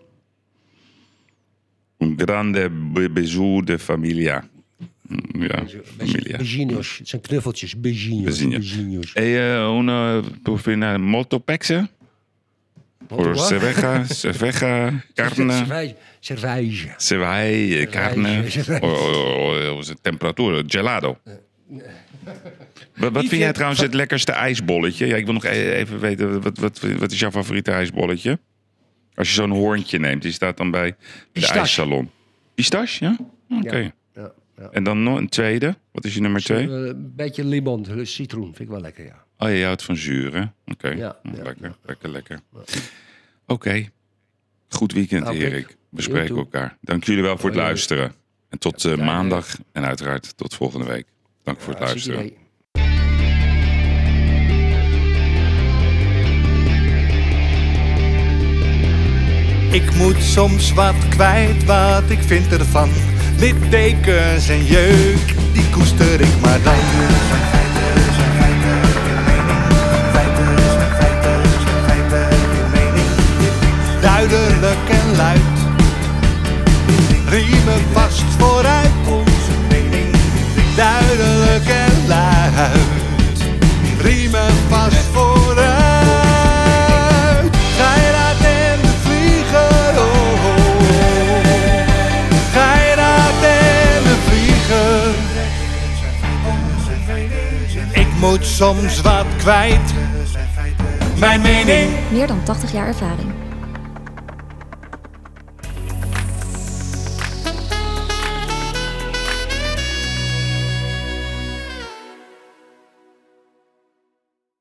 Un grande bisou de familia. Ja, familia. Beginhos. Het zijn knuffeltjes. Beginhos. Beginhos. Hey, uh, una profina molto pexe? Voor cerveja, cerveja, carne. Cerveja. Cerveja, carne. O temperatuur, gelato. Wat, wat vind jij trouwens het lekkerste ijsbolletje? Ja, ik wil nog even weten, wat, wat, wat is jouw favoriete ijsbolletje? Als je zo'n hoorntje neemt, die staat dan bij de Pistache. ijssalon. Pistache, ja? Oké. Okay. Ja, ja, ja. En dan nog een tweede. Wat is je nummer twee? Een beetje limon, citroen. Vind ik wel lekker, ja. Oh, je houdt van zuur, hè? Oké. Okay. Ja, ja, lekker, ja. lekker, lekker. Ja. Oké. Okay. Goed weekend, nou, Erik. We spreken elkaar. Dank jullie wel voor het luisteren. En tot uh, maandag. En uiteraard tot volgende week. Dank ja, voor het luisteren. Idee. Ik moet soms wat kwijt, wat ik vind ervan. Littekens en jeuk, die koester ik maar dan. Duidelijk en luid, riemen vast vooruit. Onze mening, duidelijk en luid, riemen vast vooruit. Geiraat en de vlieger, oh, oh. Geiraat en de vlieger. Ik moet soms wat kwijt, mijn mening. Meer dan tachtig jaar ervaring.